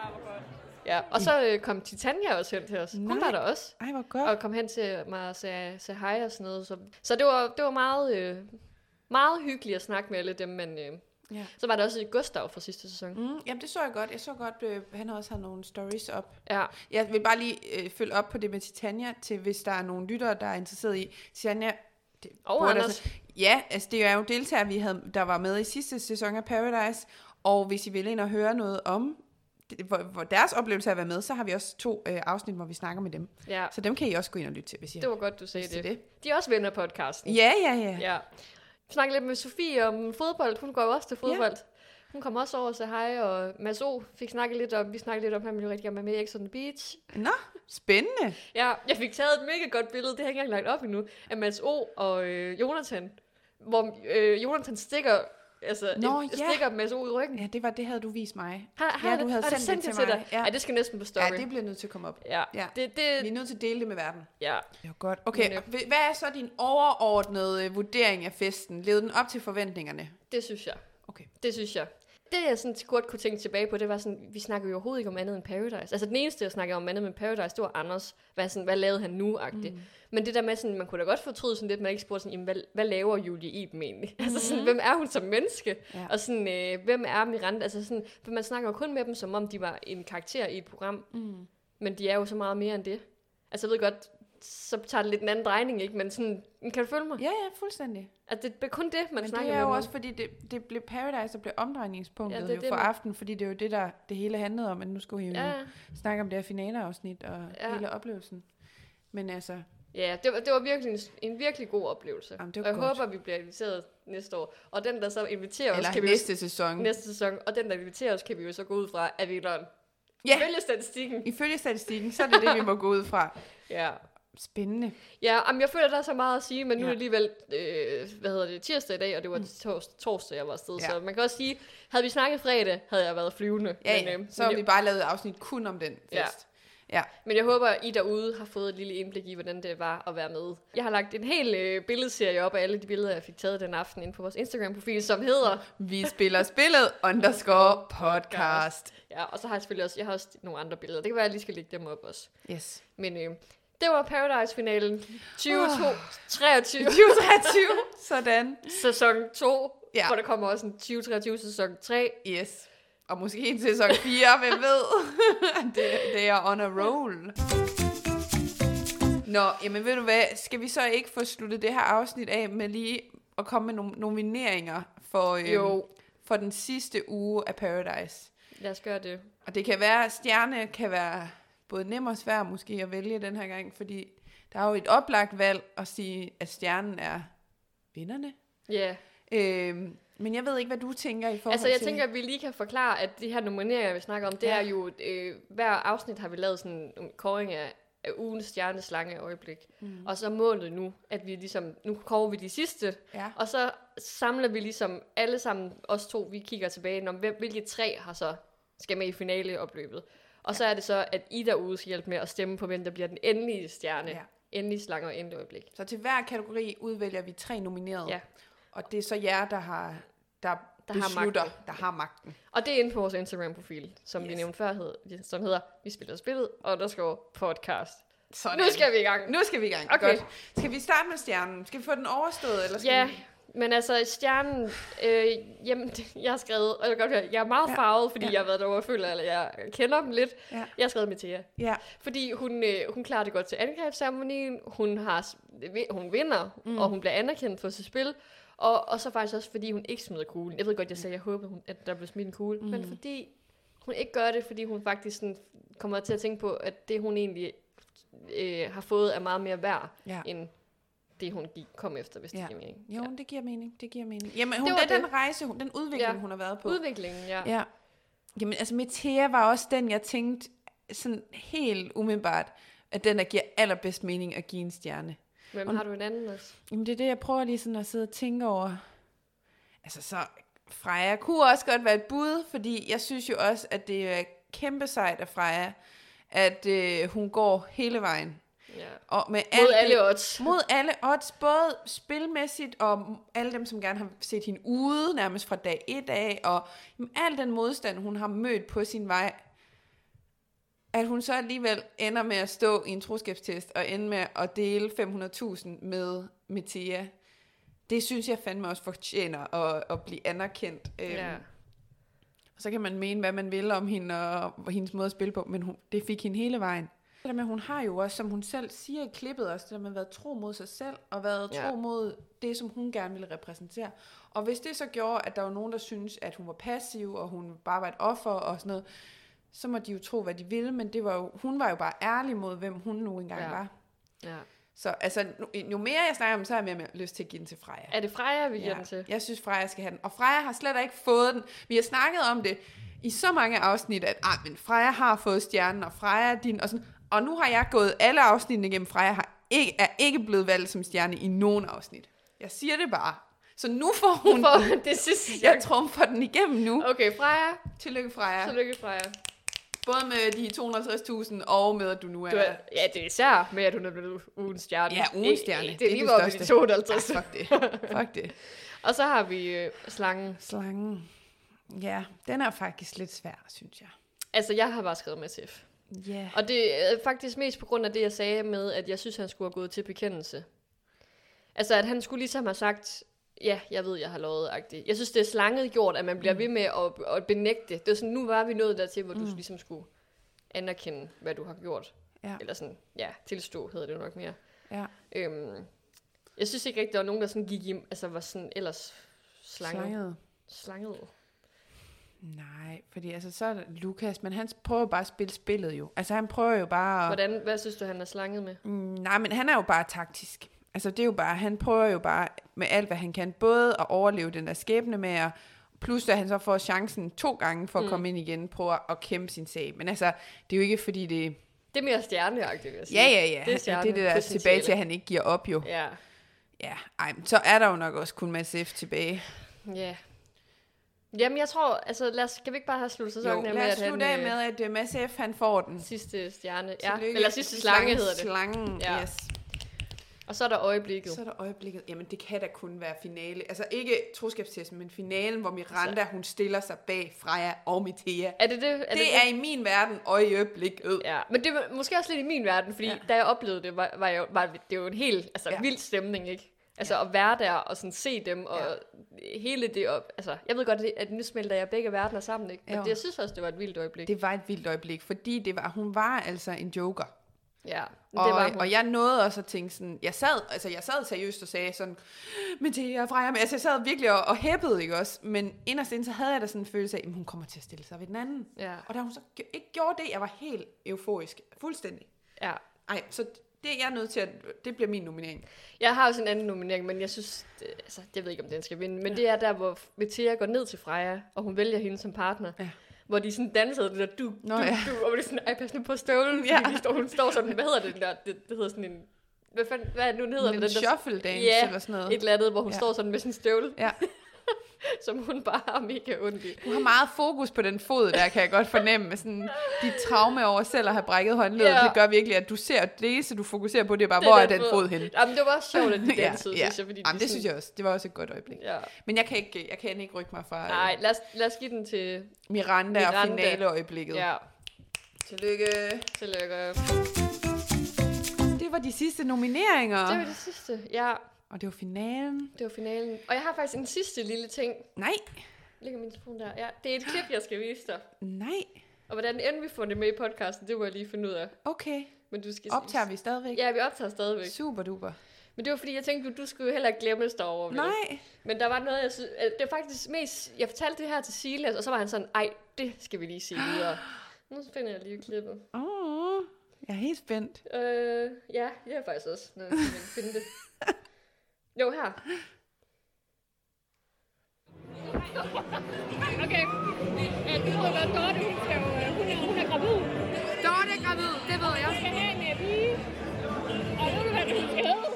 Ja, og så øh, kom Titania også hen til os. Nej. Hun var der også. Ej, hvor godt. Og kom hen til mig og sagde, sagde hej og sådan noget. Så, så det var, det var meget, øh, meget hyggeligt at snakke med alle dem, men øh, ja. Så var der også Gustav fra sidste sæson. Mm, jamen, det så jeg godt. Jeg så godt, øh, han har også havde nogle stories op. Ja. Jeg vil bare lige øh, følge op på det med Titania, til hvis der er nogle lyttere, der er interesseret i. Titania... Det, og Anders. Altså, ja, altså det er jo deltagere, vi havde, der var med i sidste sæson af Paradise. Og hvis I vil ind og høre noget om... Hvor, hvor deres oplevelse af at være med, så har vi også to øh, afsnit, hvor vi snakker med dem. Ja. Så dem kan I også gå ind og lytte til, hvis I det var godt, du sagde det. det. De er også venner på podcasten. Ja, ja, ja. ja. Vi snakker lidt med Sofie om fodbold. Hun går jo også til fodbold. Ja. Hun kom også over og sagde hej, og Mads O fik snakket lidt om, vi snakkede lidt om, at han ville rigtig gerne være med i X on the Beach. Nå, spændende. Ja, jeg fik taget et mega godt billede, det har jeg ikke engang lagt op endnu, af Mads O og øh, Jonathan, hvor øh, Jonathan stikker... Altså, Nå, en, ja. stikker Mads O i ryggen. Ja, det var det havde du vist mig. Har, har ja, du havde har sendt, sendt det til mig. Ja. ja, det skal næsten på story. Ja, det bliver nødt til at komme op. Ja. ja. Det, det... Vi er nødt til at dele det med verden. Ja. Det er godt. Okay, Men, øh... hvad er så din overordnede vurdering af festen? Levede den op til forventningerne? Det synes jeg. Okay. Det synes jeg. Det, jeg sådan godt kunne tænke tilbage på, det var sådan, vi snakkede jo overhovedet ikke om andet end Paradise. Altså, den eneste, jeg snakkede om andet end Paradise, det var Anders. Hvad, sådan, hvad lavede han nu-agtigt? Mm. Men det der med sådan, man kunne da godt fortryde sådan lidt, man ikke spurgte sådan, jamen, hvad, hvad laver Julie Iben egentlig? Mm. Altså sådan, hvem er hun som menneske? Ja. Og sådan, øh, hvem er Miranda? Altså sådan, for man snakker jo kun med dem, som om de var en karakter i et program. Mm. Men de er jo så meget mere end det. Altså, jeg ved godt, så tager det lidt en anden drejning, ikke? Men sådan, kan du følge mig? Ja, ja, fuldstændig. At det er kun det, man Men snakker det er jo med også, fordi det, det blev Paradise, der blev omdrejningspunktet ja, det, jo det, for man... aften, fordi det er jo det, der det hele handlede om, at nu skulle vi jo ja. snakke om det her finaleafsnit og ja. hele oplevelsen. Men altså... Ja, det var, det var virkelig en, en virkelig god oplevelse. Jamen, og jeg godt. håber, at vi bliver inviteret næste år. Og den, der så inviterer Eller os... Kan næste vi, sæson. Næste sæson. Og den, der inviterer os, kan vi jo så gå ud fra, at vi er ja. Ifølge statistikken. Ifølge statistikken, så er det det, vi må gå ud fra. Ja. Spændende. Ja, men jeg føler, der er så meget at sige, men nu ja. er det alligevel, øh, hvad hedder det, tirsdag i dag, og det var mm. tors, torsdag, jeg var afsted. Ja. Så man kan også sige, havde vi snakket fredag, havde jeg været flyvende. Ja, men, øh, så har men vi jeg, bare lavet afsnit kun om den fest. Ja. Ja. Men jeg håber, I derude har fået et lille indblik i, hvordan det var at være med. Jeg har lagt en hel øh, billedserie op af alle de billeder, jeg fik taget den aften ind på vores Instagram-profil, som hedder... Vi spiller spillet underscore podcast. Ja, og så har jeg selvfølgelig også, jeg har også nogle andre billeder. Det kan være, at jeg lige skal lægge dem op også. Yes. Men øh, det var Paradise-finalen tyve treogtyve. tyve treogtyve, sådan. Sæson to, ja. hvor der kommer også en tyve treogtyve sæson tre. Yes. Og måske en sæson fire, hvem ved? det, det er on a roll. Nå, jamen ved du hvad, skal vi så ikke få sluttet det her afsnit af med lige at komme med nogle nomineringer for, øhm, for den sidste uge af Paradise? Lad os gøre det. Og det kan være, stjerne kan være både nem og svær måske at vælge den her gang, fordi der er jo et oplagt valg at sige, at stjernen er vinderne. Ja. Yeah. Øhm, Men jeg ved ikke, hvad du tænker i forhold til... Altså, jeg tænker, at vi lige kan forklare, at de her nomineringer, vi snakker om, det ja. er jo... Øh, hver afsnit har vi lavet sådan en kåring af, af ugens stjerneslange øjeblik. Mm. Og så målet nu, at vi ligesom... Nu kårer vi de sidste. Ja. Og så samler vi ligesom alle sammen, os to, vi kigger tilbage, om hvem, hvilke tre har så skal med i finaleopløbet. Og ja. så er det så, at I derude skal hjælpe med at stemme på, hvem der bliver den endelige stjerne. Ja. Endelige slange og endelige øjeblik. Så til hver kategori udvælger vi tre nominerede. Ja. Og det er så jer, der har... Der der beslutter, har magten. der har magten. Og det er inde på vores Instagram-profil, som yes. vi nævnte før, hed, som hedder Vi spiller spillet, og der står podcast. Sådan. Nu skal vi i gang. Nu skal vi i gang. Okay. Godt. Skal vi starte med stjernen? Skal vi få den overstået? Eller skal ja, vi... men altså stjernen, øh, jamen, jeg har skrevet, og jeg, godt høre, jeg er meget farvet, fordi ja. jeg har været derovre og føler, at jeg kender dem lidt. Ja. Jeg har skrevet Mathea. Ja. Fordi hun, øh, hun klarer det godt til angrebsceremonien, hun, har, hun vinder, mm. og hun bliver anerkendt for sit spil. Og, og så faktisk også, fordi hun ikke smider kuglen. Jeg ved godt, jeg sagde, at jeg håbede, hun, at der blev smidt en kugle. Mm. Men fordi hun ikke gør det, fordi hun faktisk sådan kommer til at tænke på, at det hun egentlig øh, har fået er meget mere værd, ja. end det hun gik, kom efter, hvis ja. det giver mening. Jo, ja. det giver mening. Det giver mening. Jamen, hun, det er den rejse, hun, den udvikling, ja. hun har været på. Udviklingen, ja. ja. Jamen, altså Mathea var også den, jeg tænkte sådan helt umiddelbart, at den, der giver allerbedst mening at give en stjerne. Hvem har du en anden også? Jamen det er det, jeg prøver lige sådan at sidde og tænke over. Altså så, Freja kunne også godt være et bud, fordi jeg synes jo også, at det er kæmpe sejt af Freja, at øh, hun går hele vejen. Ja. Og med mod alle, alle odds. Mod alle odds, både spilmæssigt og alle dem, som gerne har set hende ude, nærmest fra dag et af, og jamen, al den modstand, hun har mødt på sin vej, at hun så alligevel ender med at stå i en troskabstest og ende med at dele fem hundrede tusind med Mathea. Det synes jeg fandme også fortjener at, at blive anerkendt. Ja. Øhm, så kan man mene, hvad man vil om hende og, og hendes måde at spille på, men hun, det fik hende hele vejen. Det der med, hun har jo også, som hun selv siger i klippet også, det der med at være tro mod sig selv, og været ja. tro mod det, som hun gerne ville repræsentere. Og hvis det så gjorde, at der var nogen, der synes, at hun var passiv, og hun bare var et offer og sådan noget, så må de jo tro, hvad de ville, men det var jo, hun var jo bare ærlig mod, hvem hun nu engang ja. var. Ja. Så altså, jo mere jeg snakker om, så har jeg mere lyst til at give den til Freja. Er det Freja, vi giver ja. den til? Jeg synes, Freja skal have den. Og Freja har slet ikke fået den. Vi har snakket om det i så mange afsnit, at ah, men Freja har fået stjernen, og Freja er din, og sådan. Og nu har jeg gået alle afsnittene igennem. Freja har ikke, er ikke blevet valgt som stjerne i nogen afsnit. Jeg siger det bare. Så nu får hun nu får det sidste. Jeg trumfer den igennem nu. Okay, Freja. Tillykke, Freja. Tillykke, Freja. Både med de to hundrede og halvtreds tusind, og med, at du nu er... Du er ja, det er især med, at hun er blevet ugens stjerne. Ja, ugens stjerne. Det, det er lige hvor de to hundrede og halvtreds. Ja, fuck det. Fuck det. Og så har vi øh, slangen. Slangen. Ja, den er faktisk lidt svær, synes jeg. Altså, jeg har bare skrevet med S F. Yeah. Og det er faktisk mest på grund af det, jeg sagde med, at jeg synes, han skulle have gået til bekendelse. Altså, at han skulle ligesom have sagt, ja, jeg ved, jeg har lovet-agtigt. Jeg synes, det er slanget gjort, at man bliver mm. ved med at, at benægte. Det er sådan, nu var vi nået dertil, hvor mm. du ligesom skulle anerkende, hvad du har gjort. Ja. Eller sådan, ja, tilstå hedder det nok mere. Ja. Øhm, jeg synes ikke rigtig, der var nogen, der sådan gik i, altså var sådan ellers slanget. Slanget. Slanget. Nej, fordi altså så er det Lukas, men han prøver bare at spille spillet jo. Altså han prøver jo bare at... Hvordan, hvad synes du, han er slanget med? Mm, nej, men han er jo bare taktisk. Altså det er jo bare, han prøver jo bare med alt, hvad han kan, både at overleve den der skæbne med, at plus at han så får chancen to gange for at mm. komme ind igen, prøver at kæmpe sin sag. Men altså, det er jo ikke fordi det... Det er mere stjerneagtigt, vil jeg sige. Ja, ja, ja. Det er, det, er det der tilbage til, at han ikke giver op jo. Ja. Ja, ej, så er der jo nok også kun Mads F. tilbage. Ja. Jamen, jeg tror, altså, lad os, skal vi ikke bare have sluttet sæsonen af med, at han... lad os slutte af med, at uh, Mads F. han får den. Sidste stjerne, ja. Tillykke. Eller sidste slange, slange hedder det. Slangen, ja. Yes. Og så er der øjeblikket. Så er der øjeblikket. Jamen, det kan da kun være finale. Altså, ikke troskabstesten, men finalen, hvor Miranda, altså. hun stiller sig bag Freja og Mathea. Er det det? Er det, det, det er i min verden øjeblikket. Ja, men det var måske også lidt i min verden, fordi ja. da jeg oplevede det, var, var, jeg, var det jo en helt altså, ja. vild stemning, ikke? Altså ja. at være der og sådan se dem, og ja. hele det op. Altså, jeg ved godt, at nu smelter jeg begge verdener sammen, ikke? Men det, jeg synes også, det var et vildt øjeblik. Det var et vildt øjeblik, fordi det var, hun var altså en joker. Ja, det og, var hun. Og jeg nåede også at tænke sådan, jeg sad, altså jeg sad seriøst og sagde sådan, men det er Freja, altså jeg sad virkelig og, og hæppede, ikke også? Men inderst inde, så havde jeg da sådan en følelse af, at hun kommer til at stille sig ved den anden. Ja. Og da hun så ikke gjorde det, jeg var helt euforisk, fuldstændig. Ja. Ej, så det er jeg nødt til at, det bliver min nominering. Jeg har også en anden nominering, men jeg synes, det, altså, jeg ved ikke, om den skal vinde, men ja. det er der, hvor Mathea går ned til Freja, og hun vælger hende som partner. Ja. Hvor de sådan dansede det der du, Nå, du, ja. du, og det er sådan, ej, pas nu på støvlen, ja. fordi de står, hun står sådan, hvad hedder det der, det, det hedder sådan en, hvad fanden, hvad er det nu, den hedder? En den shuffle dance ja, eller sådan noget. et eller andet, hvor hun ja. står sådan med sin støvle. Ja. som hun bare har mega ondt i. Du har meget fokus på den fod der, kan jeg godt fornemme. Sådan, dit traume over selv at have brækket håndledet, ja. Det gør virkelig, at du ser det eneste, du fokuserer på, det er bare, det hvor er den fod, fod henne. Jamen, det var også sjovt, at de dansede, ja, ja. synes jeg. Fordi Jamen, de det sådan... synes jeg også. Det var også et godt øjeblik. Ja. Men jeg kan ikke, jeg kan ikke rykke mig fra... Nej, lad os, lad os give den til... Miranda, Miranda. Og finaleøjeblikket. Ja. Tillykke. Tillykke. Det var de sidste nomineringer. Det var de sidste, ja. Og det var finalen. Det var finalen. Og jeg har faktisk en sidste lille ting. Nej. Ligger min telefon der. Ja, det er et klip, jeg skal vise dig. Nej. Og hvordan end vi får det med i podcasten, det må jeg lige finde ud af. Okay. Men du skal optager vi stadigvæk? Ja, vi optager stadigvæk. Super duper. Men det var fordi, jeg tænkte, du, du skulle heller ikke glemmes derovre. Nej. Men der var noget, jeg synes... Det var faktisk mest... Jeg fortalte det her til Silas, og så var han sådan, ej, det skal vi lige se videre. Nu finder jeg lige klippet. Åh, oh, jeg er helt spændt. Øh, ja, jeg er faktisk også, når jeg skal finde det. Jo, her. Okay. Øh, du ved godt, Dorte, hun, skal jo, hun, er, hun er gravid. Dorte er gravid, det ved jeg. Hun skal have en pige. Og ved du, hvad det hun skal hedde?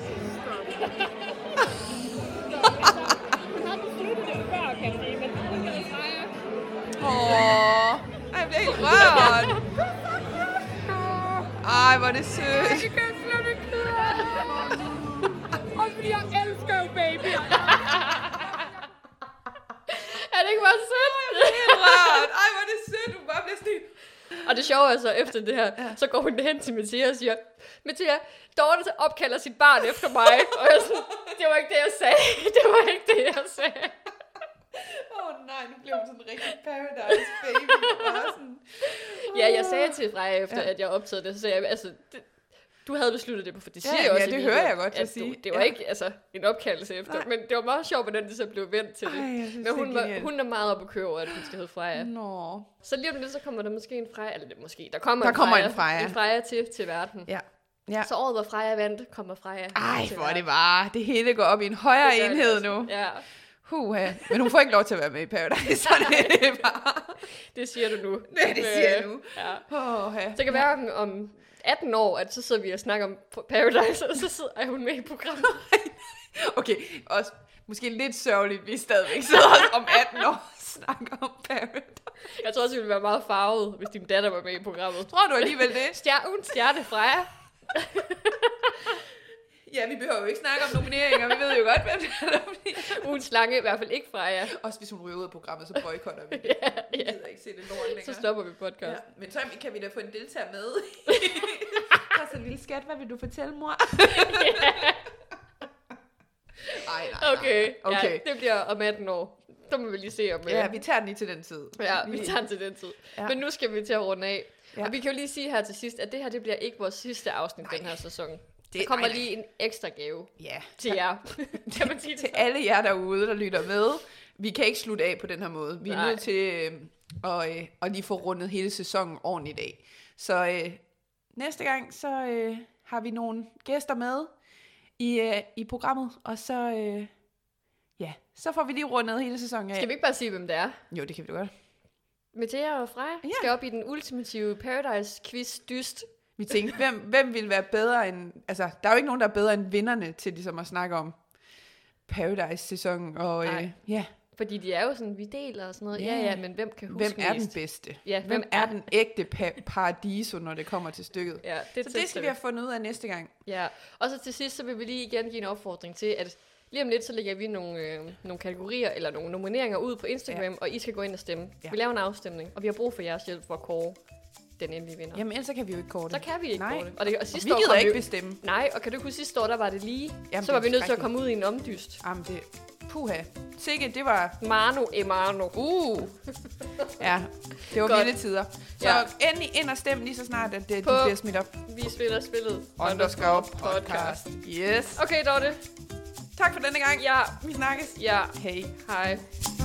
Hun havde besluttet det før, kan jeg sige, men hun hedder Freja. Åh, jeg bliver helt rørt. Ej, hvor er det sødt. Jeg kan slet ikke køre. Også fordi jeg elsker jo babyer. Er det ikke bare sødt? Jeg bliver helt rørt. Ej, hvor er det sødt. Du bare bliver sådan. Og det sjove er så, efter det her, ja. Så går hun hen til Mathias og siger, Mathias, Dorte opkalder sit barn efter mig. Og jeg sådan, det var ikke det, jeg sagde. Det var ikke det, jeg sagde. Åh oh, nej, nu blev hun sådan en rigtig Paradise baby. Bare sådan, oh. Ja, jeg sagde til Freja efter, ja. At jeg optagede det, så sagde jeg, altså, det, du havde besluttet det på, for det siger ja, jeg også. Ja, det hører jeg godt at sige. Du, det var ja. Ikke altså, en opkaldelse efter, nej. Men det var meget sjovt, hvordan det så blev vendt til det. Ej, men hun, var, hun er meget oppe at køre over, at hun skal hedde Freja. Nå. Så lige om lidt, så kommer der måske en Freja, eller det måske, der kommer, der en, kommer Freja, en Freja. En Freja til, til verden. Ja. Ja. Så året, hvor Freja vandt, kommer Freja. Ej, hvor er det bare. Det hele går op i en højere det enhed det nu. Ja. Huha. Men hun får ikke lov til at være med i Paradise, så det er bare... Det siger du nu. Ja, det siger jeg nu. Ja. Oh, ja. Så det kan være om, om atten år, at så sidder vi og snakker om Paradise, og så sidder hun med i programmet. Okay, også måske lidt sørgeligt, vi stadigvæk sidder om atten år og snakker om Paradise. Jeg tror også, det ville være meget farvet, hvis din datter var med i programmet. Tror du alligevel det? Stjerne, stjerne Freja. Ja, vi behøver jo ikke snakke om nomineringer. Vi ved jo godt, hvem det er. Ugens slange, i hvert fald ikke Freja. Også hvis hun ryger ud af programmet, så boykotter vi det. Ja, ja. Vi gider ikke se det lort længere. Så stopper vi podcast. Ja, men så kan vi da få en deltager med. Der er så en lille skat. Hvad vil du fortælle, mor? Yeah. Ej, nej, okay. nej. Okay. Ja, det bliver om atten år. Så må vi lige se om... Ja, vi tager den lige til den tid. Ja, vi tager den til den tid. Ja. Men nu skal vi til at runde af. Ja. Og vi kan jo lige sige her til sidst, at det her det bliver ikke vores sidste afsnit nej. Den her sæson. Det, der kommer nej, nej. Lige en ekstra gave ja. Til jer. Kan man sige det til alle jer derude, der lytter med. Vi kan ikke slutte af på den her måde. Vi er nej. Nødt til øh, at, øh, at lige få rundet hele sæsonen ordentligt af. Så øh, næste gang, så øh, har vi nogle gæster med i, øh, i programmet. Og så, øh, ja, så får vi lige rundet hele sæsonen af. Skal vi ikke bare sige, hvem det er? Jo, det kan vi da godt. Mathea og Freja ja. Skal op i den ultimative Paradise-quiz dyst. Vi tænkte, hvem, hvem vil være bedre end... Altså, der er jo ikke nogen, der er bedre end vinderne til ligesom at snakke om Paradise-sæsonen. Og øh, ja. Fordi de er jo sådan, vi deler og sådan noget. Ja, ja, ja men hvem kan huske Hvem er mest? Den bedste? Ja, hvem, hvem er, er den ægte pa- paradiso, når det kommer til stykket? Ja, det så det skal vi have fundet ud af næste gang. Ja, og så til sidst, så vil vi lige igen give en opfordring til, at lige om lidt, så lægger vi nogle, øh, nogle kategorier eller nogle nomineringer ud på Instagram, ja. Og I skal gå ind og stemme. Ja. Vi laver en afstemning, og vi har brug for jeres hjælp for at kåre den endelige vinder. Jamen, ellers kan vi jo ikke kåre det. Så kan vi ikke nej. kåre det. Og, det, og, sidste og vi gider år ikke vi, bestemme. Nej, og kan du huske sidste år, der var det lige. Jamen, så var vi nødt til at komme ud i en omdyst. Jamen, det... Puha. Sikke, det var... Mano e mano. Uh. Ja, det var vilde tider. Så ja. Endelig ind og stem lige så snart, at det, de bliver smidt op. Vi spiller spillet. Underscore podcast. Yes. Okay, Dorte. Tak for denne gang. Ja. Vi snakkes. Ja. Hej. Hej.